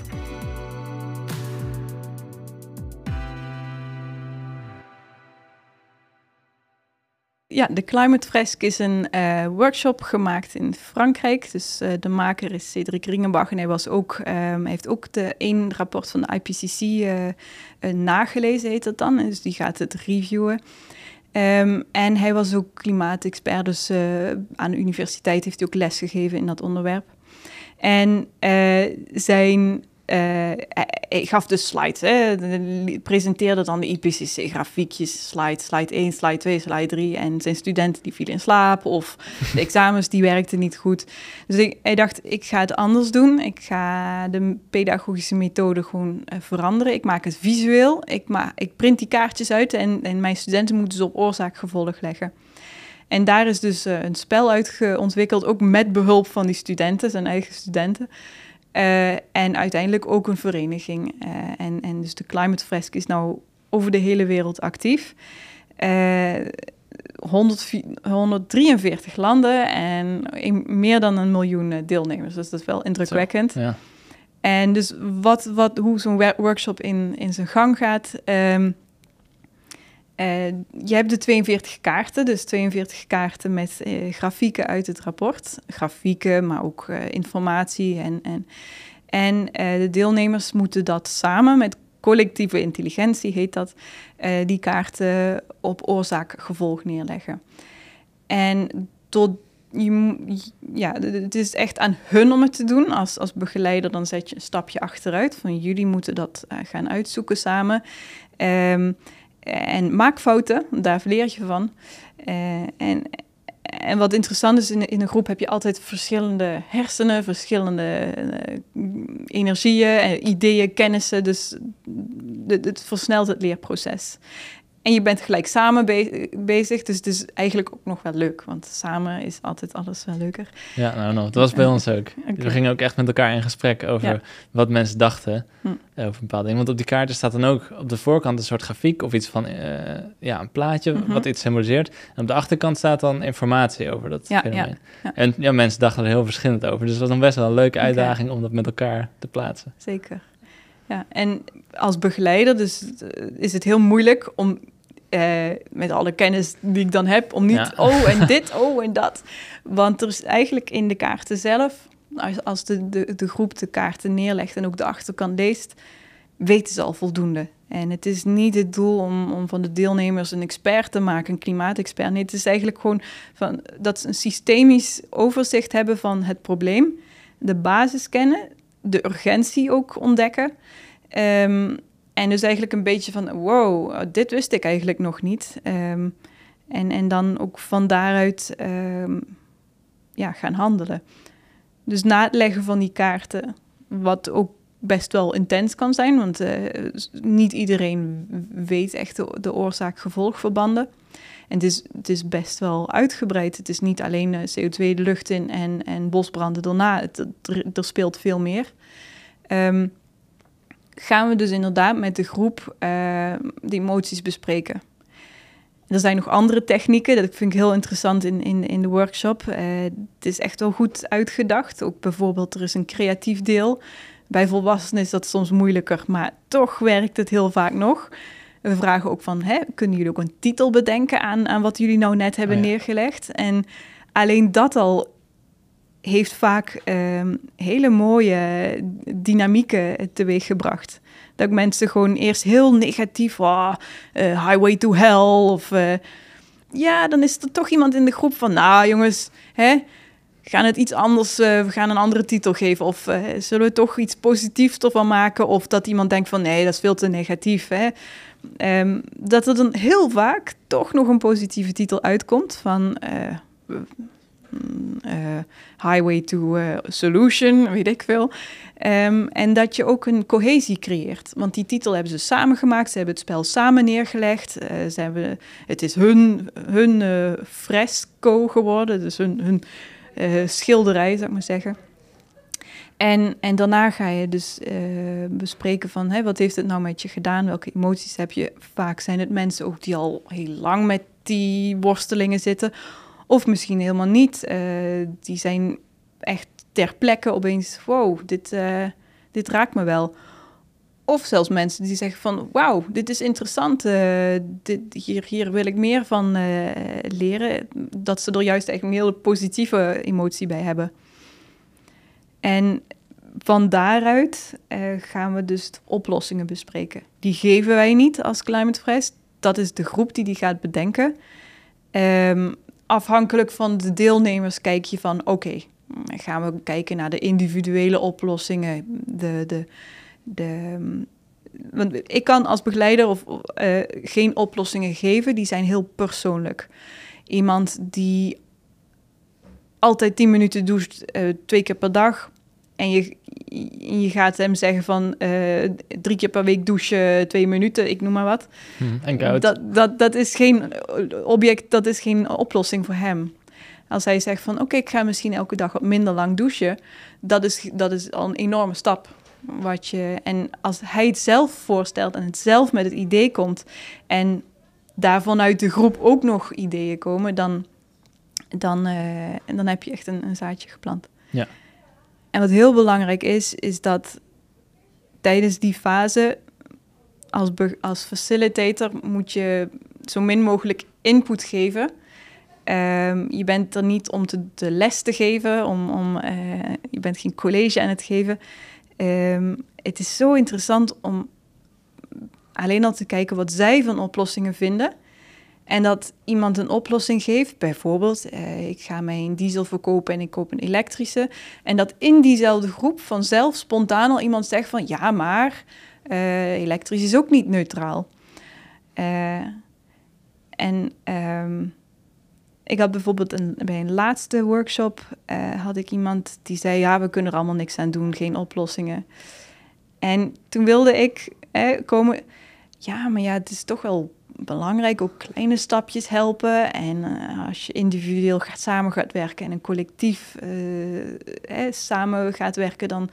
Ja, de Climate Fresk is een uh, workshop gemaakt in Frankrijk. Dus uh, de maker is Cédric Ringenbach en hij was ook, um, heeft ook de één rapport van de I P C C uh, uh, nagelezen, heet dat dan. Dus die gaat het reviewen. Um, en hij was ook klimaatexpert, dus uh, aan de universiteit heeft hij ook les gegeven in dat onderwerp. En uh, zijn... Uh, hij gaf dus slides, hè. Presenteerde dan de I P C C-grafiekjes, slide, slide één, slide twee, slide drie. En zijn studenten die vielen in slaap of de examens die werkten niet goed. Dus ik, hij dacht, ik ga het anders doen. Ik ga de pedagogische methode gewoon uh, veranderen. Ik maak het visueel. Ik, ma- ik print die kaartjes uit en, en mijn studenten moeten ze op oorzaak-gevolg leggen. En daar is dus uh, een spel uit ontwikkeld, ook met behulp van die studenten, zijn eigen studenten. Uh, en uiteindelijk ook een vereniging. Uh, en, en dus de Climate Fresk is nou over de hele wereld actief. Uh, honderddrieënveertig landen en een, meer dan een miljoen deelnemers. Dus dat is wel indrukwekkend. Zo, ja. En dus wat, wat, hoe zo'n workshop in, in zijn gang gaat... Um, Uh, je hebt de tweeënveertig kaarten, dus tweeënveertig kaarten met uh, grafieken uit het rapport. Grafieken, maar ook uh, informatie. En, en, en uh, de deelnemers moeten dat samen met collectieve intelligentie, heet dat, uh, die kaarten op oorzaak-gevolg neerleggen. En tot, je, ja, het is echt aan hun om het te doen. Als, als begeleider dan zet je een stapje achteruit. Van jullie moeten dat uh, gaan uitzoeken samen. Um, En maak fouten, daar leer je van. Uh, en, en wat interessant is, in, in een groep heb je altijd verschillende hersenen, verschillende uh, energieën, uh, ideeën, kennissen. Dus het, het versnelt het leerproces. En je bent gelijk samen be- bezig, dus het is eigenlijk ook nog wel leuk. Want samen is altijd alles wel leuker. Ja, nou, nou dat was bij ons ook. Okay. We gingen ook echt met elkaar in gesprek over ja. wat mensen dachten hm. over bepaalde dingen. Want op die kaarten staat dan ook op de voorkant een soort grafiek of iets van, uh, ja, een plaatje mm-hmm. wat iets symboliseert. En op de achterkant staat dan informatie over dat ja, fenomeen. Ja, ja. En ja, mensen dachten er heel verschillend over. Dus het was dan best wel een leuke uitdaging okay. om dat met elkaar te plaatsen. Zeker. Ja, en als begeleider dus is het heel moeilijk om uh, met alle kennis die ik dan heb, om niet ja. oh en dit, oh en dat. Want er is eigenlijk in de kaarten zelf, als, als de, de, de groep de kaarten neerlegt en ook de achterkant leest, weten ze al voldoende. En het is niet het doel om, om van de deelnemers een expert te maken, een klimaatexpert. Nee, het is eigenlijk gewoon van, dat ze een systemisch overzicht hebben van het probleem, de basis kennen, de urgentie ook ontdekken. Um, en dus eigenlijk een beetje van, wow, dit wist ik eigenlijk nog niet. Um, en, en dan ook van daaruit um, ja, gaan handelen. Dus na het leggen van die kaarten, wat ook best wel intens kan zijn, want uh, niet iedereen weet echt de, de oorzaak-gevolgverbanden. En het is, het is best wel uitgebreid. Het is niet alleen uh, C O twee de lucht in en, en bosbranden daarna. Het, er, er speelt veel meer. Um, gaan we dus inderdaad met de groep uh, de emoties bespreken. Er zijn nog andere technieken, dat vind ik heel interessant in, in, in de workshop. Uh, het is echt wel goed uitgedacht. Ook bijvoorbeeld, er is een creatief deel. Bij volwassenen is dat soms moeilijker, maar toch werkt het heel vaak nog. We vragen ook van, hè, kunnen jullie ook een titel bedenken aan, aan wat jullie nou net hebben oh ja. neergelegd? En alleen dat al heeft vaak um, hele mooie dynamieken teweeggebracht. Dat mensen gewoon eerst heel negatief, oh, uh, highway to hell, of uh, ja, dan is er toch iemand in de groep van, nou jongens, hè, we gaan het iets anders, uh, we gaan een andere titel geven, of uh, zullen we toch iets positiefs ervan maken, of dat iemand denkt van, nee, dat is veel te negatief, hè. Um, dat er dan heel vaak toch nog een positieve titel uitkomt van Uh, Uh, highway to uh, solution, weet ik veel. Um, en dat je ook een cohesie creëert. Want die titel hebben ze samengemaakt, ze hebben het spel samen neergelegd. Uh, ze hebben, het is hun, hun uh, fresco geworden, dus hun, hun uh, schilderij, zou ik maar zeggen. En, en daarna ga je dus uh, bespreken van, hè, wat heeft het nou met je gedaan? Welke emoties heb je? Vaak zijn het mensen ook die al heel lang met die worstelingen zitten. Of misschien helemaal niet. Uh, die zijn echt ter plekke opeens, wow, dit, uh, dit raakt me wel. Of zelfs mensen die zeggen van, wauw, dit is interessant. Uh, dit, hier, hier wil ik meer van uh, leren. Dat ze er juist echt een hele positieve emotie bij hebben. En van daaruit uh, gaan we dus oplossingen bespreken. Die geven wij niet als Climate Fresh. Dat is de groep die die gaat bedenken. Um, Afhankelijk van de deelnemers kijk je van, oké, okay, gaan we kijken naar de individuele oplossingen. De, de, de, want ik kan als begeleider of, uh, geen oplossingen geven, die zijn heel persoonlijk. Iemand die altijd tien minuten doucht, uh, twee keer per dag, en je, je gaat hem zeggen van uh, drie keer per week douchen, twee minuten, ik noem maar wat. Hmm, en koud. Dat, dat, dat is geen object, dat is geen oplossing voor hem. Als hij zegt van oké, okay, ik ga misschien elke dag wat minder lang douchen, dat is, dat is al een enorme stap. Wat je, en als hij het zelf voorstelt en het zelf met het idee komt en daar vanuit de groep ook nog ideeën komen, dan, dan, uh, en dan heb je echt een, een zaadje geplant. Ja. En wat heel belangrijk is, is dat tijdens die fase, als, be- als facilitator, moet je zo min mogelijk input geven. Um, je bent er niet om te, de les te geven, om, om, uh, je bent geen college aan het geven. Um, het is zo interessant om alleen al te kijken wat zij van oplossingen vinden. En dat iemand een oplossing geeft, bijvoorbeeld, uh, ik ga mijn diesel verkopen en ik koop een elektrische. En dat in diezelfde groep vanzelf spontaan al iemand zegt van, ja, maar uh, elektrisch is ook niet neutraal. Uh, en um, ik had bijvoorbeeld een, bij een laatste workshop... Uh, had ik iemand die zei... ja, we kunnen er allemaal niks aan doen, geen oplossingen. En toen wilde ik eh, komen... ja, maar ja, het is toch wel belangrijk... ook kleine stapjes helpen. En uh, als je individueel gaat, samen gaat werken... en een collectief uh, eh, samen gaat werken... dan...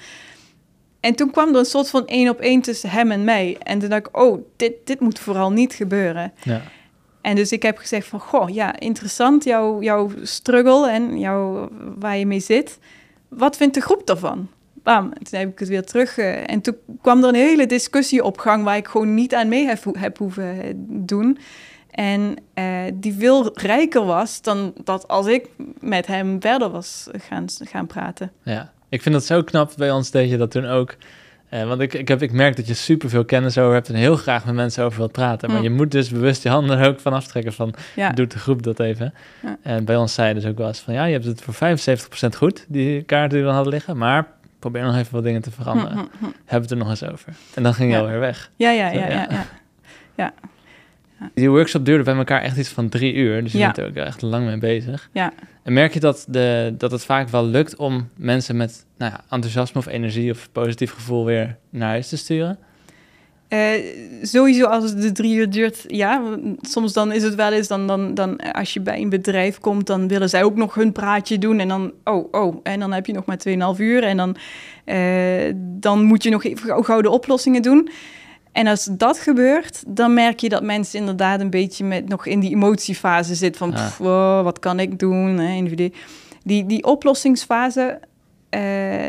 En toen kwam er een soort van één op één tussen hem en mij. En toen dacht ik, oh, dit, dit moet vooral niet gebeuren. Ja. En dus ik heb gezegd van, goh, ja, interessant, jouw, jouw struggle en jouw, waar je mee zit. Wat vindt de groep daarvan? Bam, en toen heb ik het weer terug. Uh, en toen kwam er een hele discussie op gang... waar ik gewoon niet aan mee heb, heb hoeven doen. En uh, die veel rijker was dan dat als ik met hem verder was gaan, gaan praten. Ja. Ik vind dat zo knap. Bij ons deed je dat toen ook. Uh, want ik, ik, heb, ik merk dat je superveel kennis over hebt... en heel graag met mensen over wilt praten. Maar mm. je moet dus bewust je handen er ook van aftrekken... van ja. doet de groep dat even. Ja. En bij ons zei je dus ook wel eens van... ja, je hebt het voor vijfenzeventig procent goed... die kaarten die we dan hadden liggen... maar probeer nog even wat dingen te veranderen. Mm, mm, mm. Heb het er nog eens over. En dan ging je ja. alweer weg. Ja, ja, ja, ja. ja, ja. ja. Die workshop duurde bij elkaar echt iets van drie uur. Dus je ja. bent er ook echt lang mee bezig. Ja. En merk je dat, de, dat het vaak wel lukt om mensen met nou ja, enthousiasme of energie of positief gevoel weer naar huis te sturen? Uh, sowieso als het de drie uur duurt, ja. Soms dan is het wel eens, dan, dan, dan als je bij een bedrijf komt, dan willen zij ook nog hun praatje doen. En dan, oh, oh, en dan heb je nog maar tweeënhalf uur. En dan, uh, dan moet je nog even gauw de oplossingen doen. En als dat gebeurt, dan merk je dat mensen inderdaad een beetje met nog in die emotiefase zitten van, pff, oh, wat kan ik doen? Hè, die, die oplossingsfase, uh,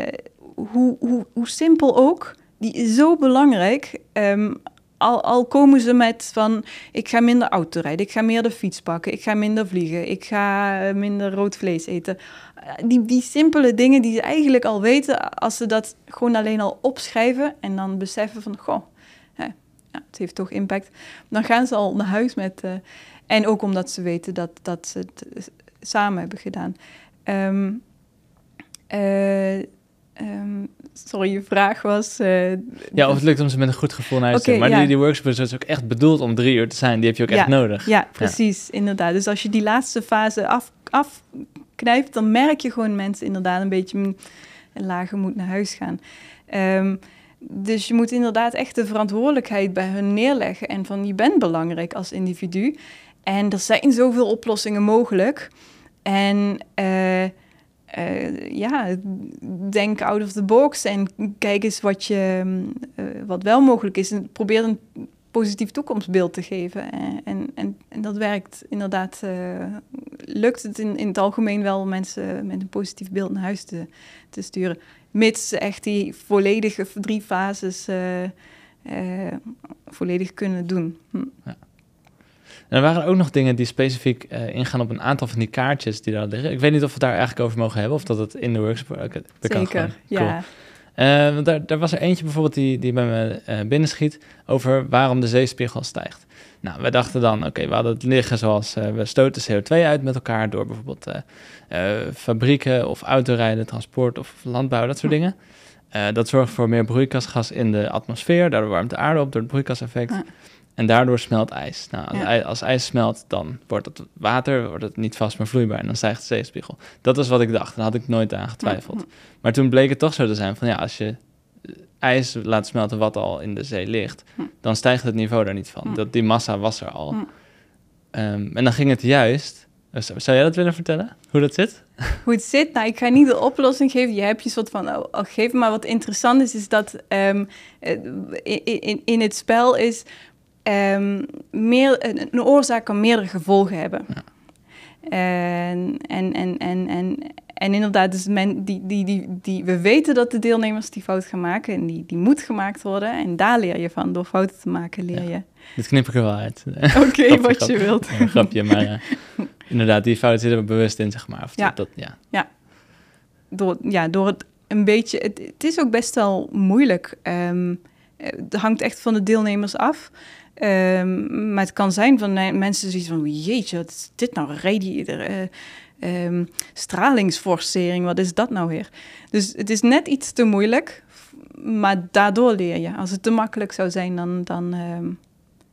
hoe, hoe, hoe simpel ook, die is zo belangrijk. Um, al, al komen ze met van, ik ga minder auto rijden, ik ga meer de fiets pakken, ik ga minder vliegen, ik ga minder rood vlees eten. Die, die simpele dingen die ze eigenlijk al weten, als ze dat gewoon alleen al opschrijven en dan beseffen van, goh, ja, het heeft toch impact. Dan gaan ze al naar huis met... Uh, en ook omdat ze weten dat, dat ze het uh, samen hebben gedaan. Um, uh, um, sorry, je vraag was... Uh, ja, of het lukt om ze met een goed gevoel naar huis te okay, Maar ja. die, die workshop is dus ook echt bedoeld om drie uur te zijn. Die heb je ook ja, echt nodig. Ja, precies, ja. inderdaad. Dus als je die laatste fase af, afknijpt... dan merk je gewoon mensen inderdaad een beetje... een lage moed naar huis gaan. Um, Dus je moet inderdaad echt de verantwoordelijkheid bij hun neerleggen. En van, je bent belangrijk als individu. En er zijn zoveel oplossingen mogelijk. En uh, uh, ja, denk out of the box. En kijk eens wat, je, uh, wat wel mogelijk is. En probeer een positief toekomstbeeld te geven. En, en, en dat werkt inderdaad. Uh, lukt het in, in het algemeen wel mensen met een positief beeld naar huis te, te sturen. Mits ze echt die volledige drie fases uh, uh, volledig kunnen doen. Hm. Ja. En er waren ook nog dingen die specifiek uh, ingaan op een aantal van die kaartjes die daar liggen. Ik weet niet of we het daar eigenlijk over mogen hebben of dat het in de workshop... Okay, Zeker, cool. ja. Uh, want daar, daar was er eentje bijvoorbeeld die, die bij me uh, binnenschiet over waarom de zeespiegel stijgt. Nou, wij dachten dan, oké, okay, we hadden het liggen zoals uh, we stoten C O twee uit met elkaar door bijvoorbeeld uh, uh, fabrieken of autorijden, transport of landbouw, dat soort ja. dingen. Uh, dat zorgt voor meer broeikasgas in de atmosfeer, daardoor warmt de aarde op door het broeikaseffect. Ja. En daardoor smelt ijs. Nou, als, ja. ijs, als ijs smelt, dan wordt het water, wordt het niet vast, maar vloeibaar. En dan stijgt de zeespiegel. Dat is wat ik dacht. Daar had ik nooit aan getwijfeld. Ja. Maar toen bleek het toch zo te zijn van, ja, als je ijs laat smelten wat al in de zee ligt, ja. dan stijgt het niveau daar niet van. Ja. Dat, die massa was er al. Ja. Um, en dan ging het juist... Zou jij dat willen vertellen? Hoe dat zit? Hoe het zit? Nou, ik ga niet de oplossing geven. Je hebt je soort van oh, oh, geven. Maar wat interessant is, is dat um, in, in, in het spel is... Um, meer, een oorzaak kan meerdere gevolgen hebben. Ja. En, en, en, en, en, en inderdaad, dus men, die, die, die, die, we weten dat de deelnemers die fout gaan maken... en die, die moet gemaakt worden. En daar leer je van. Door fouten te maken leer je. Ja. Dit knip ik er wel uit. Oké, okay, wat grap, je wilt. Een grapje, maar uh, inderdaad, die fouten zitten er bewust in, zeg maar. Of ja. Dat, ja. Ja. Door, ja, door het een beetje... Het, het is ook best wel moeilijk. Um, het hangt echt van de deelnemers af... Um, maar het kan zijn van uh, mensen zoiets van... jeetje, wat is dit nou? Radi- uh, um, stralingsforcering, wat is dat nou weer? Dus het is net iets te moeilijk, maar daardoor leer je. Als het te makkelijk zou zijn, dan, dan, um,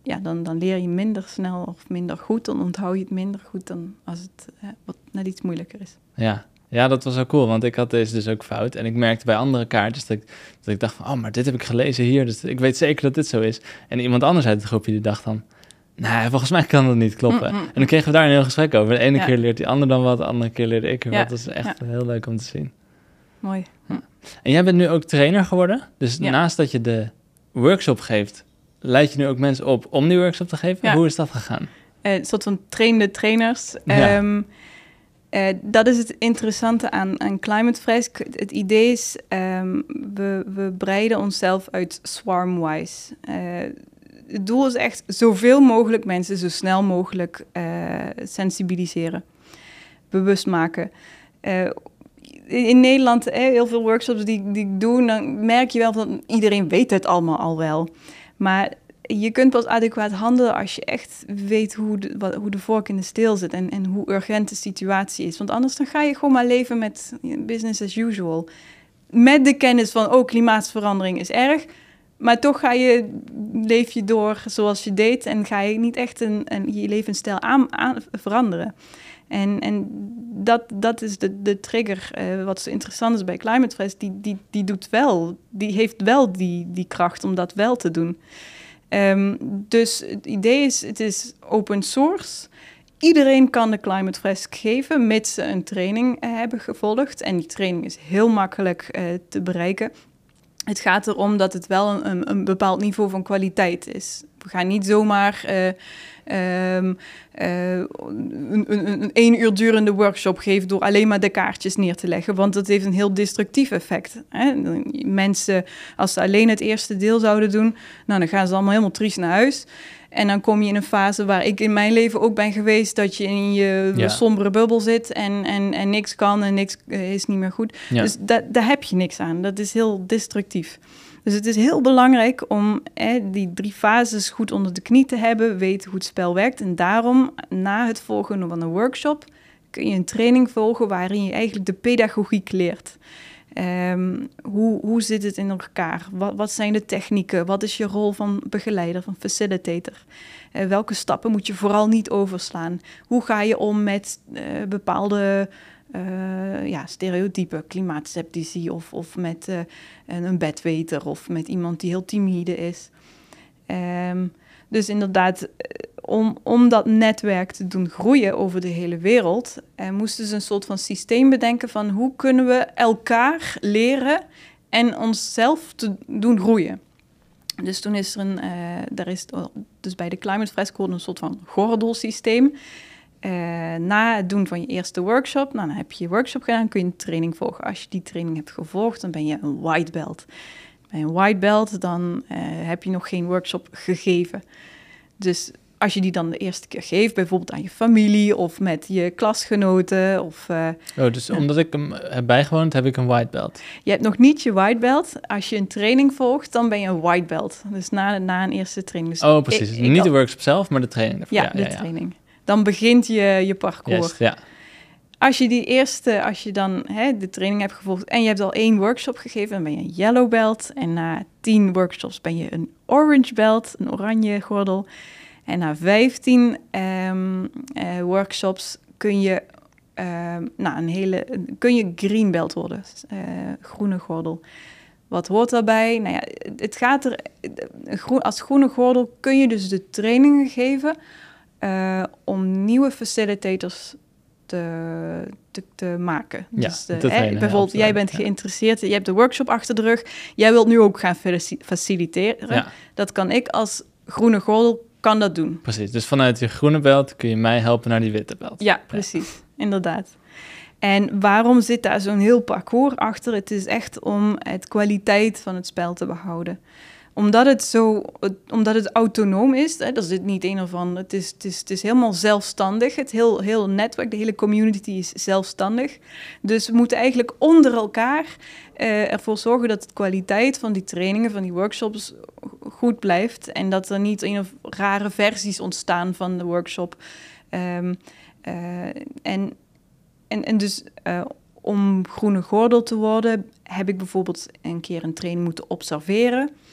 ja, dan, dan leer je minder snel of minder goed. Dan onthoud je het minder goed dan als het uh, wat net iets moeilijker is. Ja. Ja, dat was ook cool, want ik had deze dus ook fout. En ik merkte bij andere kaartjes dat ik, dat ik dacht van... oh, maar dit heb ik gelezen hier, dus ik weet zeker dat dit zo is. En iemand anders uit het groepje die dacht dan... nee, volgens mij kan dat niet kloppen. Mm-mm. En dan kregen we daar een heel gesprek over. De ene ja. keer leert die ander dan wat, de andere keer leerde ik er ja. wat. Dat is echt ja. heel leuk om te zien. Mooi. Ja. En jij bent nu ook trainer geworden. Dus ja. naast dat je de workshop geeft... leid je nu ook mensen op om die workshop te geven? Ja. Hoe is dat gegaan? Uh, een soort van trainde trainers... Ja. Um, Uh, dat is het interessante aan, aan Climate Fresh. Het idee is, um, we, we breiden onszelf uit swarm-wise. Uh, het doel is echt zoveel mogelijk mensen zo snel mogelijk uh, sensibiliseren, bewust maken. Uh, in, in Nederland, eh, heel veel workshops die, die ik doe, dan merk je wel dat iedereen weet het allemaal al wel. Maar je kunt pas adequaat handelen als je echt weet hoe de, wat, hoe de vork in de steel zit en, en hoe urgent de situatie is. Want anders dan ga je gewoon maar leven met business as usual. Met de kennis van, oh, klimaatverandering is erg. Maar toch ga je, leef je door zoals je deed en ga je niet echt een, een, je levensstijl aan, aan veranderen. En, en dat, dat is de, de trigger. Uh, wat zo interessant is bij Climate Fresh, die, die, die doet wel, die heeft wel die, die kracht om dat wel te doen. Um, dus het idee is, het is open source. Iedereen kan de Climate Fresh geven, mits ze een training uh, hebben gevolgd. En die training is heel makkelijk uh, te bereiken. Het gaat erom dat het wel een, een, een bepaald niveau van kwaliteit is. We gaan niet zomaar uh, um, uh, een, een, een één uur durende workshop geven door alleen maar de kaartjes neer te leggen, want dat heeft een heel destructief effect. Hè? Mensen, als ze alleen het eerste deel zouden doen, nou, dan gaan ze allemaal helemaal triest naar huis. En dan kom je in een fase waar ik in mijn leven ook ben geweest, dat je in je ja. sombere bubbel zit en, en, en niks kan en niks uh, is niet meer goed. Ja. Dus da, daar heb je niks aan. Dat is heel destructief. Dus het is heel belangrijk om eh, die drie fases goed onder de knie te hebben, weten hoe het spel werkt. En daarom, na het volgen van een workshop, kun je een training volgen waarin je eigenlijk de pedagogiek leert. Um, hoe, hoe zit het in elkaar? Wat, wat zijn de technieken? Wat is je rol van begeleider, van facilitator? Uh, welke stappen moet je vooral niet overslaan? Hoe ga je om met uh, bepaalde uh, ja, stereotypen, klimaatceptici of, of met uh, een bedweter of met iemand die heel timide is? Um, dus inderdaad, om, om dat netwerk te doen groeien over de hele wereld, eh, moesten ze een soort van systeem bedenken van hoe kunnen we elkaar leren en onszelf te doen groeien. Dus toen is er een, uh, daar is dus bij de Climate Fresh School een soort van gordelsysteem. Uh, na het doen van je eerste workshop, nou, dan heb je je workshop gedaan, kun je een training volgen. Als je die training hebt gevolgd, dan ben je een white belt. Bij een white belt, dan uh, heb je nog geen workshop gegeven. Dus als je die dan de eerste keer geeft, bijvoorbeeld aan je familie of met je klasgenoten. Of, uh, oh, dus uh, omdat ik hem heb bijgewoond, heb ik een white belt. Je hebt nog niet je white belt. Als je een training volgt, dan ben je een white belt. Dus na, na een eerste training. Dus oh, precies. Ik, niet ik de workshop zelf, maar de training ervoor. Ja, ja de ja, training. Ja. Dan begint je, je parcours. Yes, ja. Als je die eerste, als je dan hè, de training hebt gevolgd en je hebt al één workshop gegeven, dan ben je een yellow belt. En na tien workshops ben je een orange belt, een oranje gordel. En na vijftien um, uh, workshops kun je, uh, nou, een hele, kun je green belt worden, uh, groene gordel. Wat hoort daarbij? Nou ja, het gaat er, als groene gordel kun je dus de trainingen geven uh, om nieuwe facilitators te, te, te maken. Ja, dus de, te trainen, hè, bijvoorbeeld, jij bent ja. geïnteresseerd, je hebt de workshop achter de rug, jij wilt nu ook gaan faciliteren. Ja. Dat kan ik als groene gordel kan dat doen. Precies, dus vanuit je groene belt kun je mij helpen naar die witte belt. Ja, precies, ja. Inderdaad. En waarom zit daar zo'n heel parcours achter? Het is echt om het kwaliteit van het spel te behouden. Omdat het zo, omdat het autonoom is, hè, er zit niet een of ander, het is, het is, het is helemaal zelfstandig. Het heel, heel netwerk, de hele community is zelfstandig. Dus we moeten eigenlijk onder elkaar uh, ervoor zorgen dat de kwaliteit van die trainingen, van die workshops goed blijft. En dat er niet een of rare versies ontstaan van de workshop. Um, uh, en, en, en dus uh, om groene gordel te worden, heb ik bijvoorbeeld een keer een training moeten observeren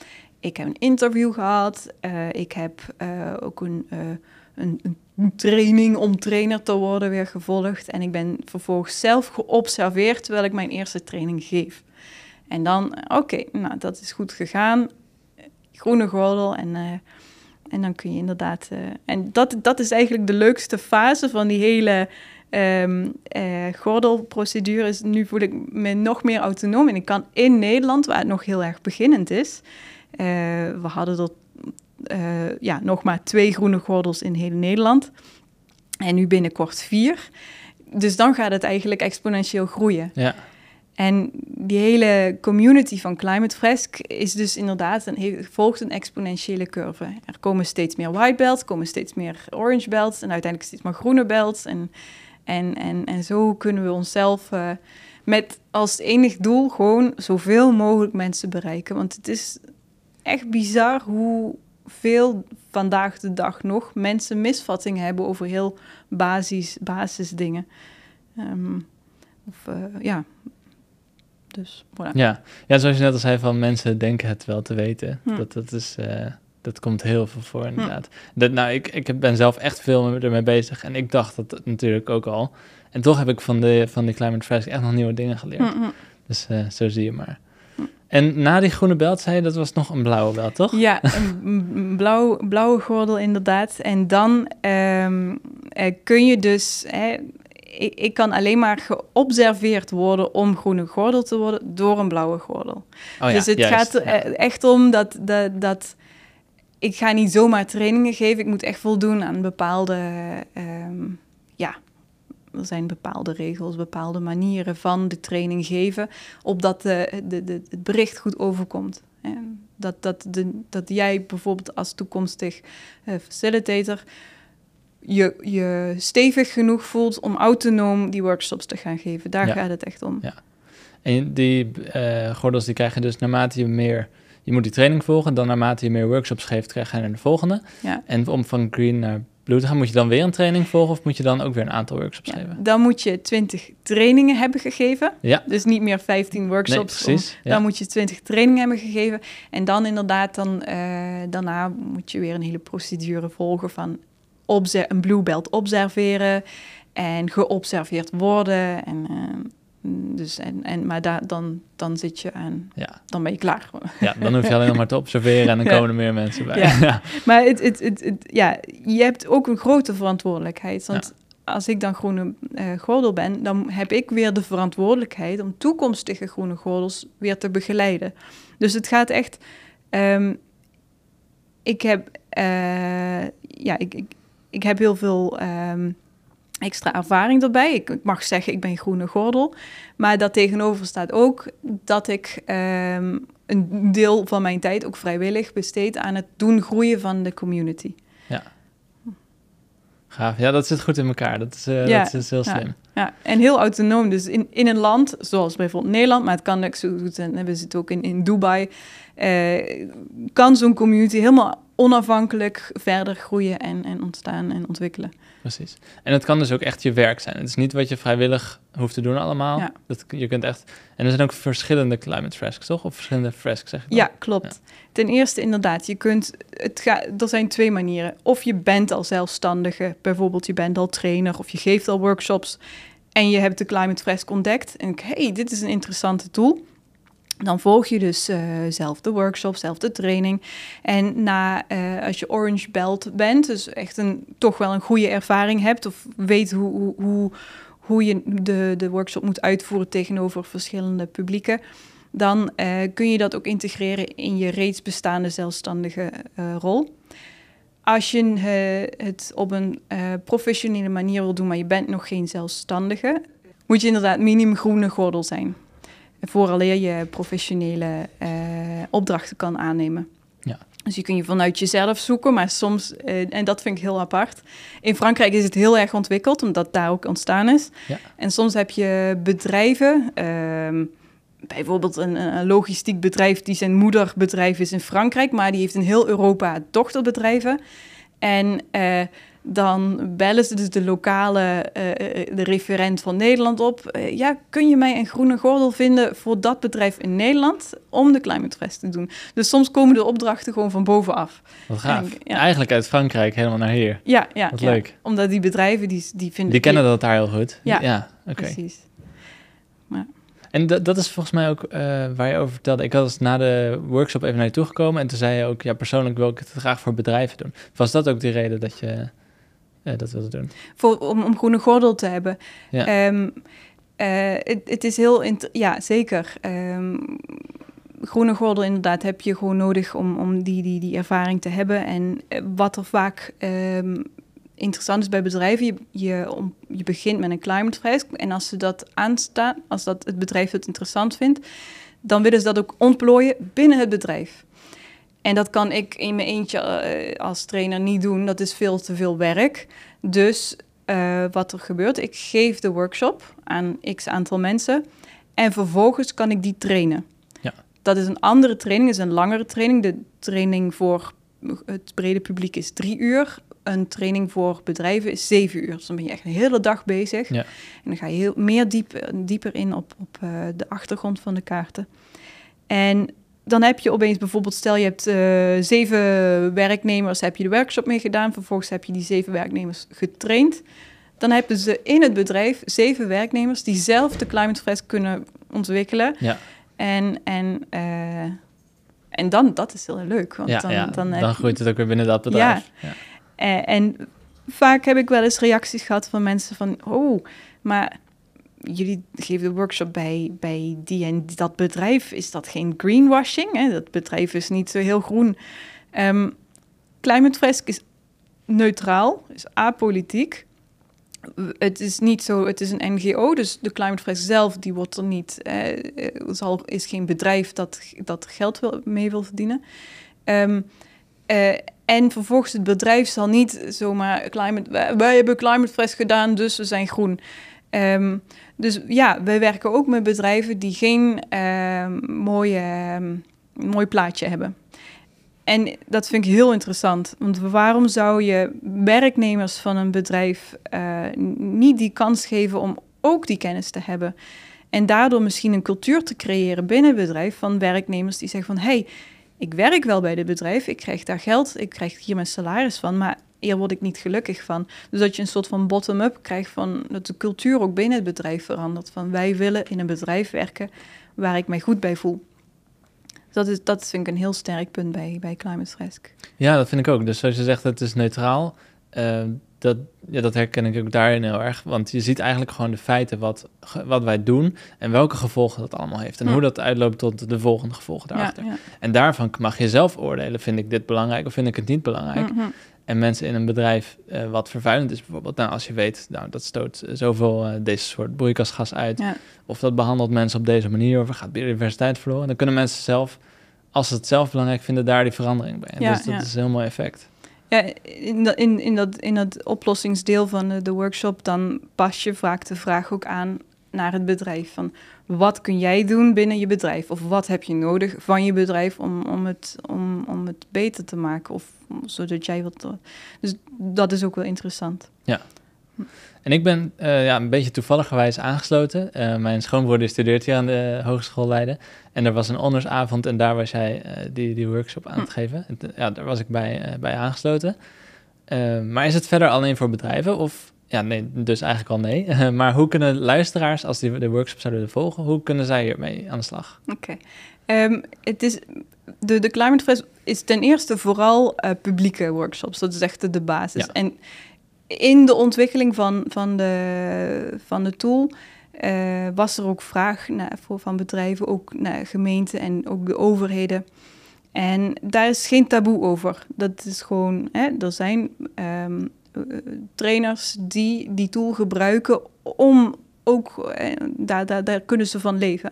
ik heb een interview gehad. Uh, ik heb uh, ook een, uh, een, een training om trainer te worden weer gevolgd. En ik ben vervolgens zelf geobserveerd terwijl ik mijn eerste training geef. En dan, oké, okay, nou, dat is goed gegaan. Groene gordel en... Uh, En dan kun je inderdaad... Uh, en dat, dat is eigenlijk de leukste fase van die hele um, uh, gordelprocedure. Is, nu voel ik me nog meer autonoom. En ik kan in Nederland, waar het nog heel erg beginnend is... Uh, we hadden er uh, ja, nog maar twee groene gordels in heel Nederland. En nu binnenkort vier. Dus dan gaat het eigenlijk exponentieel groeien. Ja. En die hele community van Climate Fresk is dus inderdaad een, volgt een exponentiële curve. Er komen steeds meer white belts, komen steeds meer orange belts en uiteindelijk steeds meer groene belts. En, en, en, en zo kunnen we onszelf uh, met als enig doel gewoon zoveel mogelijk mensen bereiken. Want het is echt bizar hoeveel vandaag de dag nog mensen misvattingen hebben over heel basis, basisdingen. Um, of uh, ja... Dus, voilà. ja. ja, zoals je net al zei, van mensen denken het wel te weten. Hm. Dat, dat, is, uh, dat komt heel veel voor, inderdaad. Hm. Dat, nou, ik, ik ben zelf echt veel ermee bezig en ik dacht dat natuurlijk ook al. En toch heb ik van de, van de Climate Fresk echt nog nieuwe dingen geleerd. Hm, hm. Dus uh, zo zie je maar. Hm. En na die groene belt, zei je, dat was nog een blauwe belt, toch? Ja, een blauw, blauwe gordel inderdaad. En dan um, uh, kun je dus... Hè, Ik, ik kan alleen maar geobserveerd worden om groene gordel te worden door een blauwe gordel. Oh ja, dus het juist, gaat er ja. echt om dat, dat, dat... Ik ga niet zomaar trainingen geven. Ik moet echt voldoen aan bepaalde... Um, ja, er zijn bepaalde regels, bepaalde manieren van de training geven... opdat de, de, de, het bericht goed overkomt. En dat, dat, de, dat jij bijvoorbeeld als toekomstig uh, facilitator... Je, je stevig genoeg voelt om autonoom die workshops te gaan geven. Daar ja. gaat het echt om. Ja. En die uh, gordels die krijg je dus naarmate je meer... Je moet die training volgen, dan naarmate je meer workshops geeft... krijg je de volgende. Ja. En om van green naar blue te gaan... moet je dan weer een training volgen... of moet je dan ook weer een aantal workshops ja. geven? Dan moet je twintig trainingen hebben gegeven. Ja. Dus niet meer vijftien workshops. Nee, precies. Om, ja. Dan moet je twintig trainingen hebben gegeven. En dan inderdaad, dan, uh, daarna moet je weer een hele procedure volgen van... Obser- een blue belt observeren en geobserveerd worden. En, uh, dus, en, en, maar daar, dan, dan zit je aan, ja. dan ben je klaar. Ja, dan hoef je alleen nog maar te observeren en dan ja. komen er meer mensen bij. Ja. Ja. Maar het, het, het, het, ja, je hebt ook een grote verantwoordelijkheid. Want ja. als ik dan groene uh, gordel ben, dan heb ik weer de verantwoordelijkheid om toekomstige groene gordels weer te begeleiden. Dus het gaat echt... Um, ik heb... Uh, ja, ik... ik Ik heb heel veel um, extra ervaring erbij. Ik, ik mag zeggen, ik ben groene gordel. Maar dat tegenover staat ook dat ik um, een deel van mijn tijd ook vrijwillig besteed aan het doen groeien van de community. Ja. Gaaf. Ja, dat zit goed in elkaar. Dat is, uh, ja, dat is heel slim. Ja, ja, en heel autonoom. Dus in, in een land, zoals bijvoorbeeld Nederland, maar het kan ook zo goed zijn. We zitten ook in, in Dubai. Uh, kan zo'n community helemaal onafhankelijk verder groeien en, en ontstaan en ontwikkelen. Precies. En het kan dus ook echt je werk zijn. Het is niet wat je vrijwillig hoeft te doen allemaal. Ja. Dat, je kunt echt... En er zijn ook verschillende Climate Fresks, toch? Of verschillende fresks, zeg je dan? Ja, klopt. Ja. Ten eerste inderdaad, je kunt... Het ga, er zijn twee manieren. Of je bent al zelfstandige, bijvoorbeeld je bent al trainer... of je geeft al workshops en je hebt de Climate Fresk ontdekt... en hey, dit is een interessante tool... Dan volg je dus uh, zelf de workshop, zelf de training. En na, uh, als je orange belt bent, dus echt een, toch wel een goede ervaring hebt... of weet hoe, hoe, hoe, hoe je de, de workshop moet uitvoeren tegenover verschillende publieken... dan uh, kun je dat ook integreren in je reeds bestaande zelfstandige uh, rol. Als je uh, het op een uh, professionele manier wil doen, maar je bent nog geen zelfstandige... moet je inderdaad minimum groene gordel zijn... vooraleer je professionele uh, opdrachten kan aannemen. Ja. Dus je kun je vanuit jezelf zoeken, maar soms, uh, en dat vind ik heel apart. In Frankrijk is het heel erg ontwikkeld, omdat daar ook ontstaan is. Ja. En soms heb je bedrijven, uh, bijvoorbeeld een, een logistiek bedrijf die zijn moederbedrijf is in Frankrijk, maar die heeft in heel Europa dochterbedrijven. En uh, dan bellen ze dus de lokale, uh, de referent van Nederland op. Uh, ja, kun je mij een groene gordel vinden voor dat bedrijf in Nederland om de Climate Fresh te doen? Dus soms komen de opdrachten gewoon van bovenaf. Wat gaaf. En, ja. Eigenlijk uit Frankrijk helemaal naar hier. Ja, ja. Wat ja. leuk. Omdat die bedrijven, die, die vinden... Die kennen dat daar heel goed. Ja, ja oké. Okay. Precies. Maar. En d- dat is volgens mij ook uh, waar je over vertelde. Ik was na de workshop even naar je toegekomen en toen zei je ook, ja, persoonlijk wil ik het graag voor bedrijven doen. Was dat ook de reden dat je uh, dat wilde doen? Voor, om, om groene gordel te hebben. Ja. Um, uh, het, het is heel, int- ja, zeker. Um, groene gordel inderdaad heb je gewoon nodig om, om die, die, die ervaring te hebben. En uh, wat er vaak um, interessant is bij bedrijven, je, je, om, je begint met een climate fresh en als ze dat aanstaan, als dat het bedrijf het interessant vindt, dan willen ze dat ook ontplooien binnen het bedrijf. En dat kan ik in mijn eentje uh, als trainer niet doen, dat is veel te veel werk. Dus uh, wat er gebeurt, ik geef de workshop aan x aantal mensen en vervolgens kan ik die trainen. Ja. Dat is een andere training, is een langere training. De training voor het brede publiek is drie uur. Een training voor bedrijven is zeven uur. Dus dan ben je echt een hele dag bezig. Ja. En dan ga je heel, meer diep, dieper in op, op uh, de achtergrond van de kaarten. En dan heb je opeens bijvoorbeeld, stel je hebt uh, zeven werknemers, heb je de workshop mee gedaan. Vervolgens heb je die zeven werknemers getraind. Dan hebben ze in het bedrijf zeven werknemers die zelf de Climate Fresh kunnen ontwikkelen. Ja. En, en, uh, en dan, dat is heel leuk. Want Ja, dan, ja. dan, dan heb groeit het ook weer binnen dat bedrijf. Ja. Ja. En, en vaak heb ik wel eens reacties gehad van mensen van, oh, maar jullie geven de workshop bij, bij die en dat bedrijf. Is dat geen greenwashing? Hè? Dat bedrijf is niet zo heel groen. Um, Climate Fresh is neutraal, is apolitiek. Het is niet zo, het is een N G O, dus de Climate Fresh zelf, die wordt er niet, eh, zal, is geen bedrijf dat, dat geld wil, mee wil verdienen. Um, uh, en vervolgens het bedrijf zal niet zomaar, climate, wij, wij hebben Climate Fresh gedaan, dus we zijn groen. Um, dus ja, wij werken ook met bedrijven die geen uh, mooie, um, mooi plaatje hebben. En dat vind ik heel interessant. Want waarom zou je werknemers van een bedrijf uh, niet die kans geven om ook die kennis te hebben? En daardoor misschien een cultuur te creëren binnen het bedrijf van werknemers die zeggen van, hey, ik werk wel bij dit bedrijf, ik krijg daar geld, ik krijg hier mijn salaris van, maar hier word ik niet gelukkig van. Dus dat je een soort van bottom-up krijgt van dat de cultuur ook binnen het bedrijf verandert. Van wij willen in een bedrijf werken waar ik mij goed bij voel. Dat, is, dat vind ik een heel sterk punt bij, bij Climate Fresh. Ja, dat vind ik ook. Dus zoals je zegt, het is neutraal. Uh, dat, ja, dat herken ik ook daarin heel erg. Want je ziet eigenlijk gewoon de feiten wat, wat wij doen en welke gevolgen dat allemaal heeft. En ja. hoe dat uitloopt tot de volgende gevolgen daarachter. Ja, ja. En daarvan mag je zelf oordelen, vind ik dit belangrijk of vind ik het niet belangrijk. Mm-hmm. En mensen in een bedrijf uh, wat vervuilend is bijvoorbeeld. Nou, als je weet, nou, dat stoot zoveel uh, deze soort broeikasgas uit. Ja. Of dat behandelt mensen op deze manier of er gaat biodiversiteit verloren. Dan kunnen mensen zelf, als ze het zelf belangrijk vinden, daar die verandering bij. Ja, dus dat ja. is een heel mooi effect. Ja, in, dat, in, in, dat, in dat oplossingsdeel van de, de workshop, dan pas je vaak de vraag ook aan naar het bedrijf. Van wat kun jij doen binnen je bedrijf? Of wat heb je nodig van je bedrijf om, om, het, om, om het beter te maken? Of zodat jij wat. Dus dat is ook wel interessant. Ja. En ik ben uh, ja, een beetje toevalligerwijs aangesloten. Uh, mijn schoonbroeder studeert hier aan de Hogeschool Leiden. En er was een ondersavond en daar was jij uh, die, die workshop aan het geven. En, ja, daar was ik bij, uh, bij aangesloten. Uh, maar is het verder alleen voor bedrijven? Of, ja, nee, dus eigenlijk al nee. Uh, maar hoe kunnen luisteraars, als die de workshop zouden willen volgen, hoe kunnen zij hiermee aan de slag? Oké. Okay. Um, het is de, de Climate Fresh is ten eerste vooral uh, publieke workshops. Dat is echt de, de basis. Ja. En in de ontwikkeling van, van, de, van de tool uh, was er ook vraag naar, voor, van bedrijven, ook naar gemeenten en ook de overheden. En daar is geen taboe over. Dat is gewoon, hè, er zijn um, uh, trainers die die tool gebruiken om ook, uh, daar, daar, daar kunnen ze van leven.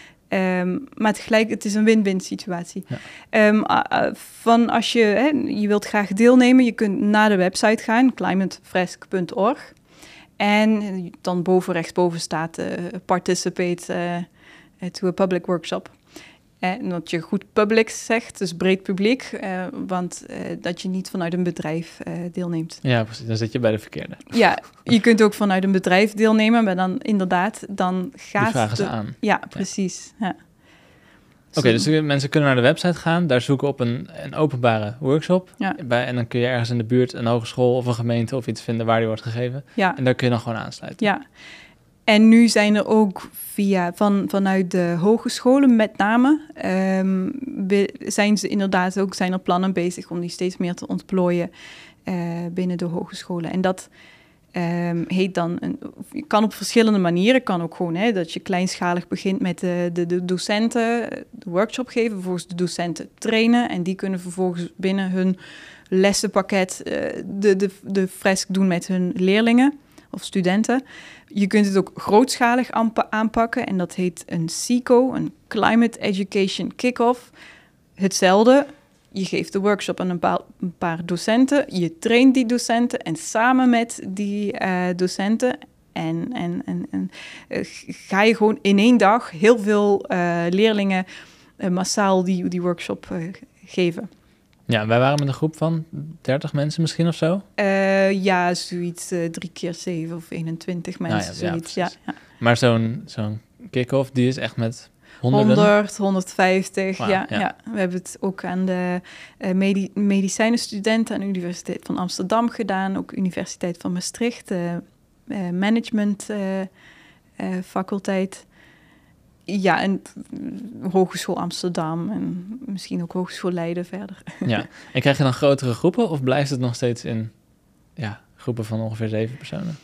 Um, maar tegelijk, het is een win-win situatie. Ja. Um, uh, uh, van als je, hè, je wilt graag deelnemen, je kunt naar de website gaan, climate fresh punt org. En dan boven, rechtsboven staat uh, participate uh, to a public workshop. Eh, dat je goed public zegt, dus breed publiek, eh, want uh, dat je niet vanuit een bedrijf uh, deelneemt. Ja, precies. Dan zit je bij de verkeerde. Ja, je kunt ook vanuit een bedrijf deelnemen, maar dan inderdaad, dan gaat... Die vragen de, ze aan. Ja, precies. Ja. Ja. Oké, okay, dus mensen kunnen naar de website gaan, daar zoeken op een, een openbare workshop. Ja. Bij, en dan kun je ergens in de buurt een hogeschool of een gemeente of iets vinden waar die wordt gegeven. Ja. En daar kun je dan gewoon aansluiten. Ja. En nu zijn er ook via, van, vanuit de hogescholen met name, um, be, zijn ze inderdaad ook, zijn er plannen bezig om die steeds meer te ontplooien uh, binnen de hogescholen. En dat um, heet dan, een, je kan op verschillende manieren, kan ook gewoon hè, dat je kleinschalig begint met de, de, de docenten de workshop geven, vervolgens de docenten trainen en die kunnen vervolgens binnen hun lessenpakket uh, de, de, de fresk doen met hun leerlingen of studenten. Je kunt het ook grootschalig aanpakken en dat heet een C E C O, een Climate Education Kick-Off. Hetzelfde, je geeft de workshop aan een paar, een paar docenten, je traint die docenten en samen met die uh, docenten en, en, en, en uh, ga je gewoon in één dag heel veel uh, leerlingen uh, massaal die, die workshop uh, geven. Ja, wij waren met een groep van dertig mensen misschien of zo? Uh, ja, zoiets uh, drie keer zeven of eenentwintig mensen, nou ja, zoiets. Ja, ja. Maar zo'n, zo'n kick-off, die is echt met honderden? honderd, honderdvijftig, wow, ja, ja. ja. We hebben het ook aan de uh, medi- medicijnenstudenten aan de Universiteit van Amsterdam gedaan. Ook Universiteit van Maastricht, uh, uh, management uh, uh, faculteit. Ja, en Hogeschool Amsterdam en misschien ook Hogeschool Leiden verder. Ja, en krijg je dan grotere groepen of blijft het nog steeds in ja, groepen van ongeveer zeven personen?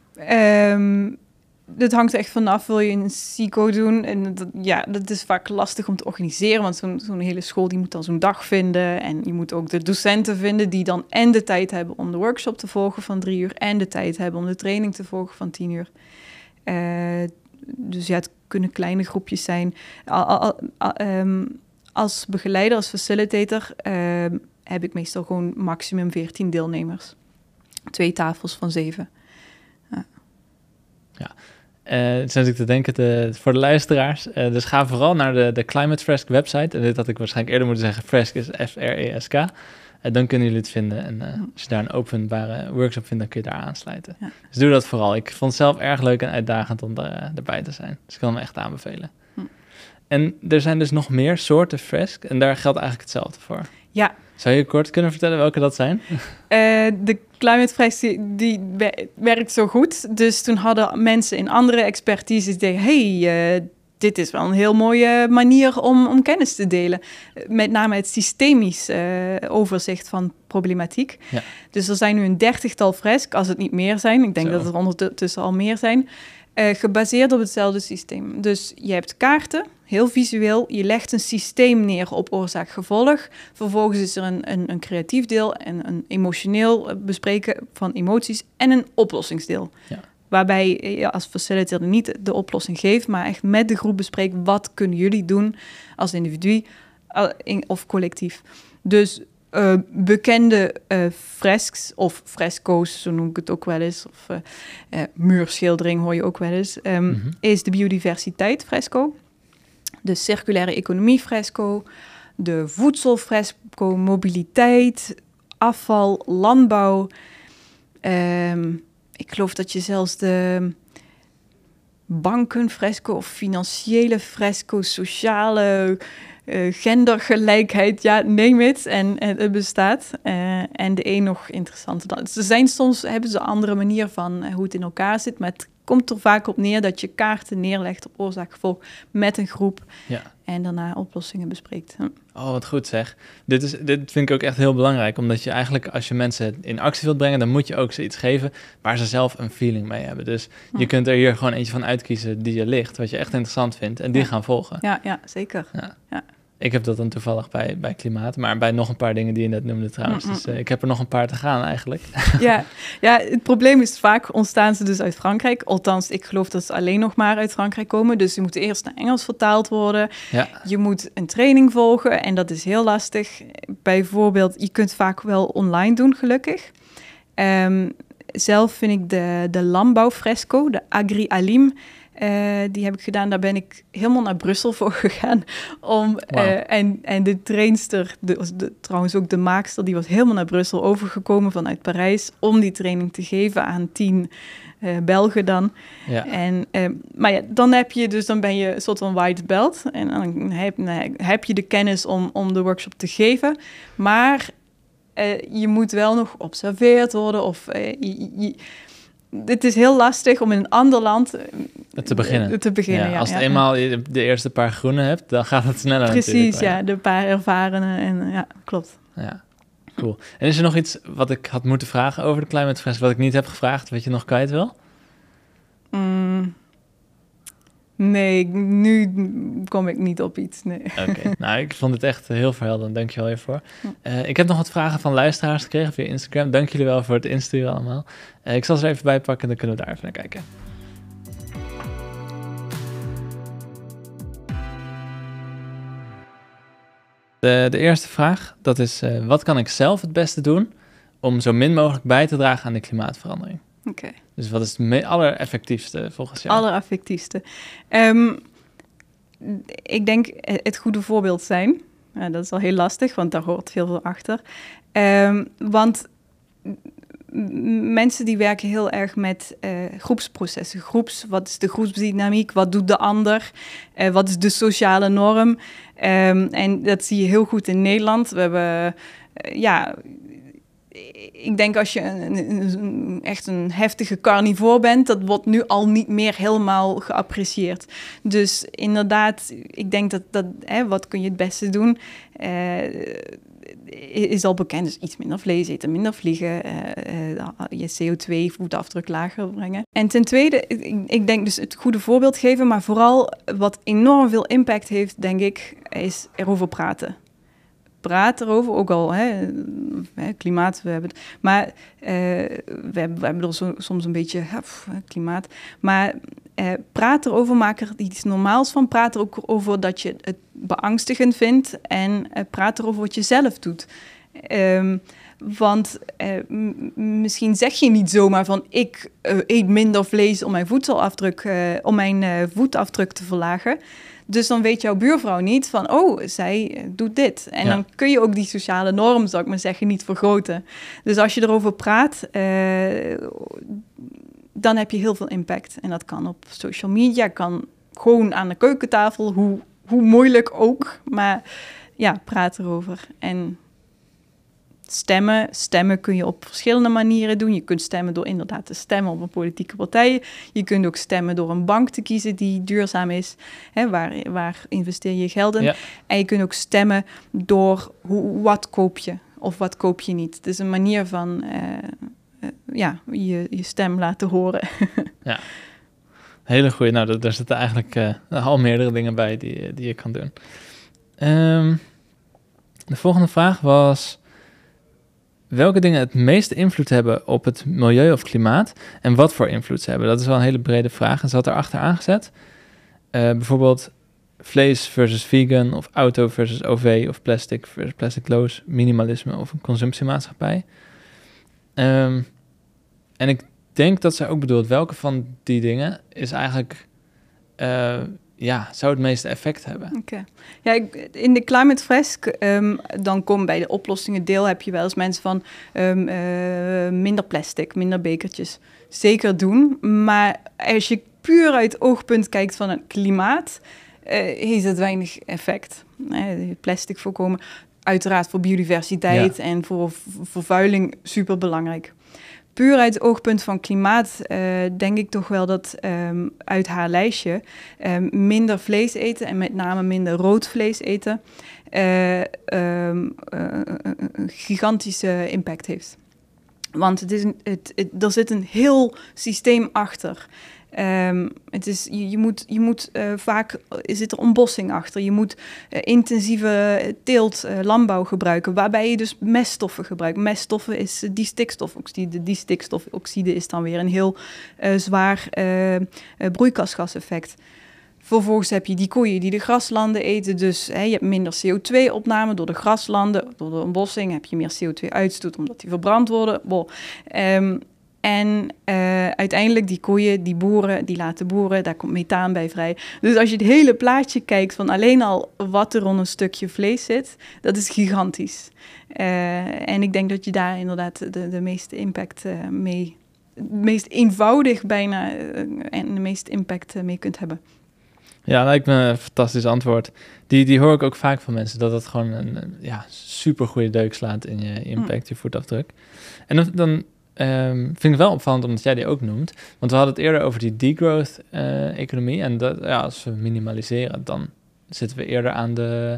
Um, dat hangt er echt vanaf, wil je een C I C O doen? En dat, ja, dat is vaak lastig om te organiseren, want zo'n, zo'n hele school die moet dan zo'n dag vinden. En je moet ook de docenten vinden die dan en de tijd hebben om de workshop te volgen van drie uur en de tijd hebben om de training te volgen van tien uur. Uh, dus ja, het kunnen kleine groepjes zijn. Al, al, al, um, als begeleider, als facilitator, um, heb ik meestal gewoon maximum veertien deelnemers. Twee tafels van zeven. Ja. Ja. Uh, het is natuurlijk te denken te, voor de luisteraars. Uh, dus ga vooral naar de, de Climate Fresk website. En dit had ik waarschijnlijk eerder moeten zeggen. Fresk is F R E S K. Uh, dan kunnen jullie het vinden. En uh, als je daar een openbare workshop vindt, dan kun je daar aansluiten. Ja. Dus doe dat vooral. Ik vond het zelf erg leuk en uitdagend om daar, erbij te zijn. Dus ik kan hem echt aanbevelen. Hm. En er zijn dus nog meer soorten fresk. En daar geldt eigenlijk hetzelfde voor. Ja. Zou je kort kunnen vertellen welke dat zijn? Uh, de Climate Fresk die, die werkt zo goed. Dus toen hadden mensen in andere expertises die hey, uh, dit is wel een heel mooie manier om, om kennis te delen. Met name het systemisch uh, overzicht van problematiek. Ja. Dus er zijn nu een dertigtal fresk, als het niet meer zijn. Ik denk Zo. dat er ondertussen al meer zijn. Uh, gebaseerd op hetzelfde systeem. Dus je hebt kaarten, heel visueel. Je legt een systeem neer op oorzaak-gevolg. Vervolgens is er een, een, een creatief deel en een emotioneel bespreken van emoties en een oplossingsdeel. Ja. Waarbij je als facilitator niet de oplossing geeft, maar echt met de groep bespreekt wat kunnen jullie doen als individu of collectief. Dus uh, bekende uh, fresks of fresco's, zo noem ik het ook wel eens, of uh, uh, muurschildering hoor je ook wel eens, um, mm-hmm. is de biodiversiteit fresco, de circulaire economie fresco, de voedselfresco, mobiliteit, afval, landbouw. Um, ik geloof dat je zelfs de bankenfresco of financiële fresco, sociale uh, gendergelijkheid, ja, name it. En, en het bestaat. Uh, en de een nog interessanter dan. Ze zijn soms, hebben ze een andere manier van uh, hoe het in elkaar zit, maar het komt er vaak op neer dat je kaarten neerlegt op oorzaak-gevolg met een groep. Ja. En daarna oplossingen bespreekt. Hm. Oh, wat goed zeg. Dit, is, dit vind ik ook echt heel belangrijk, omdat je eigenlijk, als je mensen in actie wilt brengen, dan moet je ook ze iets geven waar ze zelf een feeling mee hebben. Dus hm. je kunt er hier gewoon eentje van uitkiezen die je ligt, wat je echt interessant vindt, en die ja. gaan volgen. Ja, ja zeker. Ja. Ja. Ik heb dat dan toevallig bij, bij klimaat, maar bij nog een paar dingen die je net noemde trouwens. Mm-mm. Dus uh, ik heb er nog een paar te gaan eigenlijk. Ja, ja, het probleem is vaak ontstaan ze dus uit Frankrijk. Althans, ik geloof dat ze alleen nog maar uit Frankrijk komen. Dus je moet eerst naar Engels vertaald worden. Ja. Je moet een training volgen en dat is heel lastig. Bijvoorbeeld, je kunt vaak wel online doen, gelukkig. Um, zelf vind ik de, de landbouwfresco, de Agri-Alim, Uh, die heb ik gedaan. Daar ben ik helemaal naar Brussel voor gegaan. Om, wow. uh, en, en de trainster, de, de, trouwens ook de maakster, die was helemaal naar Brussel overgekomen vanuit Parijs om die training te geven aan tien uh, Belgen dan. Ja. En, uh, maar ja, dan heb je dus, dan ben je een soort van white belt. En dan heb, nou, heb je de kennis om, om de workshop te geven. Maar uh, je moet wel nog geobserveerd worden of... Uh, je, je, het is heel lastig om in een ander land uh, te beginnen. Te beginnen ja, ja, als je ja. eenmaal de eerste paar groenen hebt, dan gaat het sneller. Precies, ja, de paar ervarenen en ja, klopt. Ja, cool. En is er nog iets wat ik had moeten vragen over de Climate Fresh, wat ik niet heb gevraagd, wat je nog kwijt wil? Mm, nee, nu kom ik niet op iets, nee. Oké, okay. Nou, ik vond het echt heel verhelderend, dank je wel hiervoor. Uh, ik heb nog wat vragen van luisteraars gekregen via Instagram. Dank jullie wel voor het insturen allemaal. Uh, ik zal ze er even bij pakken en dan kunnen we daar even naar kijken. De, de eerste vraag, dat is, uh, wat kan ik zelf het beste doen om zo min mogelijk bij te dragen aan de klimaatverandering? Oké. Okay. Dus wat is het me- allereffectiefste volgens jou? Allereffectiefste. Um, ik denk het goede voorbeeld zijn. Uh, dat is al heel lastig, want daar hoort heel veel achter. Um, want m- mensen die werken heel erg met uh, groepsprocessen. Groeps, wat is de groepsdynamiek? Wat doet de ander? Uh, wat is de sociale norm? Um, en dat zie je heel goed in Nederland. We hebben, uh, ja... Ik denk als je een, een, een, echt een heftige carnivoor bent, dat wordt nu al niet meer helemaal geapprecieerd. Dus inderdaad, ik denk dat, dat hè, wat kun je het beste doen, uh, is al bekend. Dus iets minder vlees eten, minder vliegen, uh, uh, je C O twee voetafdruk lager brengen. En ten tweede, ik, ik denk dus het goede voorbeeld geven, maar vooral wat enorm veel impact heeft, denk ik, is erover praten. Praat erover, ook al hè, klimaat, we hebben het, maar uh, we, hebben, we hebben er zo, soms een beetje hè, pff, klimaat, maar uh, praat erover, maak er iets normaals van, praat er ook over dat je het beangstigend vindt en uh, praat erover wat je zelf doet. Um, want uh, m- misschien zeg je niet zomaar van ik uh, eet minder vlees om mijn voedselafdruk, uh, om mijn uh, voetafdruk te verlagen. Dus dan weet jouw buurvrouw niet van, oh, zij doet dit. En ja. Dan kun je ook die sociale norm, zou ik maar zeggen, niet vergroten. Dus als je erover praat, uh, dan heb je heel veel impact. En dat kan op social media, kan gewoon aan de keukentafel, hoe, hoe moeilijk ook. Maar ja, praat erover. En stemmen, stemmen kun je op verschillende manieren doen. Je kunt stemmen door inderdaad te stemmen op een politieke partij. Je kunt ook stemmen door een bank te kiezen die duurzaam is. Hè, waar, waar investeer je geld in? Ja. En je kunt ook stemmen door hoe, wat koop je of wat koop je niet. Het is een manier van uh, uh, ja, je, je stem laten horen. Ja, hele goeie. Nou, daar zitten eigenlijk uh, al meerdere dingen bij die, die je kan doen. Um, de volgende vraag was: welke dingen het meeste invloed hebben op het milieu of klimaat en wat voor invloed ze hebben? Dat is wel een hele brede vraag en ze had erachter aangezet. Uh, bijvoorbeeld vlees versus vegan of auto versus O V of plastic versus plasticloos, minimalisme of een consumptiemaatschappij. Um, en ik denk dat zij ook bedoelt, welke van die dingen is eigenlijk... Uh, ja, zou het meeste effect hebben. Oké. Okay. Ja, ik, in de Climate Fresh, um, dan kom bij de oplossingen deel, heb je wel eens mensen van um, uh, minder plastic, minder bekertjes. Zeker doen, maar als je puur uit het oogpunt kijkt van het klimaat, uh, heeft het weinig effect. Uh, plastic voorkomen, uiteraard voor biodiversiteit ja. en voor vervuiling super belangrijk. Puur uit het oogpunt van klimaat uh, denk ik toch wel dat um, uit haar lijstje um, minder vlees eten en met name minder rood vlees eten uh, um, uh, een gigantische impact heeft. Want het is een, het, het, er zit een heel systeem achter. Um, het is, je, je moet, je moet uh, vaak zit er ontbossing achter. Je moet uh, intensieve teelt, uh, landbouw gebruiken, waarbij je dus meststoffen gebruikt. Meststoffen is uh, die stikstofoxide. Die stikstofoxide is dan weer een heel uh, zwaar uh, uh, broeikasgaseffect. Vervolgens heb je die koeien die de graslanden eten. Dus hè, je hebt minder C O twee opname door de graslanden. Door de ontbossing heb je meer C O twee uitstoot omdat die verbrand worden. Bon. Um, En uh, uiteindelijk die koeien, die boeren, die laten boeren, daar komt methaan bij vrij. Dus als je het hele plaatje kijkt van alleen al wat er rond een stukje vlees zit, dat is gigantisch. Uh, en ik denk dat je daar inderdaad de, de meeste impact uh, mee, meest eenvoudig bijna uh, en de meeste impact uh, mee kunt hebben. Ja, lijkt me een fantastisch antwoord. Die, die hoor ik ook vaak van mensen, dat het gewoon een, een ja, super goede deuk slaat in je impact, mm. je voetafdruk. En dan, dan um, vind ik het wel opvallend omdat jij die ook noemt. Want we hadden het eerder over die degrowth-economie. Uh, en dat, ja, als we minimaliseren, dan zitten we eerder aan de...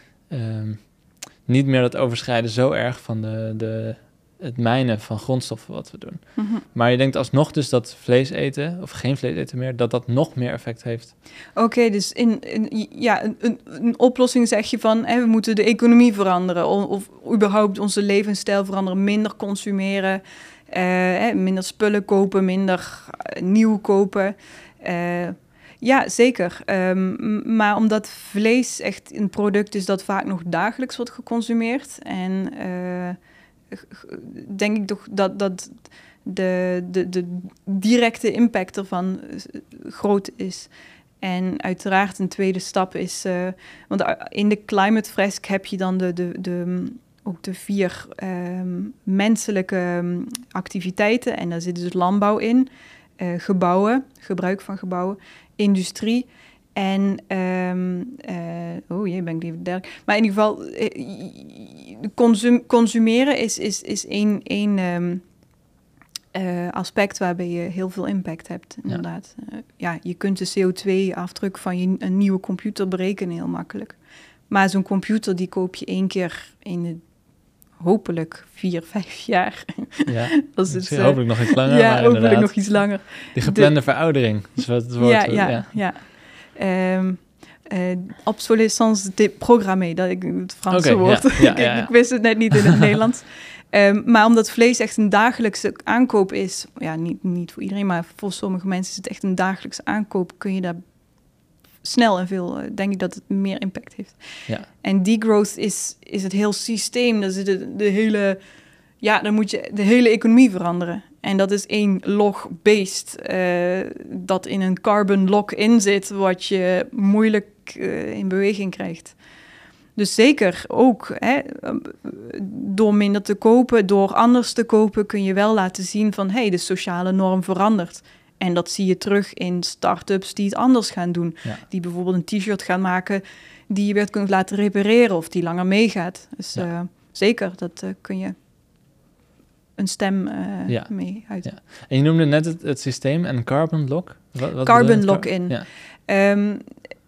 Um, niet meer dat overschrijden zo erg van de... de het mijnen van grondstoffen wat we doen. Mm-hmm. Maar je denkt alsnog dus dat vlees eten, of geen vlees eten meer, dat dat nog meer effect heeft. Oké, okay, dus in, in, ja, een, een, een oplossing zeg je van, hè, we moeten de economie veranderen, of, of überhaupt onze levensstijl veranderen, minder consumeren, uh, hè, minder spullen kopen, minder uh, nieuw kopen. Uh, ja, zeker. Um, maar omdat vlees echt een product is dat vaak nog dagelijks wordt geconsumeerd en... Uh, denk ik toch dat, dat de, de, de directe impact ervan groot is. En uiteraard een tweede stap is... Uh, want in de Climate Fresk heb je dan de, de, de, ook de vier um, menselijke activiteiten. En daar zit dus landbouw in, uh, gebouwen, gebruik van gebouwen, industrie... En, um, uh, oh jee, ben ik even derde. Maar in ieder geval, uh, consum, consumeren is, is, is één, één um, uh, aspect waarbij je heel veel impact hebt, inderdaad. Ja, uh, ja je kunt de C O twee afdruk van je een nieuwe computer berekenen heel makkelijk. Maar zo'n computer, die koop je één keer in de, hopelijk vier, vijf jaar. Ja, dat is het, uh, hopelijk nog iets langer. Ja, maar hopelijk nog iets langer. Die geplande de, veroudering, is wat het woord. Ja, ja, ja. ja. Um, uh, obsolescence déprogrammée, dat ik het Franse okay, woord. Ja, ja, ja, ja. Ik wist het net niet in het Nederlands. Um, maar omdat vlees echt een dagelijkse aankoop is, ja, niet, niet voor iedereen, maar voor sommige mensen is het echt een dagelijkse aankoop, kun je daar snel en veel, uh, denk ik dat het meer impact heeft. Ja. En degrowth is, is het heel systeem, dat is de, de hele, ja, dan moet je de hele economie veranderen. En dat is één log-based uh, dat in een carbon lock-in zit, wat je moeilijk uh, in beweging krijgt. Dus zeker ook, hè, door minder te kopen, door anders te kopen, kun je wel laten zien van, hé, hey, de sociale norm verandert. En dat zie je terug in start-ups die het anders gaan doen. Ja. Die bijvoorbeeld een t-shirt gaan maken die je weer kunt laten repareren of die langer meegaat. Dus ja. uh, zeker, dat uh, kun je... een stem uh, ja. mee uit. Ja. En je noemde net het, het systeem en carbon lock. Wat, wat carbon lock-in. Ja. Um,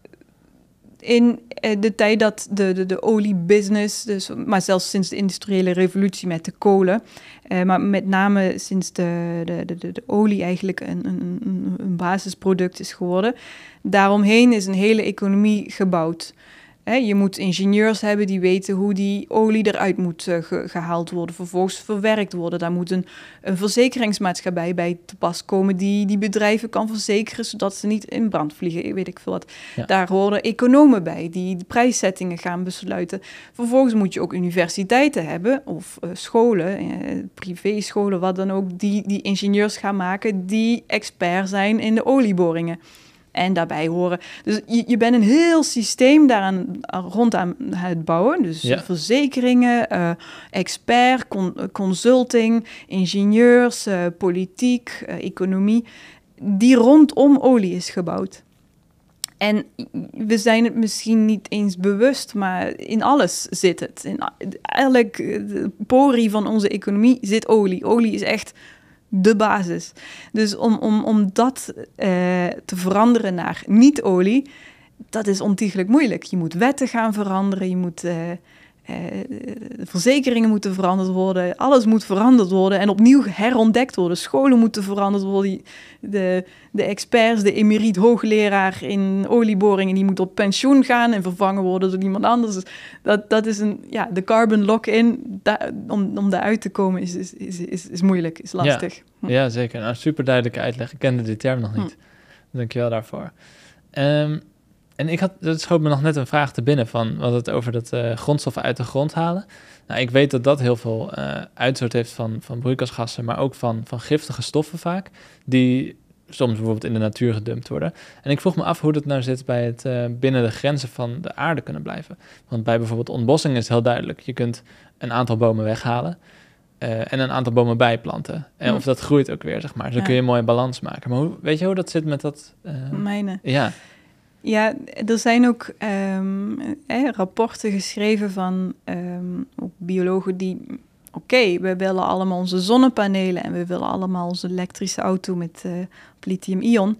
in uh, de tijd dat de, de, de oliebusiness, dus, maar zelfs sinds de industriële revolutie met de kolen, uh, maar met name sinds de, de, de, de olie eigenlijk een, een, een basisproduct is geworden, daaromheen is een hele economie gebouwd. He, je moet ingenieurs hebben die weten hoe die olie eruit moet uh, ge- gehaald worden, vervolgens verwerkt worden. Daar moet een, een verzekeringsmaatschappij bij te pas komen die die bedrijven kan verzekeren, zodat ze niet in brand vliegen, weet ik veel wat. Ja. Daar horen economen bij die de prijszettingen gaan besluiten. Vervolgens moet je ook universiteiten hebben, of uh, scholen, uh, privéscholen, wat dan ook, die, die ingenieurs gaan maken, die expert zijn in de olieboringen. En daarbij horen. Dus je, je bent een heel systeem daaraan rond aan het bouwen. Dus ja. verzekeringen, uh, expert, con, consulting, ingenieurs, uh, politiek, uh, economie. Die rondom olie is gebouwd. En we zijn het misschien niet eens bewust, maar in alles zit het. In elk porie van onze economie zit olie. Olie is echt de basis. Dus om, om, om dat uh, te veranderen naar niet-olie, dat is ontiegelijk moeilijk. Je moet wetten gaan veranderen, je moet, uh, uh, de verzekeringen moeten veranderd worden, alles moet veranderd worden en opnieuw herontdekt worden. Scholen moeten veranderd worden. De, de experts, de emeriet hoogleraar in olieboringen, die moet op pensioen gaan en vervangen worden door iemand anders. Dus dat, dat is een, ja, de carbon lock-in, da, om, om daaruit te komen is, is, is, is, is moeilijk, is lastig. Ja, hm. ja zeker. Nou, super duidelijke uitleg. Ik kende die term nog niet. Hm. Dank je wel daarvoor. Um, en ik had, dat schoot me nog net een vraag te binnen van, wat het over dat uh, grondstoffen uit de grond halen. Nou, ik weet dat dat heel veel uh, uitstoot heeft van, van broeikasgassen, maar ook van, van giftige stoffen vaak, die soms bijvoorbeeld in de natuur gedumpt worden. En ik vroeg me af hoe dat nou zit bij het uh, binnen de grenzen van de aarde kunnen blijven. Want bij bijvoorbeeld ontbossing is het heel duidelijk. Je kunt een aantal bomen weghalen uh, en een aantal bomen bijplanten. En of dat groeit ook weer, zeg maar. Zo ja. kun je een mooie balans maken. Maar hoe, weet je hoe dat zit met dat? Uh, Mijnen. Ja. Ja, er zijn ook um, eh, rapporten geschreven van um, ook biologen die... Oké, okay, we willen allemaal onze zonnepanelen en we willen allemaal onze elektrische auto met uh, lithium-ion.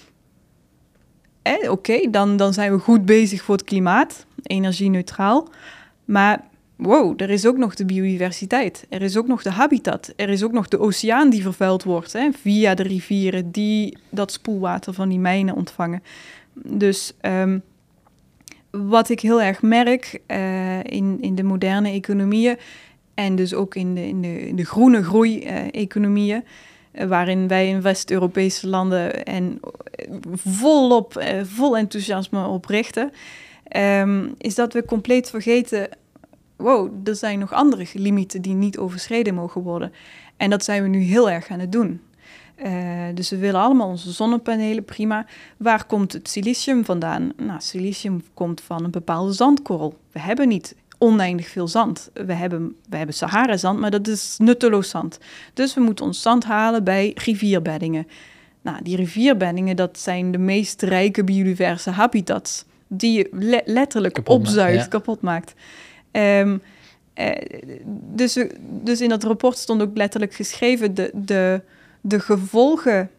Eh, Oké, okay, dan, dan zijn we goed bezig voor het klimaat, energie-neutraal. Maar wow, er is ook nog de biodiversiteit. Er is ook nog de habitat. Er is ook nog de oceaan die vervuild wordt, hè, via de rivieren die dat spoelwater van die mijnen ontvangen. Dus um, wat ik heel erg merk uh, in, in de moderne economieën en dus ook in de, in de, in de groene groei-economieën, uh, waarin wij in West-Europese landen en volop, uh, vol enthousiasme op richten, um, is dat we compleet vergeten, wow, er zijn nog andere limieten die niet overschreden mogen worden. En dat zijn we nu heel erg aan het doen. Uh, dus we willen allemaal onze zonnepanelen, prima. Waar komt het silicium vandaan? Nou, silicium komt van een bepaalde zandkorrel. We hebben niet oneindig veel zand. We hebben, we hebben Sahara-zand, maar dat is nutteloos zand. Dus we moeten ons zand halen bij rivierbeddingen. Nou, die rivierbeddingen, dat zijn de meest rijke biodiverse habitats, die je le- letterlijk kapot opzuigt, maakt, ja. kapot maakt. Um, uh, dus, we, dus in dat rapport stond ook letterlijk geschreven, de... de De gevolgen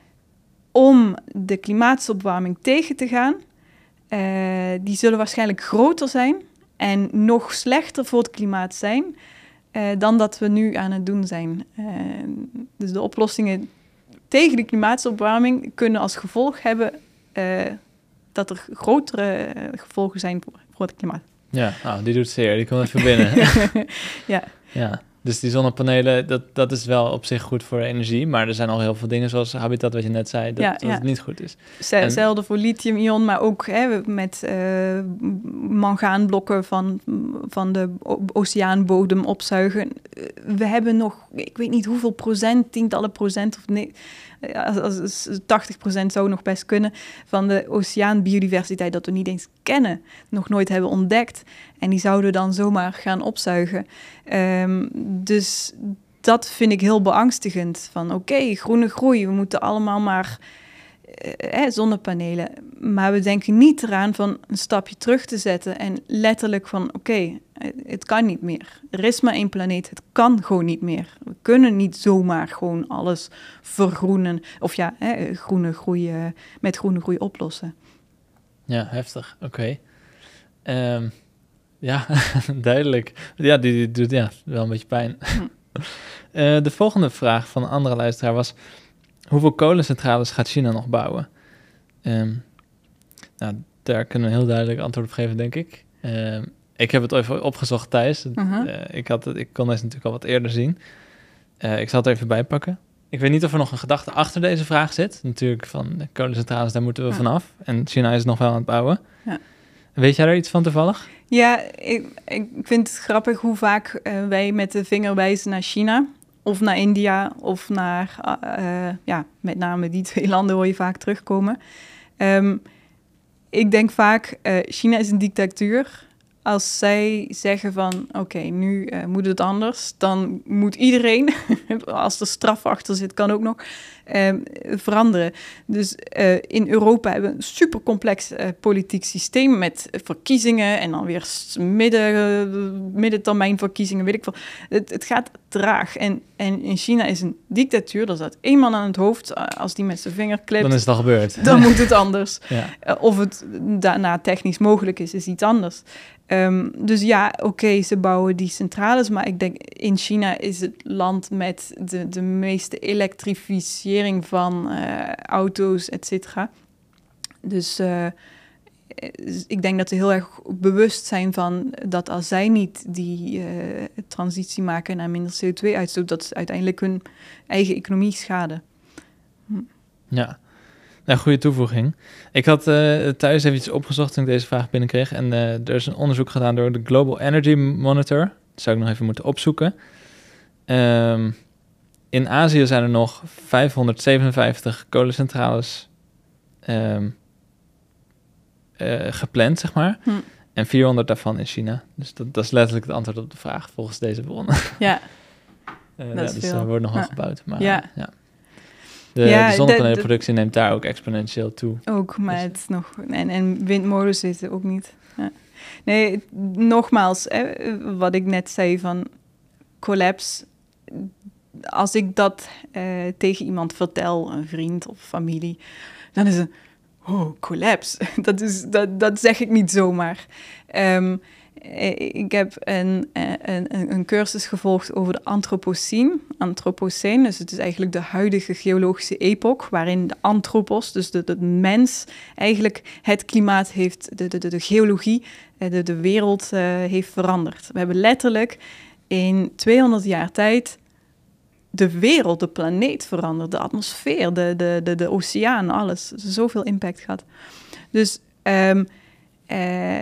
om de klimaatopwarming tegen te gaan, uh, die zullen waarschijnlijk groter zijn en nog slechter voor het klimaat zijn uh, dan dat we nu aan het doen zijn. Uh, dus de oplossingen tegen de klimaatopwarming kunnen als gevolg hebben uh, dat er grotere uh, gevolgen zijn voor, voor het klimaat. Ja, nou, die doet zeer. Die komt even binnen. ja. ja. Dus die zonnepanelen, dat, dat is wel op zich goed voor energie. Maar er zijn al heel veel dingen zoals habitat, wat je net zei, dat, ja, dat ja. het niet goed is. Hetzelfde en... voor lithium-ion, maar ook hè, met uh, mangaanblokken van, van de oceaanbodem opzuigen. We hebben nog, ik weet niet hoeveel procent, tientallen procent of nee, als, als tachtig procent zou nog best kunnen, van de oceaanbiodiversiteit dat we niet eens kennen, nog nooit hebben ontdekt. En die zouden we dan zomaar gaan opzuigen. Um, dus dat vind ik heel beangstigend. Van oké, okay, groene groei, we moeten allemaal maar uh, zonnepanelen. Maar we denken niet eraan van een stapje terug te zetten en letterlijk van oké, okay, het kan niet meer. Er is maar één planeet, het kan gewoon niet meer. We kunnen niet zomaar gewoon alles vergroenen. Of ja, hè, groene groei, uh, met groene groei oplossen. Ja, heftig. Oké. Okay. Um... Ja, duidelijk. Ja, die, die doet ja, wel een beetje pijn. Hm. Uh, de volgende vraag van een andere luisteraar was: hoeveel kolencentrales gaat China nog bouwen? Um, nou, daar kunnen we een heel duidelijk antwoord op geven, denk ik. Uh, ik heb het even opgezocht, Thijs. Uh-huh. Uh, ik, had het, ik kon deze natuurlijk al wat eerder zien. Uh, ik zal het er even bij pakken. Ik weet niet of er nog een gedachte achter deze vraag zit. Natuurlijk, van de kolencentrales, daar moeten we ja. vanaf. En China is nog wel aan het bouwen. Ja. Weet jij daar iets van toevallig? Ja, ik, ik vind het grappig hoe vaak uh, wij met de vinger wijzen naar China of naar India of naar, uh, uh, ja, met name die twee landen hoor je vaak terugkomen. Um, ik denk vaak, uh, China is een dictatuur. Als zij zeggen van, oké, okay, nu uh, moet het anders, dan moet iedereen, als er straf achter zit, kan ook nog, uh, veranderen. Dus uh, in Europa hebben we een super complex uh, politiek systeem met verkiezingen en dan weer midden, uh, middentermijnverkiezingen, weet ik veel. Het, het gaat traag. En, en in China is een dictatuur, er staat één man aan het hoofd, uh, als die met zijn vinger klipt. Dan is het al gebeurd. Dan moet het anders. Ja. Uh, of het daarna technisch mogelijk is, is iets anders. Um, dus ja, oké, okay, ze bouwen die centrales, maar ik denk in China is het land met de, de meeste elektrificering van uh, auto's, et cetera. Dus uh, ik denk dat ze heel erg bewust zijn van dat als zij niet die uh, transitie maken naar minder C O twee uitstoot, dat ze uiteindelijk hun eigen economie schaden. Hm. Ja. Nou, goede toevoeging. Ik had uh, thuis even iets opgezocht toen ik deze vraag binnenkreeg. En uh, er is een onderzoek gedaan door de Global Energy Monitor. Dat zou ik nog even moeten opzoeken. Um, in Azië zijn er nog vijfhonderdzevenenvijftig kolencentrales um, uh, gepland, zeg maar. Hm. En vierhonderd daarvan in China. Dus dat, dat is letterlijk het antwoord op de vraag volgens deze bronnen. Ja, uh, dat ja, is dus veel. er wordt nogal ja. gebouwd. Maar, ja. ja. De, ja, de zonnepaneelproductie neemt daar ook exponentieel toe. Ook, maar dus, het is nog... En, en windmolens zitten ook niet. Ja. Nee, nogmaals, hè, wat ik net zei van collapse. Als ik dat uh, tegen iemand vertel, een vriend of familie, dan is het... Oh, collapse. Dat, is, dat, dat zeg ik niet zomaar. Um, ik heb een, een, een cursus gevolgd over de Anthropocene. Anthropocene, dus het is eigenlijk de huidige geologische epoch, waarin de anthropos, dus de, de mens, eigenlijk het klimaat heeft, de, de, de, de geologie, de, de wereld uh, heeft veranderd. We hebben letterlijk in tweehonderd jaar tijd de wereld, de planeet veranderd, de atmosfeer, de, de, de, de oceaan, alles. Zoveel impact gehad. Dus um, uh,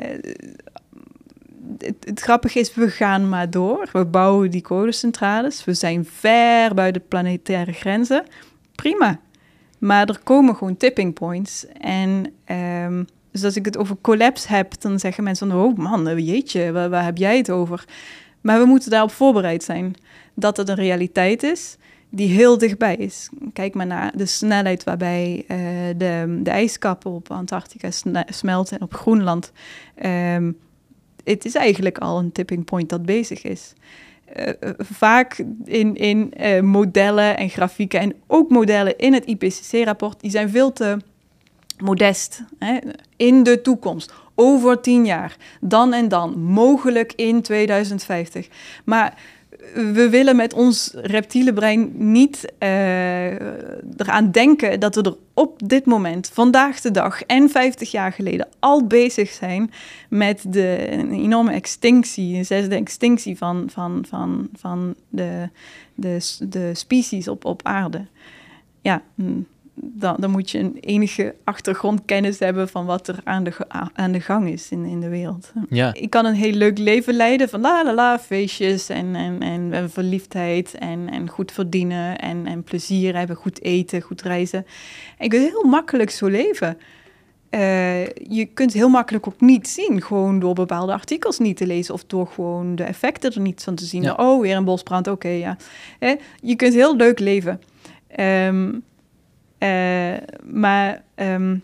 het, het grappige is, we gaan maar door. We bouwen die kolencentrales. We zijn ver buiten de planetaire grenzen. Prima. Maar er komen gewoon tipping points. En um, dus als ik het over collapse heb, dan zeggen mensen van, oh man, jeetje, waar, waar heb jij het over? Maar we moeten daarop voorbereid zijn dat het een realiteit is die heel dichtbij is. Kijk maar naar de snelheid waarbij uh, de, de ijskappen op Antarctica sne- smelten en op Groenland. Um, het is eigenlijk al een tipping point dat bezig is. Uh, vaak in, in uh, modellen en grafieken en ook modellen in het I P C C-rapport, die zijn veel te modest. Hè? In de toekomst, over tien jaar, dan en dan, mogelijk in tweeduizend vijftig. Maar we willen met ons reptiele brein niet uh, eraan denken dat we er op dit moment, vandaag de dag en vijftig jaar geleden al bezig zijn met de een enorme extinctie, een zesde extinctie van, van, van, van de, de, de species op, op aarde. Ja, dan, dan moet je een enige achtergrondkennis hebben van wat er aan de, aan de gang is in, in de wereld. Ja. Ik kan een heel leuk leven leiden van la la la, feestjes en, en, en, en verliefdheid en, en goed verdienen en, en plezier hebben, goed eten, goed reizen. En je kunt heel makkelijk zo leven. Uh, je kunt heel makkelijk ook niet zien, gewoon door bepaalde artikels niet te lezen of door gewoon de effecten er niet van te zien. Ja. Oh, weer een bosbrand, oké, okay, ja. Eh, je kunt heel leuk leven. Um, Uh, maar um,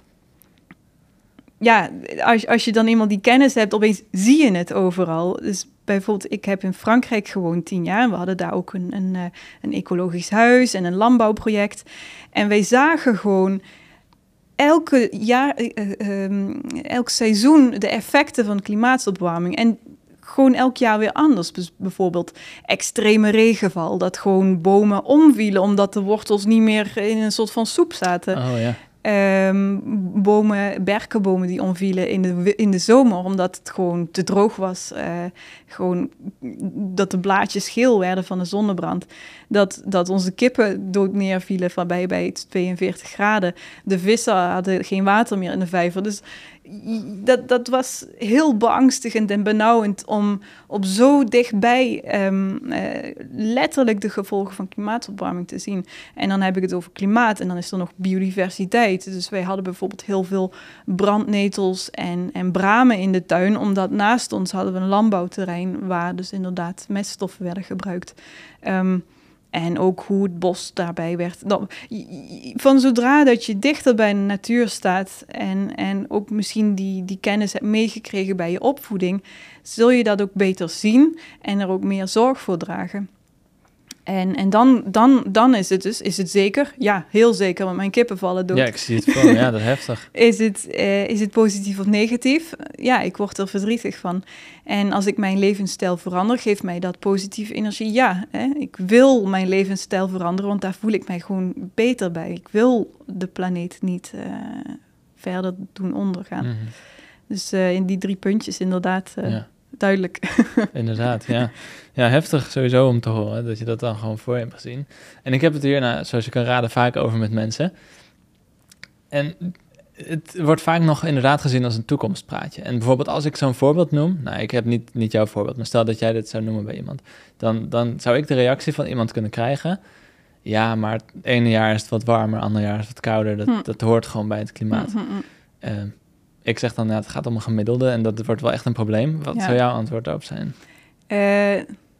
ja, als, als je dan eenmaal die kennis hebt, opeens zie je het overal. Dus bijvoorbeeld, ik heb in Frankrijk gewoond tien jaar. En we hadden daar ook een, een, een ecologisch huis en een landbouwproject. En wij zagen gewoon elke jaar, uh, um, elk seizoen de effecten van klimaatopwarming. En gewoon elk jaar weer anders. Dus bijvoorbeeld extreme regenval. Dat gewoon bomen omvielen omdat de wortels niet meer in een soort van soep zaten. Oh, ja. Um, bomen, berkenbomen die omvielen in de, in de zomer omdat het gewoon te droog was. Uh, gewoon dat de blaadjes geel werden van de zonnebrand. Dat, dat onze kippen dood neervielen van bij, bij tweeënveertig graden. De vissen hadden geen water meer in de vijver. Dus dat, dat was heel beangstigend en benauwend om op zo dichtbij um, uh, letterlijk de gevolgen van klimaatopwarming te zien. En dan heb ik het over klimaat en dan is er nog biodiversiteit. Dus wij hadden bijvoorbeeld heel veel brandnetels en, en bramen in de tuin, omdat naast ons hadden we een landbouwterrein waar dus inderdaad meststoffen werden gebruikt. Um, En ook hoe het bos daarbij werd. Van zodra dat je dichter bij de natuur staat en, en ook misschien die, die kennis hebt meegekregen bij je opvoeding, zul je dat ook beter zien en er ook meer zorg voor dragen. En, en dan, dan, dan is het dus, is het zeker, ja, heel zeker, want mijn kippen vallen dood. Ja, ik zie het voor me, ja, dat is heftig. Is het, uh, is het positief of negatief? Ja, ik word er verdrietig van. En als ik mijn levensstijl verander, geeft mij dat positieve energie. Ja, hè? Ik wil mijn levensstijl veranderen, want daar voel ik mij gewoon beter bij. Ik wil de planeet niet uh, verder doen ondergaan. Mm-hmm. Dus uh, in die drie puntjes inderdaad... Uh, ja. Duidelijk. Inderdaad, ja. Ja, heftig sowieso om te horen, dat je dat dan gewoon voor je hebt gezien. En ik heb het hier, nou, zoals je kan raden, vaak over met mensen. en het wordt vaak nog inderdaad gezien als een toekomstpraatje. En bijvoorbeeld als ik zo'n voorbeeld noem... Nou, ik heb niet, niet jouw voorbeeld, maar stel dat jij dit zou noemen bij iemand... Dan, dan zou ik de reactie van iemand kunnen krijgen... Ja, maar het ene jaar is het wat warmer, het andere jaar is het wat kouder. Dat, hm. dat hoort gewoon bij het klimaat. Hm, hm, hm. Uh, ik zeg dan, ja, het gaat om een gemiddelde... en dat wordt wel echt een probleem. Wat ja. zou jouw antwoord daarop zijn? Uh,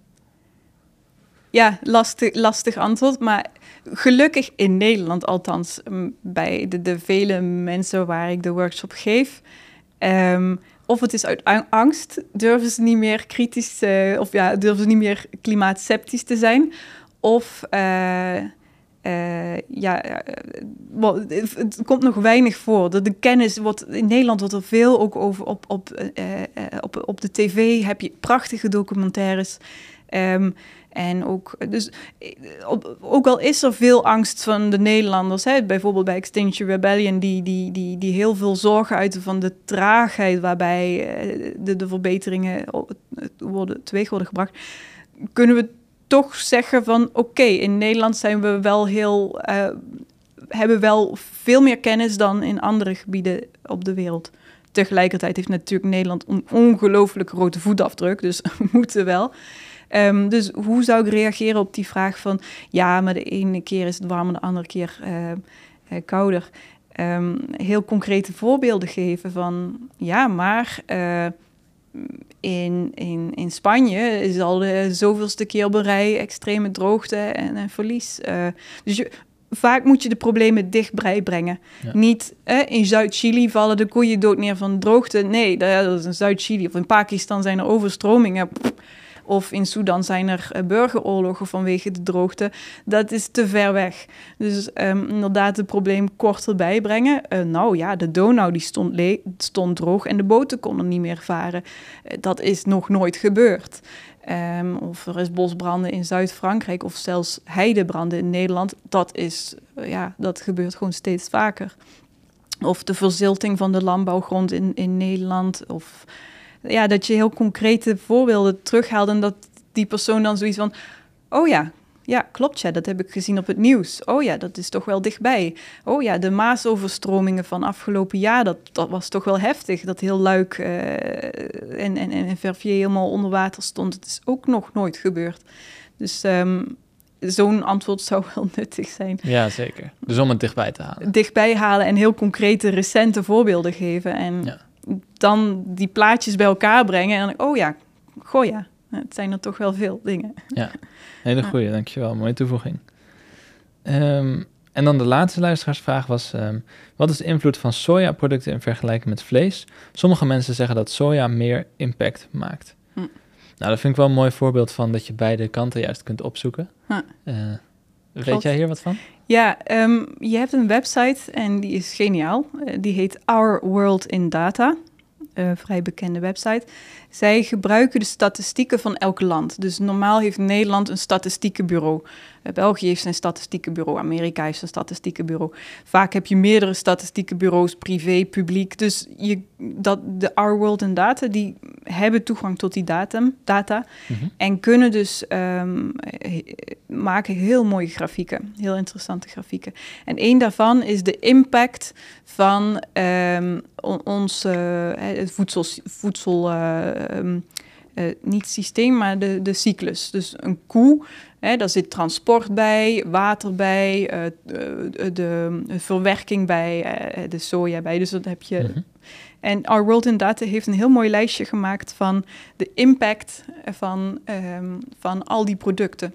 ja, lastig, lastig antwoord, maar... Gelukkig in Nederland, althans bij de, de vele mensen waar ik de workshop geef. Um, of het is uit angst, durven ze niet meer kritisch, uh, of ja, durven ze niet meer klimaatceptisch te zijn. Of uh, uh, ja, uh, het, het komt nog weinig voor. De, de kennis wordt in Nederland wordt er veel ook over op, op, uh, uh, op, op de tv heb je prachtige documentaires. Um, En ook, dus, op, ook al is er veel angst van de Nederlanders, hè, bijvoorbeeld bij Extinction Rebellion, die, die, die, die heel veel zorgen uiten van de traagheid waarbij de, de verbeteringen worden, teweeg worden gebracht, kunnen we toch zeggen van oké, okay, in Nederland zijn we wel heel, uh, hebben wel veel meer kennis dan in andere gebieden op de wereld. Tegelijkertijd heeft natuurlijk Nederland een ongelooflijk grote voetafdruk, dus we moeten wel. Um, dus hoe zou ik reageren op die vraag van... ja, maar de ene keer is het warmer, de andere keer uh, uh, kouder. Um, heel concrete voorbeelden geven van... ja, maar uh, in, in, in Spanje is al de zoveelste keer op een rij extreme droogte en, en verlies. Uh, dus je... Vaak moet je de problemen dichtbij brengen. Ja. Niet eh, in Zuid-Chili vallen de koeien dood neer van droogte. Nee, dat is in Zuid-Chili. Of in Pakistan zijn er overstromingen... Pff. Of in Sudan zijn er uh, burgeroorlogen vanwege de droogte. Dat is te ver weg. Dus um, inderdaad het probleem korter bijbrengen. Uh, nou ja, de Donau die stond, le- stond droog en de boten konden niet meer varen. Uh, dat is nog nooit gebeurd. Um, of er is bosbranden in Zuid-Frankrijk of zelfs heidebranden in Nederland. Dat, is, uh, ja, dat gebeurt gewoon steeds vaker. Of de verzilting van de landbouwgrond in, in Nederland. Of... Ja, dat je heel concrete voorbeelden terughaalt en dat die persoon dan zoiets van... oh ja, ja, klopt ja, dat heb ik gezien op het nieuws. Oh ja, dat is toch wel dichtbij. Oh ja, de Maasoverstromingen van afgelopen jaar, dat, dat was toch wel heftig. Dat heel Luik uh, en, en, en Verviers helemaal onder water stond. Het is ook nog nooit gebeurd. Dus um, zo'n antwoord zou wel nuttig zijn. Ja, zeker. Dus om het dichtbij te halen. Dichtbij halen en heel concrete, recente voorbeelden geven en... Ja. Dan die plaatjes bij elkaar brengen en dan, oh ja, goh ja, het zijn er toch wel veel dingen. Ja, hele goeie, dankjewel, mooie toevoeging. Um, en dan de laatste luisteraarsvraag was, um, wat is de invloed van sojaproducten in vergelijking met vlees? Sommige mensen zeggen dat soja meer impact maakt. Hm. Nou, dat vind ik wel een mooi voorbeeld van dat je beide kanten juist kunt opzoeken. Hm. Uh, weet Klopt. Jij hier wat van? Ja, um, je hebt een website en die is geniaal. Uh, die heet Our World in Data. Een uh, vrij bekende website. Zij gebruiken de statistieken van elk land. Dus normaal heeft Nederland een statistiekenbureau. Uh, België heeft zijn statistiekenbureau. Amerika heeft zijn statistiekenbureau. Vaak heb je meerdere statistiekenbureaus, privé, publiek. Dus je, dat, de Our World in Data, die hebben toegang tot die datum, data. Mm-hmm. En kunnen dus um, he, maken heel mooie grafieken. Heel interessante grafieken. En één daarvan is de impact van um, on, ons uh, het voedsel... voedsel uh, Um, uh, niet systeem, maar de, de cyclus. Dus een koe, hè, daar zit transport bij, water bij, uh, de, de verwerking bij, uh, de soja bij. Dus dat heb je. Mm-hmm. En Our World in Data heeft een heel mooi lijstje gemaakt van de impact van, um, van al die producten.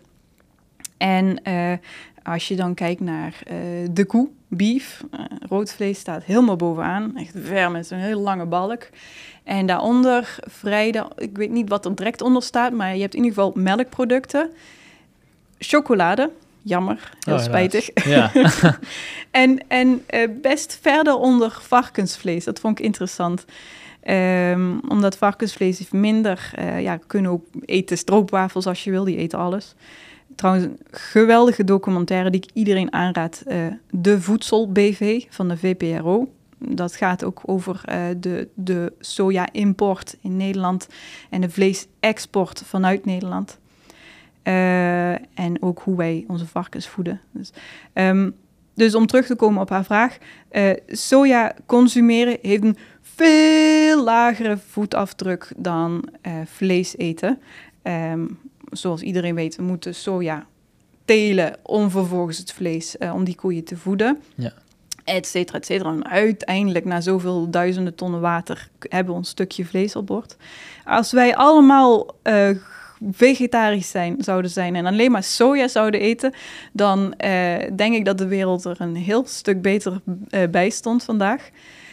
En uh, als je dan kijkt naar uh, de koe, beef, uh, rood vlees staat helemaal bovenaan. Echt ver met zo'n hele lange balk. En daaronder, vrij, de, ik weet niet wat er direct onder staat, maar je hebt in ieder geval melkproducten. Chocolade, jammer, heel oh, spijtig. Ja. en en uh, best verder onder varkensvlees, dat vond ik interessant. Um, omdat varkensvlees heeft minder, uh, ja, kunnen ook eten stroopwafels als je wil, die eten alles. Trouwens, een geweldige documentaire die ik iedereen aanraad. Uh, De Voedsel B V van de V P R O. Dat gaat ook over uh, de, de soja-import in Nederland en de vleesexport vanuit Nederland. Uh, en ook hoe wij onze varkens voeden. Dus, um, dus om terug te komen op haar vraag. Uh, soja consumeren heeft een veel lagere voetafdruk dan uh, vlees eten. Um, zoals iedereen weet, we moeten soja telen om vervolgens het vlees, uh, om die koeien te voeden. Ja. Et cetera, et cetera. En uiteindelijk, na zoveel duizenden tonnen water, hebben we ons stukje vlees op bord. Als wij allemaal uh, vegetarisch zijn, zouden zijn en alleen maar soja zouden eten, dan uh, denk ik dat de wereld er een heel stuk beter uh, bij stond vandaag.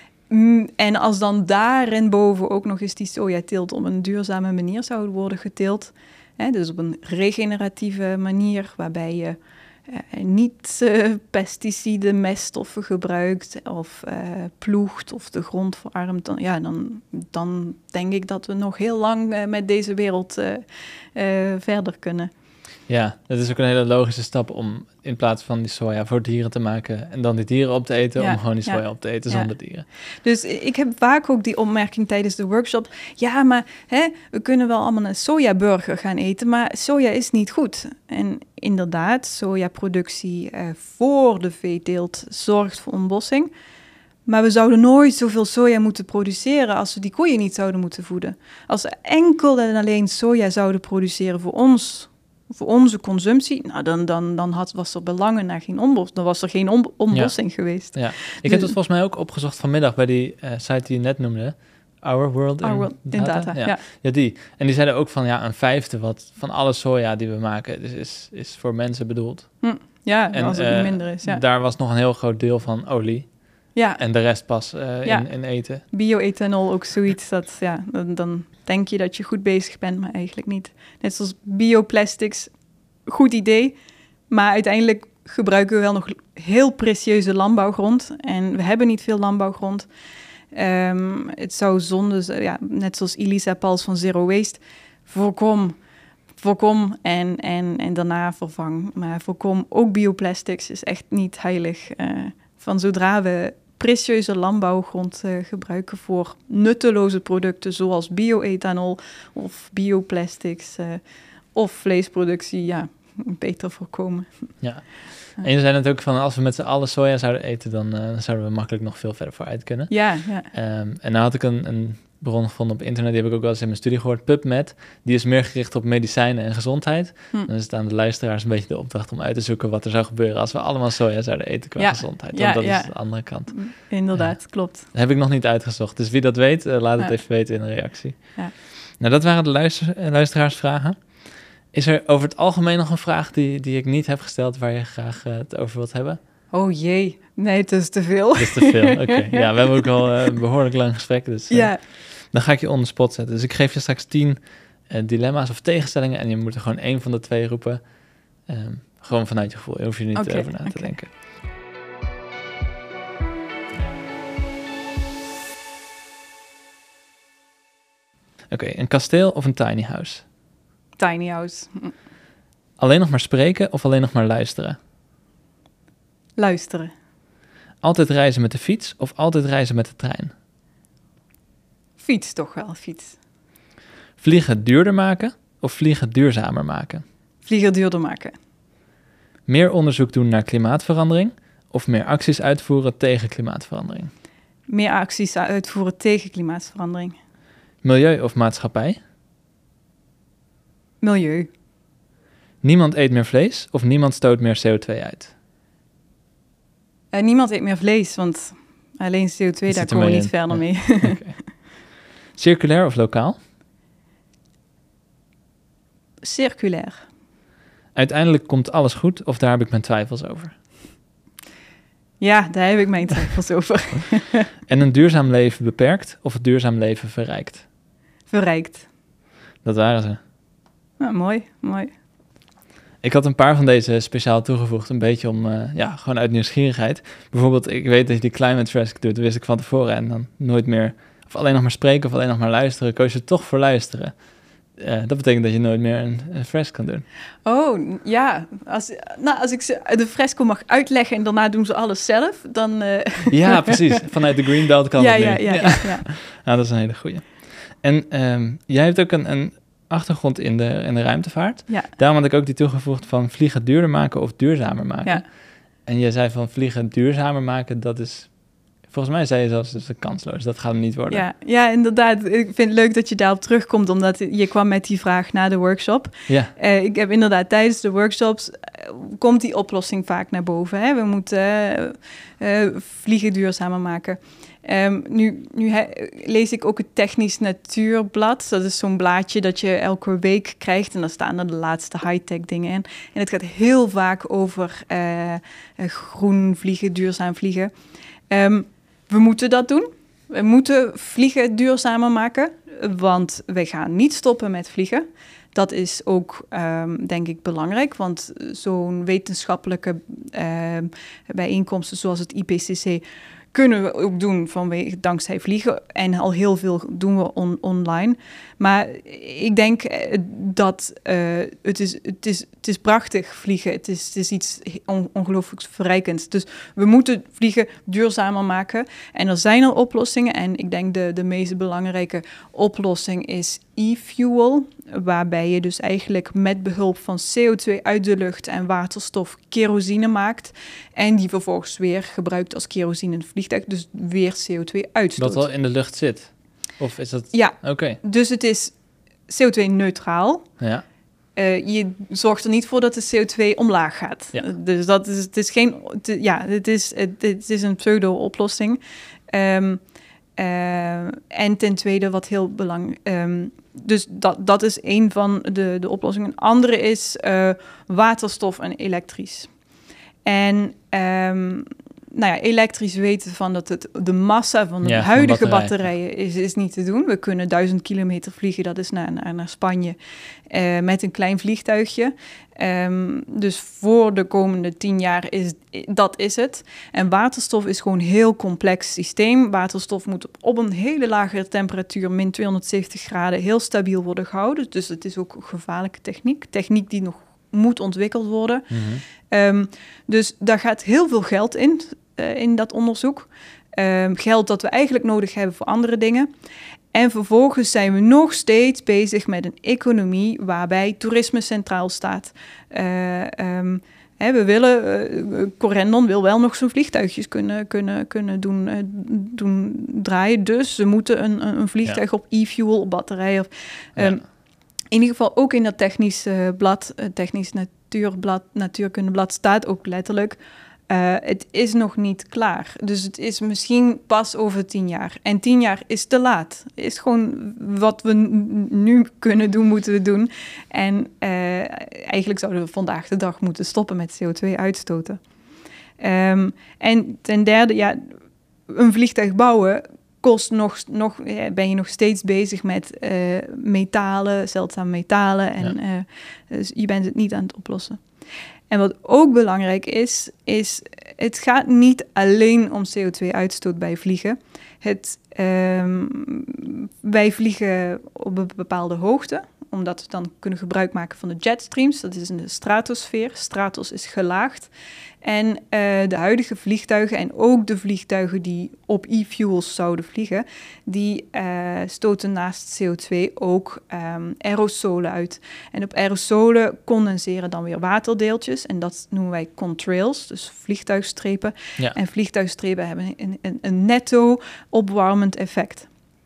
Mm, en als dan daarin boven ook nog eens die sojateelt op een duurzame manier zou worden geteeld, hè, dus op een regeneratieve manier, waarbij je uh, niet uh, pesticiden, meststoffen gebruikt of uh, ploegt of de grond verarmt, dan, ja, dan, dan denk ik dat we nog heel lang uh, met deze wereld uh, uh, verder kunnen. Ja, dat is ook een hele logische stap om in plaats van die soja voor dieren te maken en dan die dieren op te eten, ja, om gewoon die soja ja, op te eten zonder ja. dieren. Dus ik heb vaak ook die opmerking tijdens de workshop, ja, maar hè, we kunnen wel allemaal een sojaburger gaan eten, maar soja is niet goed. En inderdaad, sojaproductie uh, voor de veeteelt zorgt voor ontbossing. Maar we zouden nooit zoveel soja moeten produceren als we die koeien niet zouden moeten voeden. Als we enkel en alleen soja zouden produceren voor ons, voor onze consumptie, nou dan, dan, dan had, was er belangen naar geen ontbossing. Dan was er geen on, ontbossing ja. geweest. Ja. Ik dus, heb dat volgens mij ook opgezocht vanmiddag bij die uh, site die je net noemde. Our World in, Our World in Data. Data. Ja. Ja. ja, die. En die zeiden ook van, ja, een vijfde wat van alle soja die we maken is, is, is voor mensen bedoeld. Hm. Ja, en, als het uh, niet minder is. Ja. Daar was nog een heel groot deel van olie. Ja. En de rest pas uh, ja. in, in eten. Bioethanol, ook zoiets. Dat, ja, dan, dan denk je dat je goed bezig bent, maar eigenlijk niet. Net zoals bioplastics, goed idee. Maar uiteindelijk gebruiken we wel nog heel precieuze landbouwgrond. En we hebben niet veel landbouwgrond. Um, het zou zonde zijn, ja, net zoals Elisa Pals van Zero Waste, voorkom, voorkom en, en, en daarna vervang. Maar voorkom ook bioplastics is echt niet heilig. Uh, van zodra we precieuze landbouwgrond uh, gebruiken voor nutteloze producten zoals bioethanol of bioplastics uh, of vleesproductie, ja, beter voorkomen. Ja, en je zei net ook van als we met z'n allen soja zouden eten, dan uh, zouden we makkelijk nog veel verder vooruit kunnen. Ja, ja. Um, en nou had ik een, een bron gevonden op internet, die heb ik ook wel eens in mijn studie gehoord, PubMed. Die is meer gericht op medicijnen en gezondheid. Hm. Dan is het aan de luisteraars een beetje de opdracht om uit te zoeken wat er zou gebeuren als we allemaal soja zouden eten qua ja. gezondheid. Want ja, dat ja. is de andere kant. Inderdaad, uh, klopt. Dat heb ik nog niet uitgezocht. Dus wie dat weet, uh, laat het ja. even weten in een reactie. Ja. Nou, dat waren de luister- luisteraarsvragen. Is er over het algemeen nog een vraag die, die ik niet heb gesteld waar je graag uh, het over wilt hebben? Oh jee, nee, het is te veel. Het is te veel, oké. Okay. Ja, we hebben ook al uh, een behoorlijk lang gesprek, dus uh, ja. dan ga ik je on the spot zetten. Dus ik geef je straks tien uh, dilemma's of tegenstellingen en je moet er gewoon één van de twee roepen. Um, gewoon vanuit je gevoel, je hoeft je niet okay, over na okay. te denken. Oké, okay, een kasteel of een tiny house? Tiny house. Alleen nog maar spreken of alleen nog maar luisteren? Luisteren. Altijd reizen met de fiets of altijd reizen met de trein? Fiets toch wel, fiets. Vliegen duurder maken of vliegen duurzamer maken? Vliegen duurder maken. Meer onderzoek doen naar klimaatverandering of meer acties uitvoeren tegen klimaatverandering? Meer acties uitvoeren tegen klimaatverandering. Milieu of maatschappij? Milieu. Niemand eet meer vlees of niemand stoot meer C O twee uit? Uh, niemand eet meer vlees, want alleen C O twee, daar komen we niet in. verder ja. mee. Okay. Circulair of lokaal? Circulair. Uiteindelijk komt alles goed of daar heb ik mijn twijfels over? Ja, daar heb ik mijn twijfels over. En een duurzaam leven beperkt of het duurzaam leven verrijkt? Verrijkt. Dat waren ze. Nou, mooi, mooi. Ik had een paar van deze speciaal toegevoegd, een beetje om, uh, ja, gewoon uit nieuwsgierigheid. Bijvoorbeeld, ik weet dat je die climate fresk doet, dat wist ik van tevoren. En dan nooit meer, of alleen nog maar spreken of alleen nog maar luisteren, koos je toch voor luisteren. Uh, dat betekent dat je nooit meer een, een fresk kan doen. Oh, ja. Als, nou, als ik ze de fresco mag uitleggen en daarna doen ze alles zelf, dan... Uh... Ja, precies. Vanuit de Greenbelt kan ja, dat ja, niet. Ja, ja, ja. ja. Nou, dat is een hele goeie. En um, jij hebt ook een... een achtergrond in de, in de ruimtevaart. Ja. Daarom had ik ook die toegevoegd van vliegen duurder maken of duurzamer maken. En je zei van vliegen duurzamer maken, dat is... Volgens mij zei je zelfs, dat is kansloos. Dat gaat hem niet worden. Ja, ja, inderdaad. Ik vind het leuk dat je daarop terugkomt, omdat je kwam met die vraag na de workshop. Ja. Uh, ik heb inderdaad tijdens de workshops, uh, komt die oplossing vaak naar boven. Hè? We moeten uh, uh, vliegen duurzamer maken. Um, nu nu he, lees ik ook het Technisch Natuurblad. Dat is zo'n blaadje dat je elke week krijgt. En daar staan er de laatste high-tech dingen in. En het gaat heel vaak over uh, uh, groen vliegen, duurzaam vliegen. Um, we moeten dat doen. We moeten vliegen duurzamer maken. Want wij gaan niet stoppen met vliegen. Dat is ook, um, denk ik, belangrijk. Want zo'n wetenschappelijke uh, bijeenkomsten zoals het I P C C... kunnen we ook doen vanwege, dankzij vliegen. En al heel veel doen we on, online. Maar ik denk dat uh, het, is, het, is, het is prachtig vliegen. Het is, het is iets on, ongelooflijk verrijkends. Dus we moeten vliegen duurzamer maken. En er zijn al oplossingen. En ik denk de, de meest belangrijke oplossing is e-fuel. Waarbij je dus eigenlijk met behulp van C O twee uit de lucht en waterstof kerosine maakt. En die vervolgens weer gebruikt als kerosine in het vliegtuig. Dus weer C O twee uitstoot. Dat wel in de lucht zit? Of is dat... Ja, okay. Dus het is C O twee neutraal. Ja. Uh, je zorgt er niet voor dat de C O twee omlaag gaat. Ja. Dus dat is, het is geen... Het, ja, het is, het, het is een pseudo-oplossing. Um, uh, en ten tweede, wat heel belangrijk... Um, dus dat, dat is een van de, de oplossingen. Een andere is uh, waterstof en elektrisch. En um, nou ja, elektrisch weten van dat het de massa van de ja, huidige van batterij. batterijen is, is niet te doen. We kunnen duizend kilometer vliegen, dat is naar, naar, naar Spanje, uh, met een klein vliegtuigje. Um, dus voor de komende tien jaar is dat is het. En waterstof is gewoon een heel complex systeem. Waterstof moet op, op een hele lagere temperatuur, min tweehonderdzeventig graden, heel stabiel worden gehouden. Dus het is ook gevaarlijke techniek. Techniek die nog moet ontwikkeld worden. Mm-hmm. Um, dus daar gaat heel veel geld in, uh, in dat onderzoek. Um, geld dat we eigenlijk nodig hebben voor andere dingen. En vervolgens zijn we nog steeds bezig met een economie waarbij toerisme centraal staat. Uh, um, hè, we willen, uh, Corendon wil wel nog zo'n vliegtuigjes kunnen, kunnen, kunnen doen, uh, doen draaien. Dus ze moeten een, een vliegtuig ja. op e-fuel, op batterijen. Um, ja. In ieder geval ook in dat technisch uh, blad, uh, technisch natuurblad, natuurkundeblad staat ook letterlijk... Uh, het is nog niet klaar. Dus het is misschien pas over tien jaar. En tien jaar is te laat. Het is gewoon wat we n- nu kunnen doen, moeten we doen. En uh, eigenlijk zouden we vandaag de dag moeten stoppen met C O twee uitstoten. Um, en ten derde, ja, een vliegtuig bouwen kost nog, nog ja, ben je nog steeds bezig met uh, metalen, zeldzame metalen. En ja. uh, dus je bent het niet aan het oplossen. En wat ook belangrijk is, is het gaat niet alleen om C O twee uitstoot bij vliegen. Het, um, wij vliegen op een bepaalde hoogte, omdat we dan kunnen gebruik maken van de jetstreams. Dat is in de stratosfeer. Stratos is gelaagd. En uh, de huidige vliegtuigen en ook de vliegtuigen die op e-fuels zouden vliegen, die uh, stoten naast C O twee ook um, aerosolen uit. En op aerosolen condenseren dan weer waterdeeltjes. En dat noemen wij contrails, dus vliegtuigstrepen. Ja. En vliegtuigstrepen hebben een, een, een netto opwarmend effect.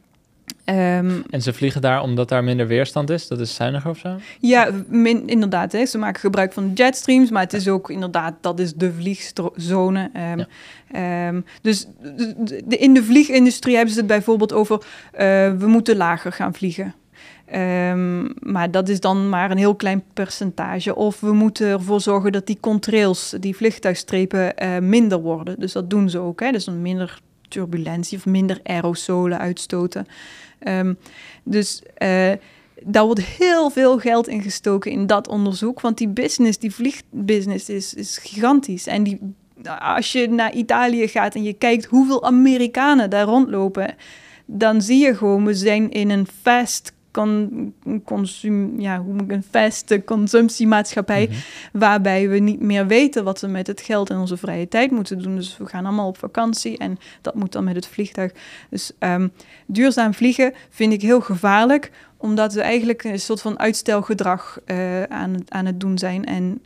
Um, en ze vliegen daar omdat daar minder weerstand is? Dat is zuiniger of zo? Ja, min, inderdaad. Hè. Ze maken gebruik van de jetstreams, maar het is ook inderdaad, dat is de vliegzone. Um, ja. um, dus de, de, in de vliegindustrie hebben ze het bijvoorbeeld over, uh, we moeten lager gaan vliegen. Um, maar dat is dan maar een heel klein percentage. Of we moeten ervoor zorgen dat die contrails, die vliegtuigstrepen, uh, minder worden. Dus dat doen ze ook. Hè. Dus een minder turbulentie of minder aerosolen uitstoten. Um, dus uh, daar wordt heel veel geld in gestoken in dat onderzoek, want die business, die vliegbusiness is, is gigantisch. En die, als je naar Italië gaat en je kijkt hoeveel Amerikanen daar rondlopen, dan zie je gewoon, we zijn in een fast Con, consum, ja, hoe moet ik een vaste consumptiemaatschappij, mm-hmm. waarbij we niet meer weten wat we met het geld en onze vrije tijd moeten doen. Dus we gaan allemaal op vakantie en dat moet dan met het vliegtuig. Dus um, duurzaam vliegen vind ik heel gevaarlijk, omdat we eigenlijk een soort van uitstelgedrag uh, aan, aan het doen zijn. En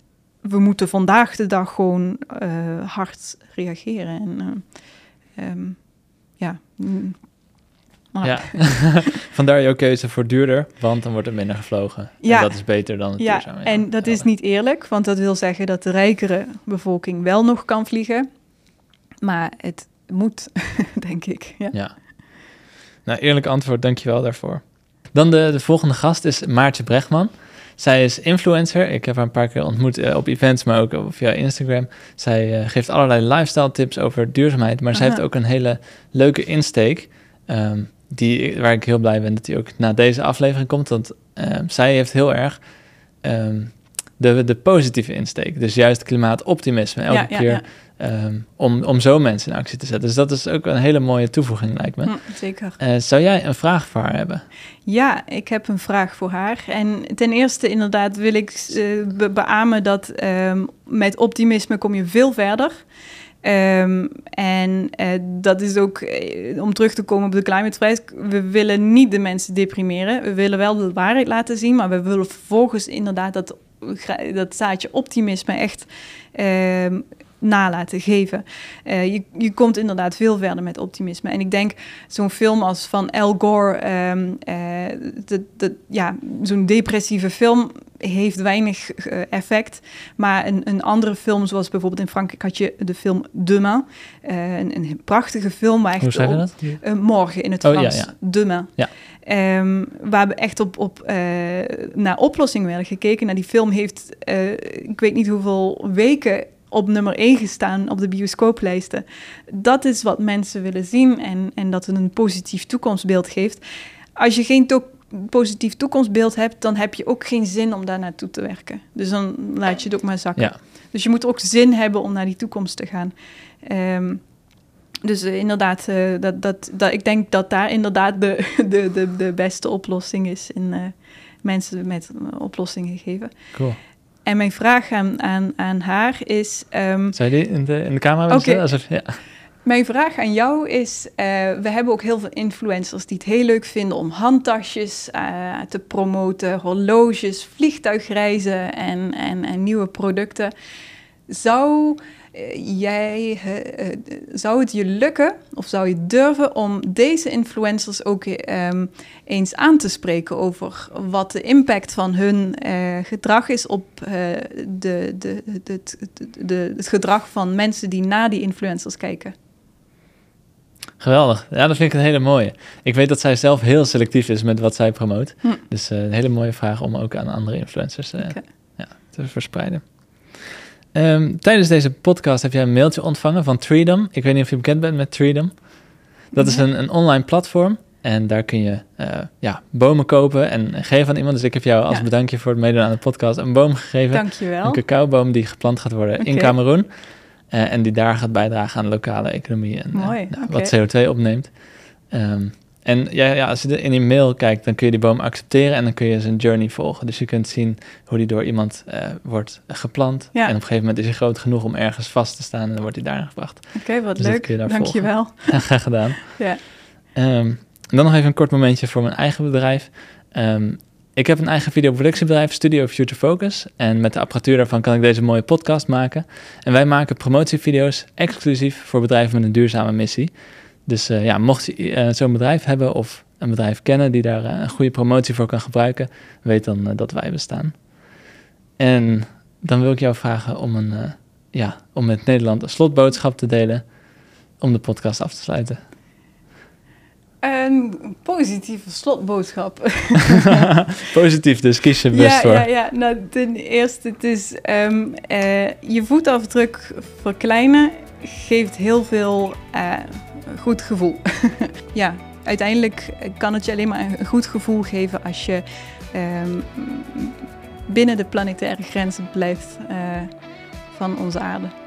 we moeten vandaag de dag gewoon uh, hard reageren. En, uh, um, ja... Mm, maar. Ja, vandaar jouw keuze voor duurder, want dan wordt er minder gevlogen. Ja. En dat is beter dan het ja, duurzaam. Ja, en dat is niet eerlijk, want dat wil zeggen dat de rijkere bevolking wel nog kan vliegen. Maar het moet, denk ik. Ja. ja. Nou, eerlijk antwoord, dankjewel daarvoor. Dan de, de volgende gast is Maartje Bregman. Zij is influencer. Ik heb haar een paar keer ontmoet uh, op events, maar ook via Instagram. Zij uh, geeft allerlei lifestyle tips over duurzaamheid, maar Aha. zij heeft ook een hele leuke insteek. Um, die, waar ik heel blij ben dat die ook na deze aflevering komt. Want uh, zij heeft heel erg um, de, de positieve insteek. Dus juist klimaatoptimisme elke ja, ja, keer. Ja. Um, om, om zo mensen in actie te zetten. Dus dat is ook een hele mooie toevoeging, lijkt me. Hm, zeker. Uh, zou jij een vraag voor haar hebben? Ja, ik heb een vraag voor haar. En ten eerste inderdaad wil ik uh, be- beamen dat um, met optimisme kom je veel verder. Um, en uh, dat is ook, uh, om terug te komen op de Climate Fridays, we willen niet de mensen deprimeren. We willen wel de waarheid laten zien, maar we willen vervolgens inderdaad dat, dat zaadje optimisme echt uh, na laten geven. Uh, je, je komt inderdaad veel verder met optimisme. En ik denk, zo'n film als van Al Gore, um, uh, de, de, ja, zo'n depressieve film heeft weinig uh, effect. Maar een, een andere film, zoals bijvoorbeeld in Frankrijk had je de film Demain. Uh, een, een prachtige film. Waar echt Hoe zeg je op, dat? Uh, morgen in het oh, Frans. Ja, ja. Demain. Ja. Um, waar we echt op, op uh, naar oplossingen werden gekeken. Nou, die film heeft, uh, ik weet niet hoeveel weken op nummer één gestaan op de bioscooplijsten. Dat is wat mensen willen zien en, en dat het een positief toekomstbeeld geeft. Als je geen to- positief toekomstbeeld hebt, dan heb je ook geen zin om daar naartoe te werken. Dus dan laat je het ook maar zakken. Ja. Dus je moet ook zin hebben om naar die toekomst te gaan. Um, dus uh, inderdaad, uh, dat, dat, dat, ik denk dat daar inderdaad de, de, de, de beste oplossing is in uh, mensen met uh, oplossingen geven. Cool. En mijn vraag aan, aan, aan haar is... Um, Zou je die in de, in de camera willen okay. Alsof, ja. Mijn vraag aan jou is... Uh, we hebben ook heel veel influencers die het heel leuk vinden om handtasjes uh, te promoten, horloges, vliegtuigreizen en, en, en nieuwe producten. Zou... Uh, jij, uh, uh, zou het je lukken of zou je durven om deze influencers ook um, eens aan te spreken over wat de impact van hun uh, gedrag is op uh, de, de, de, de, de, de, het gedrag van mensen die naar die influencers kijken? Geweldig. Ja, dat vind ik een hele mooie. Ik weet dat zij zelf heel selectief is met wat zij promoot. Hm. Dus uh, een hele mooie vraag om ook aan andere influencers uh, okay. ja, te verspreiden. Um, tijdens deze podcast heb jij een mailtje ontvangen van Treedom. Ik weet niet of je bekend bent met Treedom. Dat is een, een online platform. En daar kun je uh, ja, bomen kopen en geven aan iemand. Dus ik heb jou als ja. bedankje voor het meedoen aan de podcast een boom gegeven. Dankjewel. Een cacaoboom die geplant gaat worden okay. in Kameroen. Uh, en die daar gaat bijdragen aan de lokale economie. En Mooi, uh, nou, okay. wat C O twee opneemt. Um, En ja, ja, als je in die mail kijkt, dan kun je die boom accepteren en dan kun je zijn journey volgen. Dus je kunt zien hoe die door iemand uh, wordt geplant. Ja. En op een gegeven moment is hij groot genoeg om ergens vast te staan en dan wordt hij daarin gebracht. Oké, okay, wat dus leuk. Dank je wel. Ja, graag gedaan. Ja. Um, en dan nog even een kort momentje voor mijn eigen bedrijf. Um, ik heb een eigen videoproductiebedrijf, Studio Future Focus. En met de apparatuur daarvan kan ik deze mooie podcast maken. En wij maken promotievideo's exclusief voor bedrijven met een duurzame missie. Dus uh, ja, mocht je uh, zo'n bedrijf hebben of een bedrijf kennen die daar uh, een goede promotie voor kan gebruiken, weet dan uh, dat wij bestaan. En dan wil ik jou vragen om, een, uh, ja, om met Nederland een slotboodschap te delen om de podcast af te sluiten. Een positieve slotboodschap. Positief, dus kies je best ja, voor. Ja, ja. Nou, ten eerste, het is um, uh, je voetafdruk verkleinen geeft heel veel uh, goed gevoel. Ja, uiteindelijk kan het je alleen maar een goed gevoel geven als je um, binnen de planetaire grenzen blijft uh, van onze aarde.